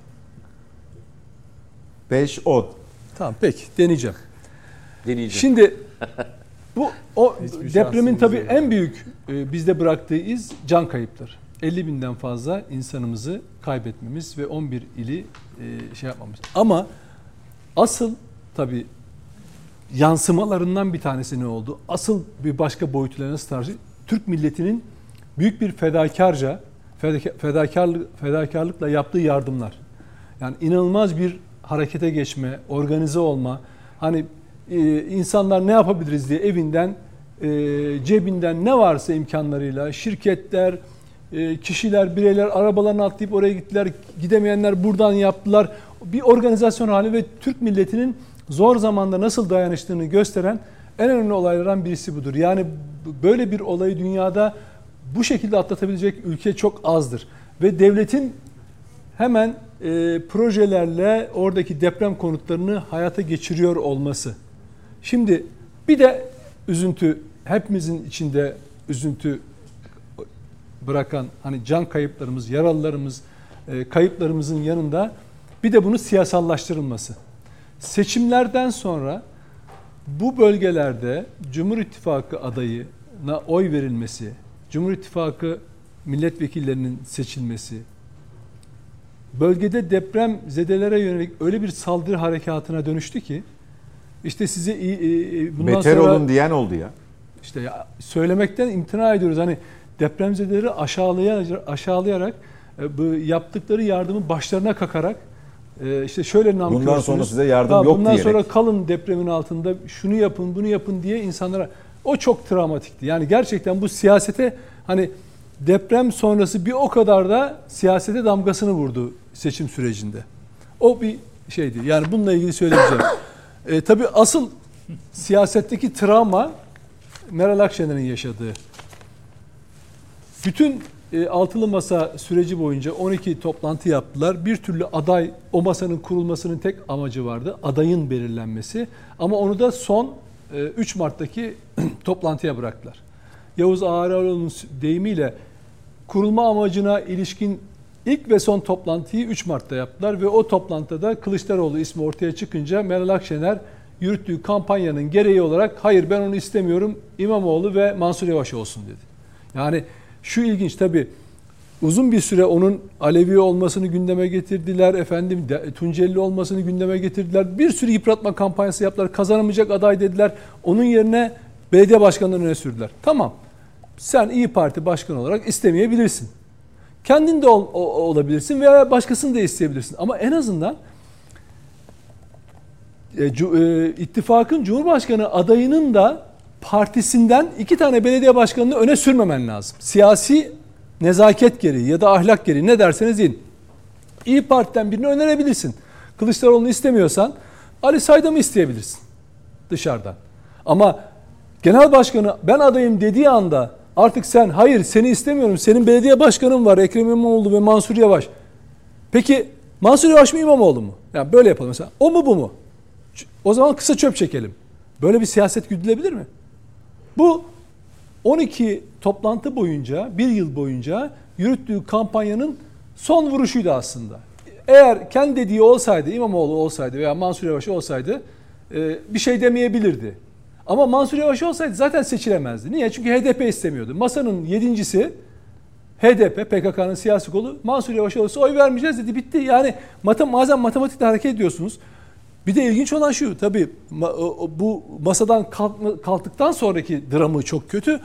5-10. Tamam peki deneyeceğim. Deneyeceğim. Şimdi o Hiçbir depremin şansımız tabii yok. en büyük bizde bıraktığı iz can kayıpları. 50.000'den fazla insanımızı kaybetmemiz ve 11 ili yapmamız. Ama asıl tabii yansımalarından bir tanesi ne oldu? Asıl bir başka boyutuyla nasıl tartışılır? Türk milletinin büyük bir fedakarlıkla yaptığı yardımlar. Yani inanılmaz bir harekete geçme, organize olma. Hani insanlar ne yapabiliriz diye evinden, cebinden ne varsa imkanlarıyla şirketler, kişiler, bireyler arabalarını atlayıp oraya gittiler. Gidemeyenler buradan yaptılar. Bir organizasyon hali ve Türk milletinin zor zamanda nasıl dayanıştığını gösteren en önemli olaylardan birisi budur. Yani böyle bir olayı dünyada bu şekilde atlatabilecek ülke çok azdır. Ve devletin hemen projelerle oradaki deprem konutlarını hayata geçiriyor olması. Şimdi bir de üzüntü, hepimizin içinde üzüntü bırakan hani can kayıplarımız, yaralılarımız, kayıplarımızın yanında bir de bunun siyasallaştırılması. Seçimlerden sonra bu bölgelerde Cumhur İttifakı adayına oy verilmesi, Cumhur İttifakı milletvekillerinin seçilmesi, bölgede depremzedelere yönelik öyle bir saldırı harekatına dönüştü ki işte size bundan Beter sonra olun diyen oldu ya. işte söylemekten imtina ediyoruz. Hani depremzedeleri aşağılayarak bu yaptıkları yardımı başlarına kakarak işte şöyle namkörsunüz. Bundan sonra size yardım yok bundan diyerek. sonra kalın depremin altında şunu yapın bunu yapın diye insanlara, o çok travmatikti. Yani gerçekten bu siyasete hani deprem sonrası bir o kadar da siyasete damgasını vurdu seçim sürecinde. O bir şeydi. Yani bununla ilgili söyleyeceğim. Tabii asıl siyasetteki travma Meral Akşener'in yaşadığı. Bütün altılı masa süreci boyunca 12 toplantı yaptılar. Bir türlü aday, o masanın kurulmasının tek amacı vardı. Adayın belirlenmesi. Ama onu da son 3 Mart'taki toplantıya bıraktılar. Yavuz Ağaroğlu'nun deyimiyle kurulma amacına ilişkin ilk ve son toplantıyı 3 Mart'ta yaptılar ve o toplantıda Kılıçdaroğlu ismi ortaya çıkınca Meral Akşener yürüttüğü kampanyanın gereği olarak hayır ben onu istemiyorum, İmamoğlu ve Mansur Yavaş olsun dedi. Yani şu ilginç tabii, uzun bir süre onun Alevi olmasını gündeme getirdiler, Tunceli olmasını gündeme getirdiler. Bir sürü yıpratma kampanyası yaptılar, kazanamayacak aday dediler. Onun yerine belediye başkanlarını öne sürdüler. Tamam, sen İYİ Parti başkanı olarak istemeyebilirsin. Kendin de olabilirsin veya başkasını da isteyebilirsin. Ama en azından ittifakın Cumhurbaşkanı adayının da partisinden 2 tane belediye başkanını öne sürmemen lazım. Siyasi nezaket gereği ya da ahlak gereği, ne derseniz deyin. İYİ Parti'den birini önerebilirsin. Kılıçdaroğlu'nu istemiyorsan Ali Saydam'ı isteyebilirsin dışarıdan. Ama genel başkanı ben adayım dediği anda artık sen hayır seni istemiyorum, senin belediye başkanın var Ekrem İmamoğlu ve Mansur Yavaş. Peki Mansur Yavaş mı İmamoğlu mu? Yani böyle yapalım mesela. O mu bu mu? O zaman kısa çöp çekelim. Böyle bir siyaset güdülebilir mi? Bu 12 toplantı boyunca, bir yıl boyunca yürüttüğü kampanyanın son vuruşuydu aslında. Eğer kendi dediği olsaydı, İmamoğlu olsaydı veya Mansur Yavaş olsaydı bir şey demeyebilirdi. Ama Mansur Yavaş olsaydı zaten seçilemezdi. Niye? Çünkü HDP istemiyordu. Masanın 7.'si HDP, PKK'nın siyasi kolu, Mansur Yavaş olursa oy vermeyeceğiz dedi. Bitti. Yani bazen matematikle hareket ediyorsunuz. Bir de ilginç olan şu, tabii bu masadan kalktıktan sonraki dramı çok kötü.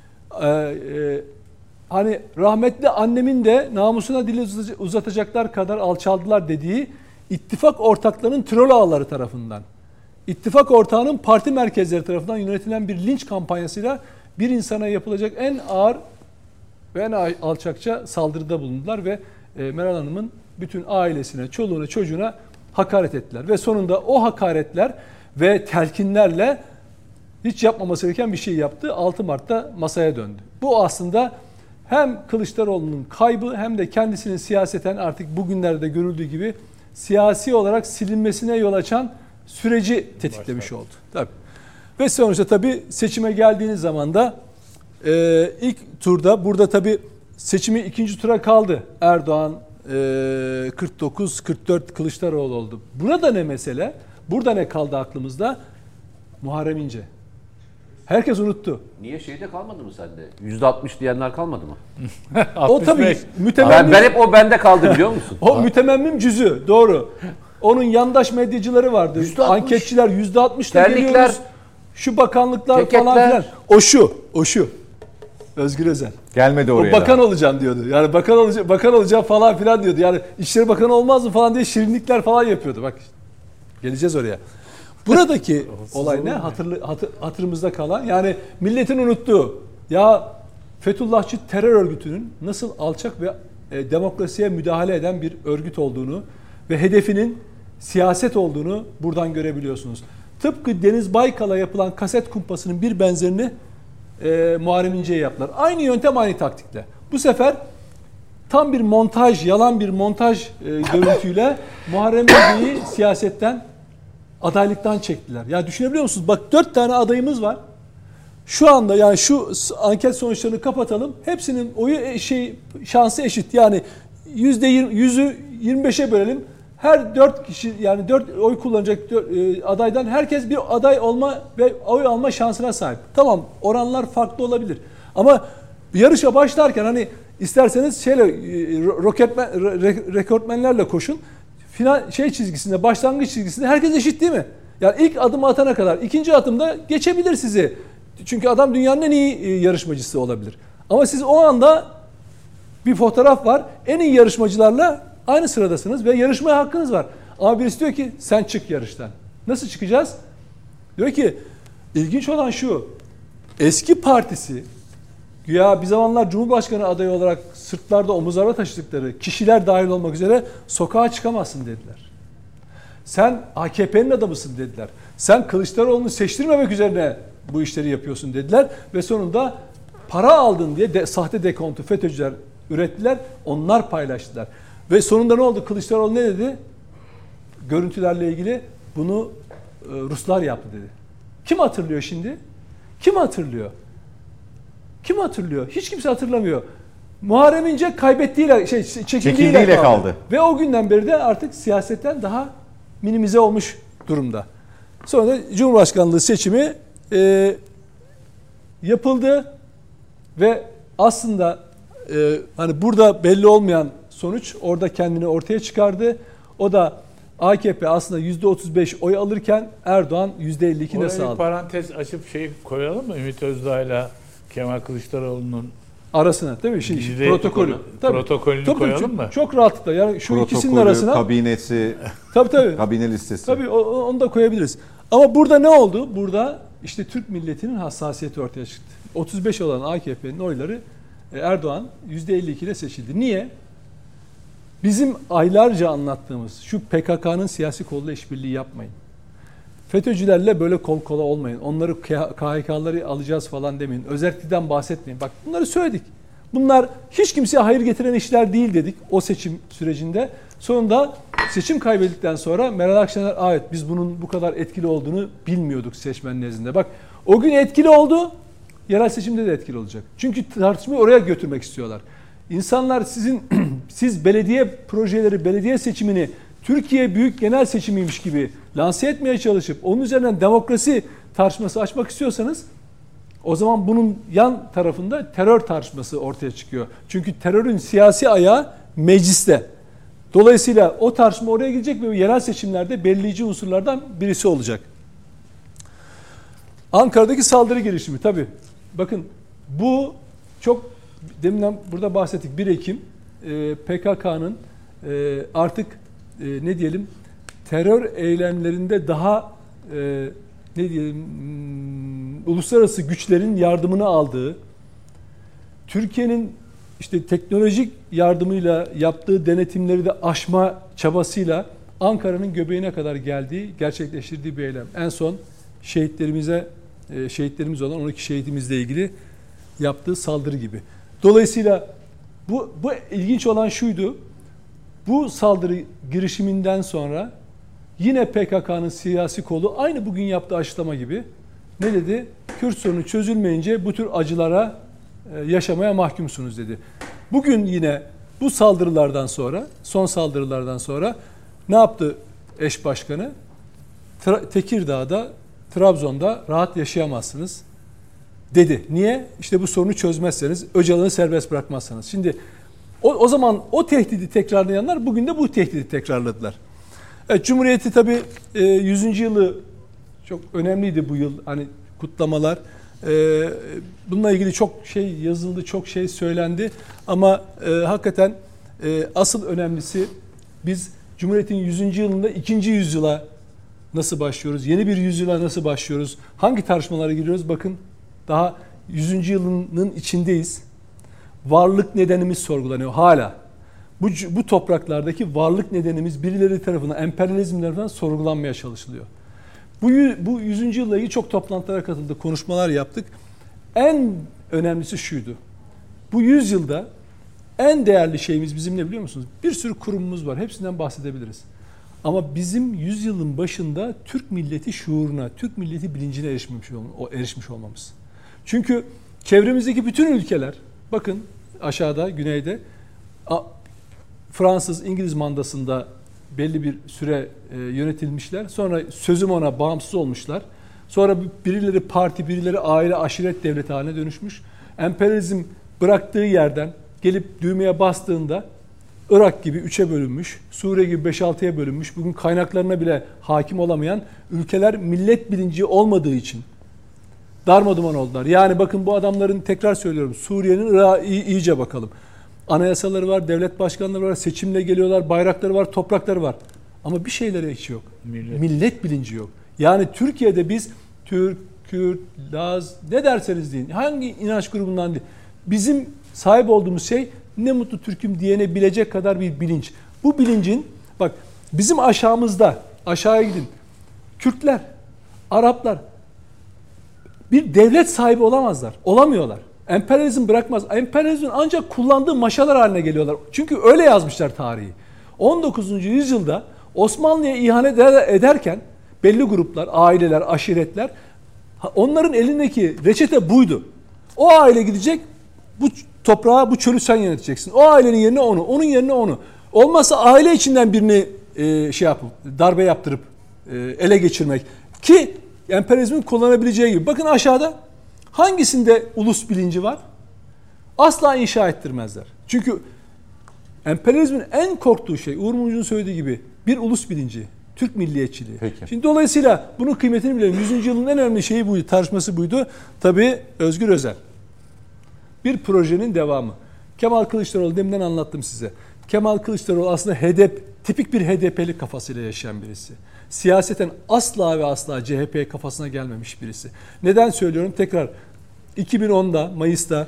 Hani rahmetli annemin de namusuna dili uzatacaklar kadar alçaldılar dediği ittifak ortaklarının trol ağları tarafından, ittifak ortağının parti merkezleri tarafından yönetilen bir linç kampanyasıyla bir insana yapılacak en ağır ve en alçakça saldırıda bulundular ve Meral Hanım'ın bütün ailesine, çoluğuna, çocuğuna hakaret ettiler. Ve sonunda o hakaretler ve telkinlerle hiç yapmaması gereken bir şey yaptı. 6 Mart'ta masaya döndü. Bu aslında hem Kılıçdaroğlu'nun kaybı hem de kendisinin siyaseten artık bugünlerde görüldüğü gibi siyasi olarak silinmesine yol açan süreci tetiklemiş oldu. Tabii. Ve sonuçta tabii seçime geldiğiniz zaman da ilk turda burada tabii seçimi ikinci tura kaldı. Erdoğan 49-44 Kılıçdaroğlu oldu. Burada ne mesele? Burada ne kaldı aklımızda? Muharrem İnce. Herkes unuttu. Niye şeyde kalmadı mı sende? %60 diyenler kalmadı mı? O tabii mütememmim. Ben hep o bende kaldı biliyor musun? O mütememmim cüzü. Doğru. Onun yandaş medyacıları vardı. %60. Anketçiler %60'da Terlikler, geliyoruz. Şu bakanlıklar ceketler. falan filan. O şu. Özgür Özel. Gelmedi O oraya. bakan daha. olacaksın diyordu. Yani bakan olacağım falan filan diyordu. Yani İçişleri Bakanı olmaz mı falan diye şirinlikler falan yapıyordu. Bak geleceğiz oraya. Buradaki olay ne? Hatırımızda kalan, yani milletin unuttuğu, ya Fethullahçı terör örgütünün nasıl alçak ve demokrasiye müdahale eden bir örgüt olduğunu ve hedefinin siyaset olduğunu buradan görebiliyorsunuz. Tıpkı Deniz Baykal'a yapılan kaset kumpasının bir benzerini Muharrem İnce'ye yaptılar. Aynı yöntem, aynı taktikle. Bu sefer tam bir montaj, yalan bir montaj görüntüyle Muharrem İnce'yi siyasetten, adaylıktan çektiler. Ya düşünebiliyor musunuz? Bak 4 tane adayımız var. Şu anda yani şu anket sonuçlarını kapatalım. Hepsinin oyu şansı eşit. Yani %100'ü 25'e bölelim. Her 4 kişi yani 4 oy kullanacak adaydan herkes bir aday olma ve oy alma şansına sahip. Tamam, oranlar farklı olabilir. Ama yarışa başlarken hani isterseniz rekortmenlerle koşun. Final çizgisinde, başlangıç çizgisinde herkes eşit değil mi? Yani ilk adımı atana kadar, ikinci adımda geçebilir sizi. Çünkü adam dünyanın en iyi yarışmacısı olabilir. Ama siz o anda bir fotoğraf var. En iyi yarışmacılarla aynı sıradasınız ve yarışmaya hakkınız var. Ama birisi diyor ki sen çık yarıştan. Nasıl çıkacağız? Diyor ki ilginç olan şu. Eski partisi güya bir zamanlar Cumhurbaşkanı adayı olarak sırtlarda omuzlarda taşıdıkları kişiler dahil olmak üzere sokağa çıkamazsın dediler. Sen AKP'nin adamısın dediler. Sen Kılıçdaroğlu'nu seçtirmemek üzerine bu işleri yapıyorsun dediler. Ve sonunda para aldın diye sahte dekontu FETÖ'cüler ürettiler. Onlar paylaştılar. Ve sonunda ne oldu? Kılıçdaroğlu ne dedi? Görüntülerle ilgili bunu Ruslar yaptı dedi. Kim hatırlıyor şimdi? Kim hatırlıyor? Kim hatırlıyor? Hiç kimse hatırlamıyor. Muharrem İnce kaybettiğiyle, çekildiğiyle kaldı. Ve o günden beri de artık siyasetten daha minimize olmuş durumda. Sonra da Cumhurbaşkanlığı seçimi yapıldı ve aslında hani burada belli olmayan sonuç orada kendini ortaya çıkardı. O da AKP aslında %35 oy alırken Erdoğan %52 nasıl aldı? Bir parantez açıp koyalım mı? Ümit Özdağ'la Kemal Kılıçdaroğlu'nun arasına tabii protokolü. Protokolünü koyalım mı? Çok rahatlıkla. Yani şu ikisinin arasına kabinesi, tabii. kabine listesi. Tabii onu da koyabiliriz. Ama burada ne oldu? Burada işte Türk milletinin hassasiyeti ortaya çıktı. 35 olan AKP'nin oyları Erdoğan %52 ile seçildi. Niye? Bizim aylarca anlattığımız şu PKK'nın siyasi kolla işbirliği yapmayın. FETÖ'cülerle böyle kol kola olmayın. Onları KHK'ları alacağız falan demeyin. Özerkli'den bahsetmeyin. Bak bunları söyledik. Bunlar hiç kimseye hayır getiren işler değil dedik o seçim sürecinde. Sonunda seçim kaybettikten sonra Meral Akşener evet biz bunun bu kadar etkili olduğunu bilmiyorduk seçmen nezdinde. Bak o gün etkili oldu. Yerel seçimde de etkili olacak. Çünkü tartışmayı oraya götürmek istiyorlar. İnsanlar siz belediye projeleri, belediye seçimini Türkiye büyük genel seçimiymiş gibi lanse etmeye çalışıp onun üzerinden demokrasi tartışması açmak istiyorsanız o zaman bunun yan tarafında terör tartışması ortaya çıkıyor. Çünkü terörün siyasi ayağı mecliste. Dolayısıyla o tartışma oraya gidecek ve yerel seçimlerde belirleyici unsurlardan birisi olacak. Ankara'daki saldırı girişimi tabii. Bakın bu çok deminden burada bahsettik 1 Ekim PKK'nın artık ne diyelim terör eylemlerinde daha ne diyelim uluslararası güçlerin yardımını aldığı, Türkiye'nin işte teknolojik yardımıyla yaptığı denetimleri de aşma çabasıyla Ankara'nın göbeğine kadar geldiği, gerçekleştirdiği bir eylem. En son şehitlerimiz olan 12 şehitimizle ilgili yaptığı saldırı gibi. Dolayısıyla bu ilginç olan şuydu. Bu saldırı girişiminden sonra yine PKK'nın siyasi kolu aynı bugün yaptığı açıklama gibi ne dedi? Kürt sorunu çözülmeyince bu tür acılara yaşamaya mahkumsunuz dedi. Bugün yine bu saldırılardan sonra, son saldırılardan sonra ne yaptı eş başkanı? Tekirdağ'da, Trabzon'da rahat yaşayamazsınız dedi. Niye? İşte bu sorunu çözmezseniz, Öcalan'ı serbest bırakmazsanız. Şimdi o zaman o tehdidi tekrarlayanlar bugün de bu tehdidi tekrarladılar. Evet, Cumhuriyeti tabii 100. yılı çok önemliydi bu yıl. Hani kutlamalar. Bununla ilgili çok şey yazıldı, çok şey söylendi. Ama hakikaten asıl önemlisi biz Cumhuriyet'in 100. yılında 2. yüzyıla nasıl başlıyoruz? Yeni bir yüzyıla nasıl başlıyoruz? Hangi tartışmalara giriyoruz? Bakın daha 100. yılının içindeyiz. Varlık nedenimiz sorgulanıyor hala. Bu topraklardaki varlık nedenimiz birileri tarafından, emperyalizm tarafından sorgulanmaya çalışılıyor. Bu 100. yılla ilgili çok toplantılara katıldık, konuşmalar yaptık. En önemlisi şuydu. Bu 100 yılda en değerli şeyimiz bizim ne biliyor musunuz? Bir sürü kurumumuz var. Hepsinden bahsedebiliriz. Ama bizim 100 yılın başında Türk milleti şuuruna, Türk milleti bilincine erişmiş olmamız. Çünkü çevremizdeki bütün ülkeler, bakın aşağıda, güneyde Fransız, İngiliz mandasında belli bir süre yönetilmişler. Sonra sözüm ona bağımsız olmuşlar. Sonra birileri parti, birileri aile, aşiret devleti haline dönüşmüş. Emperyalizm bıraktığı yerden gelip düğmeye bastığında Irak gibi 3'e bölünmüş, Suriye gibi 5-6'ya bölünmüş, bugün kaynaklarına bile hakim olamayan ülkeler millet bilinci olmadığı için darmaduman oldular. Yani bakın bu adamların, tekrar söylüyorum, Suriye'nin Irak'a iyice bakalım. Anayasaları var, devlet başkanları var, seçimle geliyorlar, bayrakları var, toprakları var. Ama bir şeyleri hiç yok. Millet bilinci yok. Yani Türkiye'de biz Türk, Kürt, Laz, ne derseniz deyin, hangi inanç grubundan değil, bizim sahip olduğumuz şey ne mutlu Türk'üm diyene bilecek kadar bir bilinç. Bu bilincin, bak bizim aşağımızda, aşağıya gidin, Kürtler, Araplar bir devlet sahibi olamazlar, olamıyorlar. Emperyalizm bırakmaz. Emperyalizmin ancak kullandığı maşalar haline geliyorlar. Çünkü öyle yazmışlar tarihi. 19. yüzyılda Osmanlı'ya ihanet ederken belli gruplar, aileler, aşiretler, onların elindeki reçete buydu. O aile gidecek, bu toprağı, bu çölü sen yöneteceksin. O ailenin yerine onu, onun yerine onu. Olmazsa aile içinden birini darbe yaptırıp ele geçirmek. Ki emperyalizmin kullanabileceği gibi. Bakın aşağıda hangisinde ulus bilinci var? Asla inşa ettirmezler. Çünkü emperyalizmin en korktuğu şey, Uğur Mumcu'nun söylediği gibi, bir ulus bilinci, Türk milliyetçiliği. Peki. Şimdi dolayısıyla bunun kıymetini bilelim. 100. yılın en önemli şeyi buydu, tartışması buydu. Tabii Özgür Özel. Bir projenin devamı. Kemal Kılıçdaroğlu, deminden anlattım size. Kemal Kılıçdaroğlu aslında tipik bir HDP'li kafasıyla yaşayan birisi. Siyaseten asla ve asla CHP kafasına gelmemiş birisi. Neden söylüyorum? Tekrar 2010'da, Mayıs'ta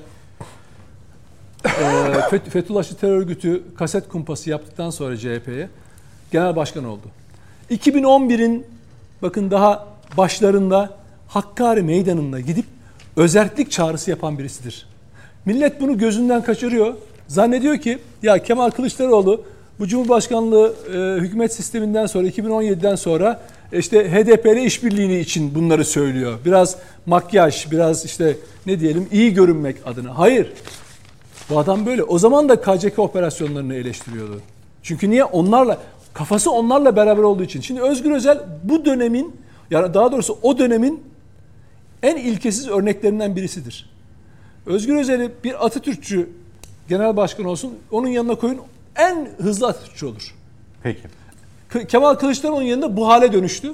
Fethullahçı terör örgütü kaset kumpası yaptıktan sonra CHP'ye genel başkan oldu. 2011'in bakın daha başlarında Hakkari Meydanı'na gidip özerklik çağrısı yapan birisidir. Millet bunu gözünden kaçırıyor. Zannediyor ki ya Kemal Kılıçdaroğlu bu Cumhurbaşkanlığı hükümet sisteminden sonra 2017'den sonra işte HDP'li işbirliği için bunları söylüyor. Biraz makyaj, biraz işte ne diyelim iyi görünmek adına. Hayır. Bu adam böyle. O zaman da KCK operasyonlarını eleştiriyordu. Çünkü niye? Kafası onlarla beraber olduğu için. Şimdi Özgür Özel bu dönemin, yani daha doğrusu o dönemin en ilkesiz örneklerinden birisidir. Özgür Özel'i bir Atatürkçü genel başkan olsun, onun yanına koyun, en hızlı Atatürkçü olur. Peki. Kemal Kılıçdaroğlu'nun yanında bu hale dönüştü.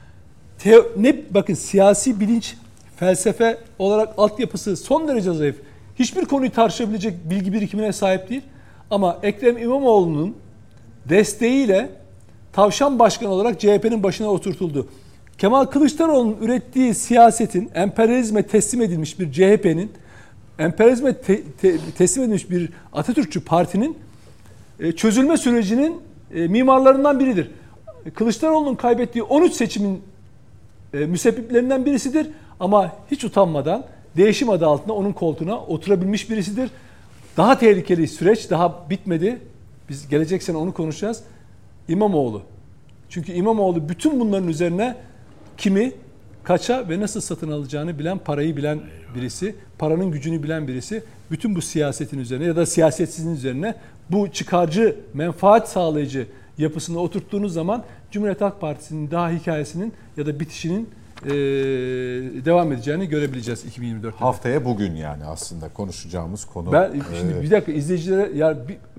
Bakın siyasi bilinç, felsefe olarak altyapısı son derece zayıf. Hiçbir konuyu tartışabilecek bilgi birikimine sahip değil. Ama Ekrem İmamoğlu'nun desteğiyle tavşan başkan olarak CHP'nin başına oturtuldu. Kemal Kılıçdaroğlu'nun ürettiği siyasetin, emperyalizme teslim edilmiş bir CHP'nin, emperyalizme teslim edilmiş bir Atatürkçü partinin çözülme sürecinin mimarlarından biridir. Kılıçdaroğlu'nun kaybettiği 13 seçimin müsebbiplerinden birisidir. Ama hiç utanmadan değişim adı altında onun koltuğuna oturabilmiş birisidir. Daha tehlikeli süreç daha bitmedi. Biz gelecek sene onu konuşacağız. İmamoğlu. Çünkü İmamoğlu bütün bunların üzerine kimi, kaça ve nasıl satın alacağını bilen, parayı bilen birisi, paranın gücünü bilen birisi. Bütün bu siyasetin üzerine ya da siyasetsizliğin üzerine bu çıkarcı, menfaat sağlayıcı yapısını oturttuğunuz zaman Cumhuriyet Halk Partisi'nin daha hikayesinin ya da bitişinin devam edeceğini görebileceğiz 2024'te. Haftaya bugün yani aslında konuşacağımız konu. Ben şimdi bir dakika izleyicilere ya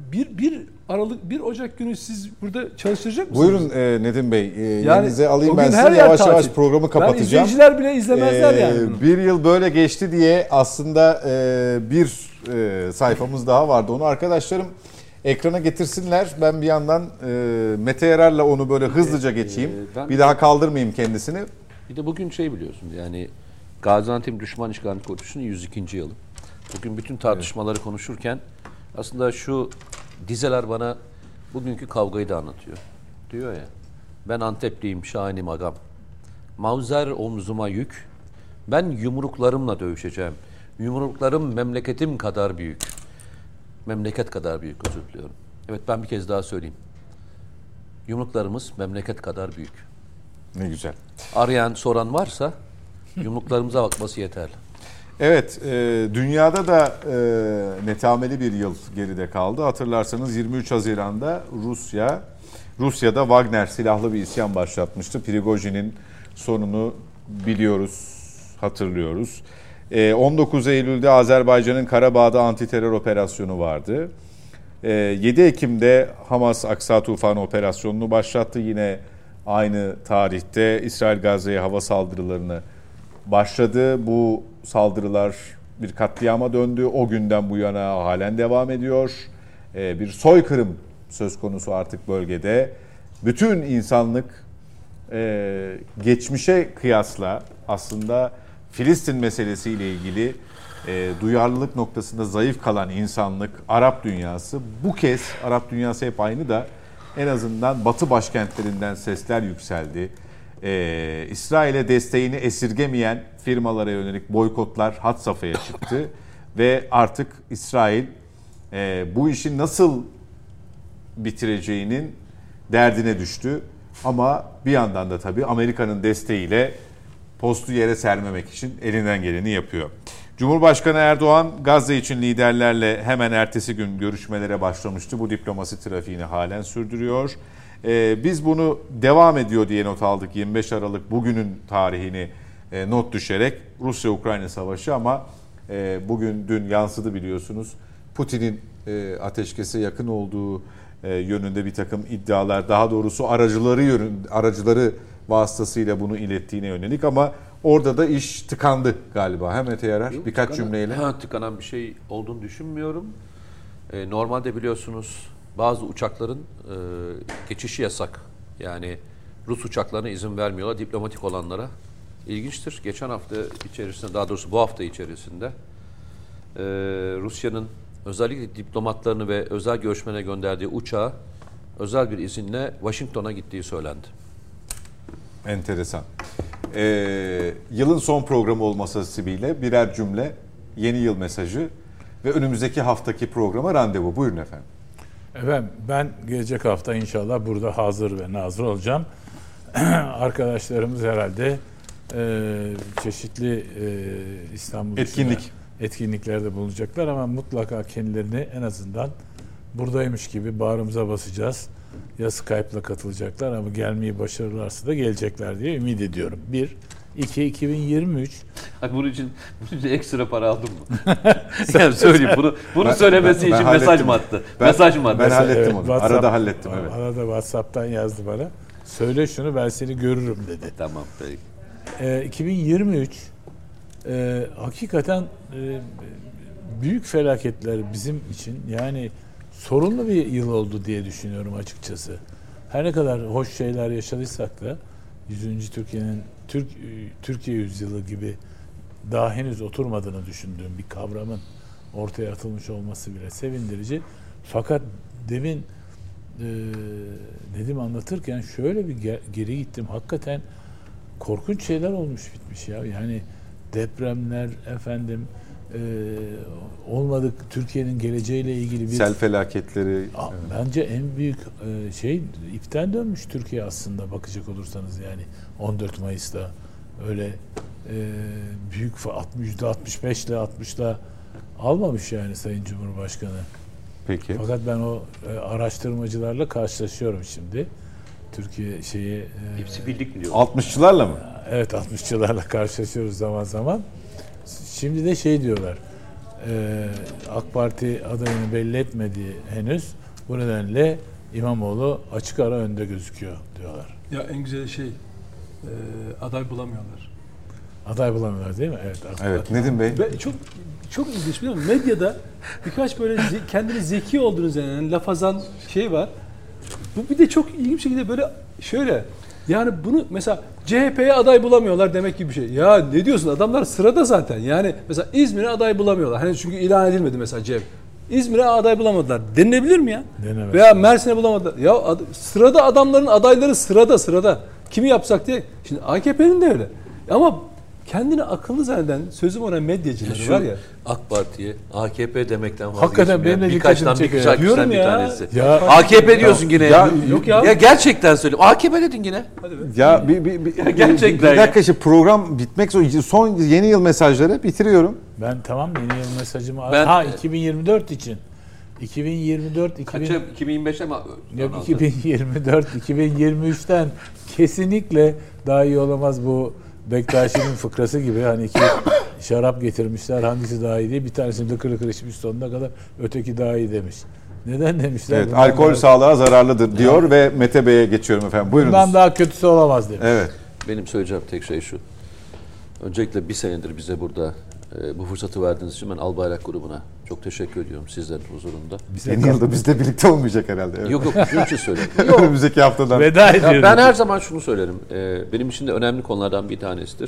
bir Ocak günü siz burada çalıştıracak mısınız? Buyurun Nedim Bey. Yerinize alayım, ben size yavaş yavaş programı kapatacağım. Ben izleyiciler bile izlemezler yani bunu. Bir yıl böyle geçti diye aslında bir sayfamız daha vardı. Onu arkadaşlarım ekrana getirsinler. Ben bir yandan Mete Yarar'la onu böyle hızlıca geçeyim. Bir daha kaldırmayayım kendisini. Bir de bugün biliyorsun yani Gaziantep Düşman İşgali Korkusu'nun 102. yılı. Bugün bütün tartışmaları konuşurken aslında şu dizeler bana bugünkü kavgayı da anlatıyor. Diyor ya, ben Antepliyim, şahinim agam. Mavzer omzuma yük, ben yumruklarımla dövüşeceğim. Yumruklarım memleketim kadar büyük. Memleket kadar büyük, özür diliyorum. Evet, ben bir kez daha söyleyeyim. Yumruklarımız memleket kadar büyük. Ne güzel. Arayan, soran varsa yumruklarımıza bakması yeterli. Evet, dünyada da netameli bir yıl geride kaldı. Hatırlarsanız 23 Haziran'da Rusya'da Wagner silahlı bir isyan başlatmıştı. Prigojin'in sonunu biliyoruz, hatırlıyoruz. 19 Eylül'de Azerbaycan'ın Karabağ'da antiterör operasyonu vardı. 7 Ekim'de Hamas Aksa Tufanı operasyonunu başlattı. Yine aynı tarihte İsrail Gazze'ye hava saldırılarını başladı. Bu saldırılar bir katliama döndü. O günden bu yana halen devam ediyor. Bir soykırım söz konusu artık bölgede. Bütün insanlık geçmişe kıyasla aslında Filistin meselesiyle ilgili duyarlılık noktasında zayıf kalan insanlık, Arap dünyası, bu kez Arap dünyası hep aynı da en azından Batı başkentlerinden sesler yükseldi. İsrail'e desteğini esirgemeyen firmalara yönelik boykotlar had safhaya çıktı ve artık İsrail bu işi nasıl bitireceğinin derdine düştü. Ama bir yandan da tabii Amerika'nın desteğiyle postu yere sermemek için elinden geleni yapıyor. Cumhurbaşkanı Erdoğan Gazze için liderlerle hemen ertesi gün görüşmelere başlamıştı. Bu diplomasi trafiğini halen sürdürüyor. Biz bunu devam ediyor diye not aldık. 25 Aralık bugünün tarihini not düşerek Rusya-Ukrayna savaşı ama dün yansıdı biliyorsunuz. Putin'in ateşkese yakın olduğu yönünde bir takım iddialar, daha doğrusu aracıları vasıtasıyla bunu ilettiğine yönelik ama orada da iş tıkandı galiba. Hem Mete Yarar birkaç cümleyle. Tıkanan bir şey olduğunu düşünmüyorum. Normalde biliyorsunuz bazı uçakların geçişi yasak. Yani Rus uçaklarına izin vermiyorlar diplomatik olanlara. İlginçtir. Geçen hafta içerisinde, daha doğrusu bu hafta içerisinde Rusya'nın özellikle diplomatlarını ve özel görüşmene gönderdiği uçağa özel bir izinle Washington'a gittiği söylendi. Enteresan. Yılın son programı olması hasebiyle birer cümle, yeni yıl mesajı ve önümüzdeki haftaki programa randevu. Buyurun efendim. Efendim ben gelecek hafta inşallah burada hazır ve nazır olacağım. Arkadaşlarımız herhalde çeşitli İstanbul etkinliklerde bulunacaklar ama mutlaka kendilerini en azından buradaymış gibi bağrımıza basacağız. Ya Skype'la katılacaklar ama gelmeyi başarırlarsa da gelecekler diye ümit ediyorum. 2023. Bunun için ekstra para aldın mı? Yani söyleyeyim bunu söylemesi için mesaj mı attı? Mesaj mı attı? Ben hallettim onu. Arada hallettim evet. Arada WhatsApp'tan yazdı bana. Söyle şunu ben seni görürüm dedi. Tamam peki. 2023 hakikaten büyük felaketler bizim için yani sorunlu bir yıl oldu diye düşünüyorum açıkçası. Her ne kadar hoş şeyler yaşadıysak da 100. Türkiye yüzyılı gibi daha henüz oturmadığını düşündüğüm bir kavramın ortaya atılmış olması bile sevindirici. Fakat demin dedim anlatırken şöyle bir geri gittim. Hakikaten korkunç şeyler olmuş bitmiş ya. Yani depremler olmadık Türkiye'nin geleceğiyle ilgili bir sel felaketleri. Bence en büyük ipten dönmüş Türkiye aslında bakacak olursanız yani 14 Mayıs'ta öyle büyük %65 ile 60'la almamış yani Sayın Cumhurbaşkanı. Peki. Fakat ben o araştırmacılarla karşılaşıyorum şimdi. Türkiye hepsi birlik biliyor. 60'çılarla mı? Evet 60'çılarla karşılaşıyoruz zaman zaman. Şimdi de diyorlar. AK Parti adayını belli etmediği henüz. Bu nedenle İmamoğlu açık ara önde gözüküyor diyorlar. Ya en güzel aday bulamıyorlar. Aday bulamıyorlar değil mi? Evet. Evet. Nedim Bey. Çok ilginç biliyor musun? Medyada birkaç böyle kendini zeki olduğunuz yani laf azan var. Bu bir de çok ilginç bir şekilde böyle şöyle. Yani bunu mesela CHP'ye aday bulamıyorlar demek gibi bir şey. Ya ne diyorsun? Adamlar sırada zaten. Yani mesela İzmir'e aday bulamıyorlar. Hani çünkü ilan edilmedi mesela CHP. İzmir'e aday bulamadılar. Denilebilir mi ya? Denemez. Veya Mersin'e bulamadılar. Ya sırada adamların adayları sırada. Kimi yapsak diye. Şimdi AKP'nin de öyle. Ama kendini akıllı zanneden sözüm ona medyacıları var ya. AK Parti'ye AKP demekten Hakikaten benim de birkaçtan dikkatimi bir çekiyor. kişiden Diyorum bir ya. tanesi. Ya- AKP diyorsun yine. Yok ya. Ya gerçekten söylüyorum. AKP dedin yine. Ya gerçekten bir dakika, şimdi program bitmek üzere. Son yeni yıl mesajları bitiriyorum. Ben tamam, yeni yıl mesajımı Ben- 2024 için. 2024 Kaça 2025'e mi? Yok, 2024 2023'ten kesinlikle daha iyi olamaz bu Bektaşi'nin fıkrası gibi, hani iki şarap getirmişler, hangisi daha iyi diye, bir tanesini lıkır lıkır içmiş sonuna kadar, öteki daha iyi demiş. Neden demişler? Evet, Bundan alkol daha- sağlığa zararlıdır diyor ve Mete Bey'e geçiyorum efendim. Buyurunuz. Bundan daha kötüsü olamaz demiş. Evet. Benim söyleyeceğim tek şey şu. Öncelikle bir senedir bize burada bu fırsatı verdiğiniz için ben Albayrak grubuna çok teşekkür ediyorum sizlerin huzurunda. Yeni yılda bizle birlikte olmayacak herhalde. Evet. Yok şunun için söylüyorum. Önümüzdeki haftadan. Veda ediyorum. Ben her zaman şunu söylerim. Benim için de önemli konulardan bir tanesidir.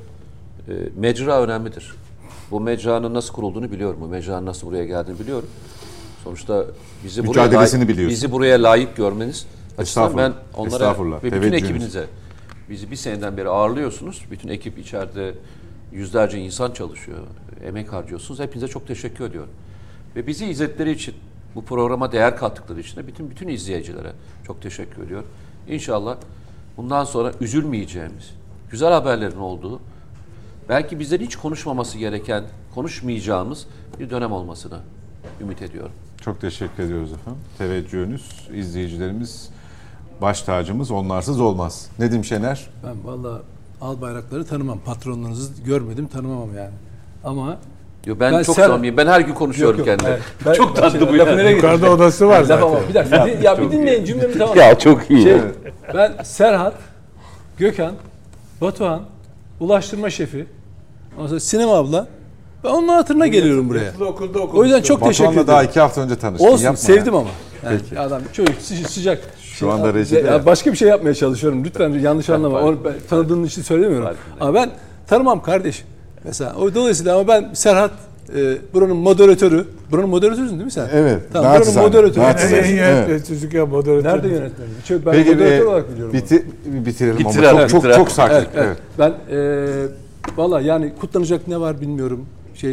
Mecra önemlidir. Bu mecranın nasıl kurulduğunu biliyorum. Bu mecranın nasıl buraya geldiğini biliyorum. Sonuçta Mücadelesini biliyorsun. bizi buraya layık görmeniz açısından ben Estağfurullah. onlara Estağfurullah. ve bütün Teveccühünüz. ekibinize, bizi bir seneden beri ağırlıyorsunuz. Bütün ekip içeride yüzlerce insan çalışıyor. Emek harcıyorsunuz. Hepinize çok teşekkür ediyorum. Ve bizi izlettikleri için, bu programa değer kattıkları için de bütün izleyicilere çok teşekkür ediyorum. İnşallah bundan sonra üzülmeyeceğimiz, güzel haberlerin olduğu, belki bizden hiç konuşmaması gereken, konuşmayacağımız bir dönem olmasını ümit ediyorum. Çok teşekkür ediyoruz efendim. Teveccühünüz, izleyicilerimiz baş tacımız, onlarsız olmaz. Nedim Şener. Ben valla Albayrakları tanımam. Patronlarınızı görmedim, tanımam yani. Ama Ben çok samimiyim. Ben her gün konuşuyorum kendimle. Çok tatlı bu lafı nereye Yukarıda odası var zaten. Bir dakika. Ya bir dinleyin cümlemi tamam. Ya çok iyi. Ben Serhat, Gökhan, Batuhan, Ulaştırma Şefi, ondan sonra Sinem abla, ben onun hatırına geliyorum buraya. Okulda O yüzden çok teşekkür Batuhan'la ederim. daha 2 hafta önce tanıştın. Olsun, Yapma sevdim ya. ama. Yani adam çocuk sıcak. Şu anda rejide. Ya başka bir şey yapmaya çalışıyorum. Lütfen yanlış anlama. Onu ben tanıdığın için söylemiyorum. Ama ben tanımam kardeşim. Mesela o dolayısıyla ama ben Serhat buranın moderatörü. Buranın moderatörüsün değil mi sen? Evet. Tamam, buranın naçizane, moderatörü. naçizane. Evet. Çocukken moderatör. Nerede yönetmeni? Ben Peki moderatör olarak biliyorum. bitirelim Bitirelim, ama çok bitirelim. çok sakin. Evet. Ben valla yani kutlanacak ne var bilmiyorum.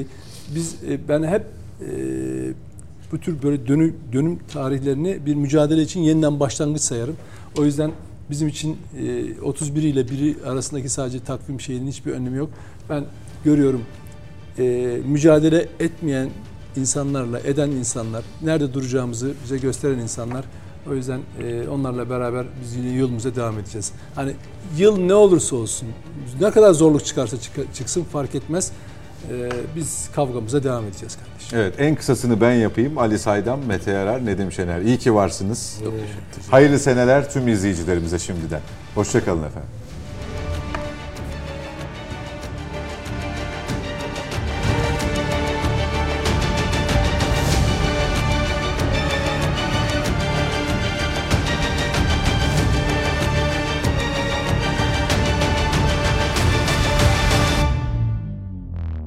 Ben hep bu tür böyle dönüm tarihlerini bir mücadele için yeniden başlangıç sayarım. O yüzden bizim için 31 ile 1'i arasındaki sadece takvim şeyinin hiçbir önemi yok. Ben görüyorum mücadele etmeyen insanlarla, eden insanlar, nerede duracağımızı bize gösteren insanlar. O yüzden onlarla beraber biz yine yolumuza devam edeceğiz. Hani yıl ne olursa olsun, ne kadar zorluk çıkarsa çıksın fark etmez. Biz kavgamıza devam edeceğiz kardeşim. Evet, en kısasını ben yapayım. Ali Saydam, Mete Yarar, Nedim Şener. İyi ki varsınız. Hayırlı seneler tüm izleyicilerimize şimdiden. Hoşça kalın efendim.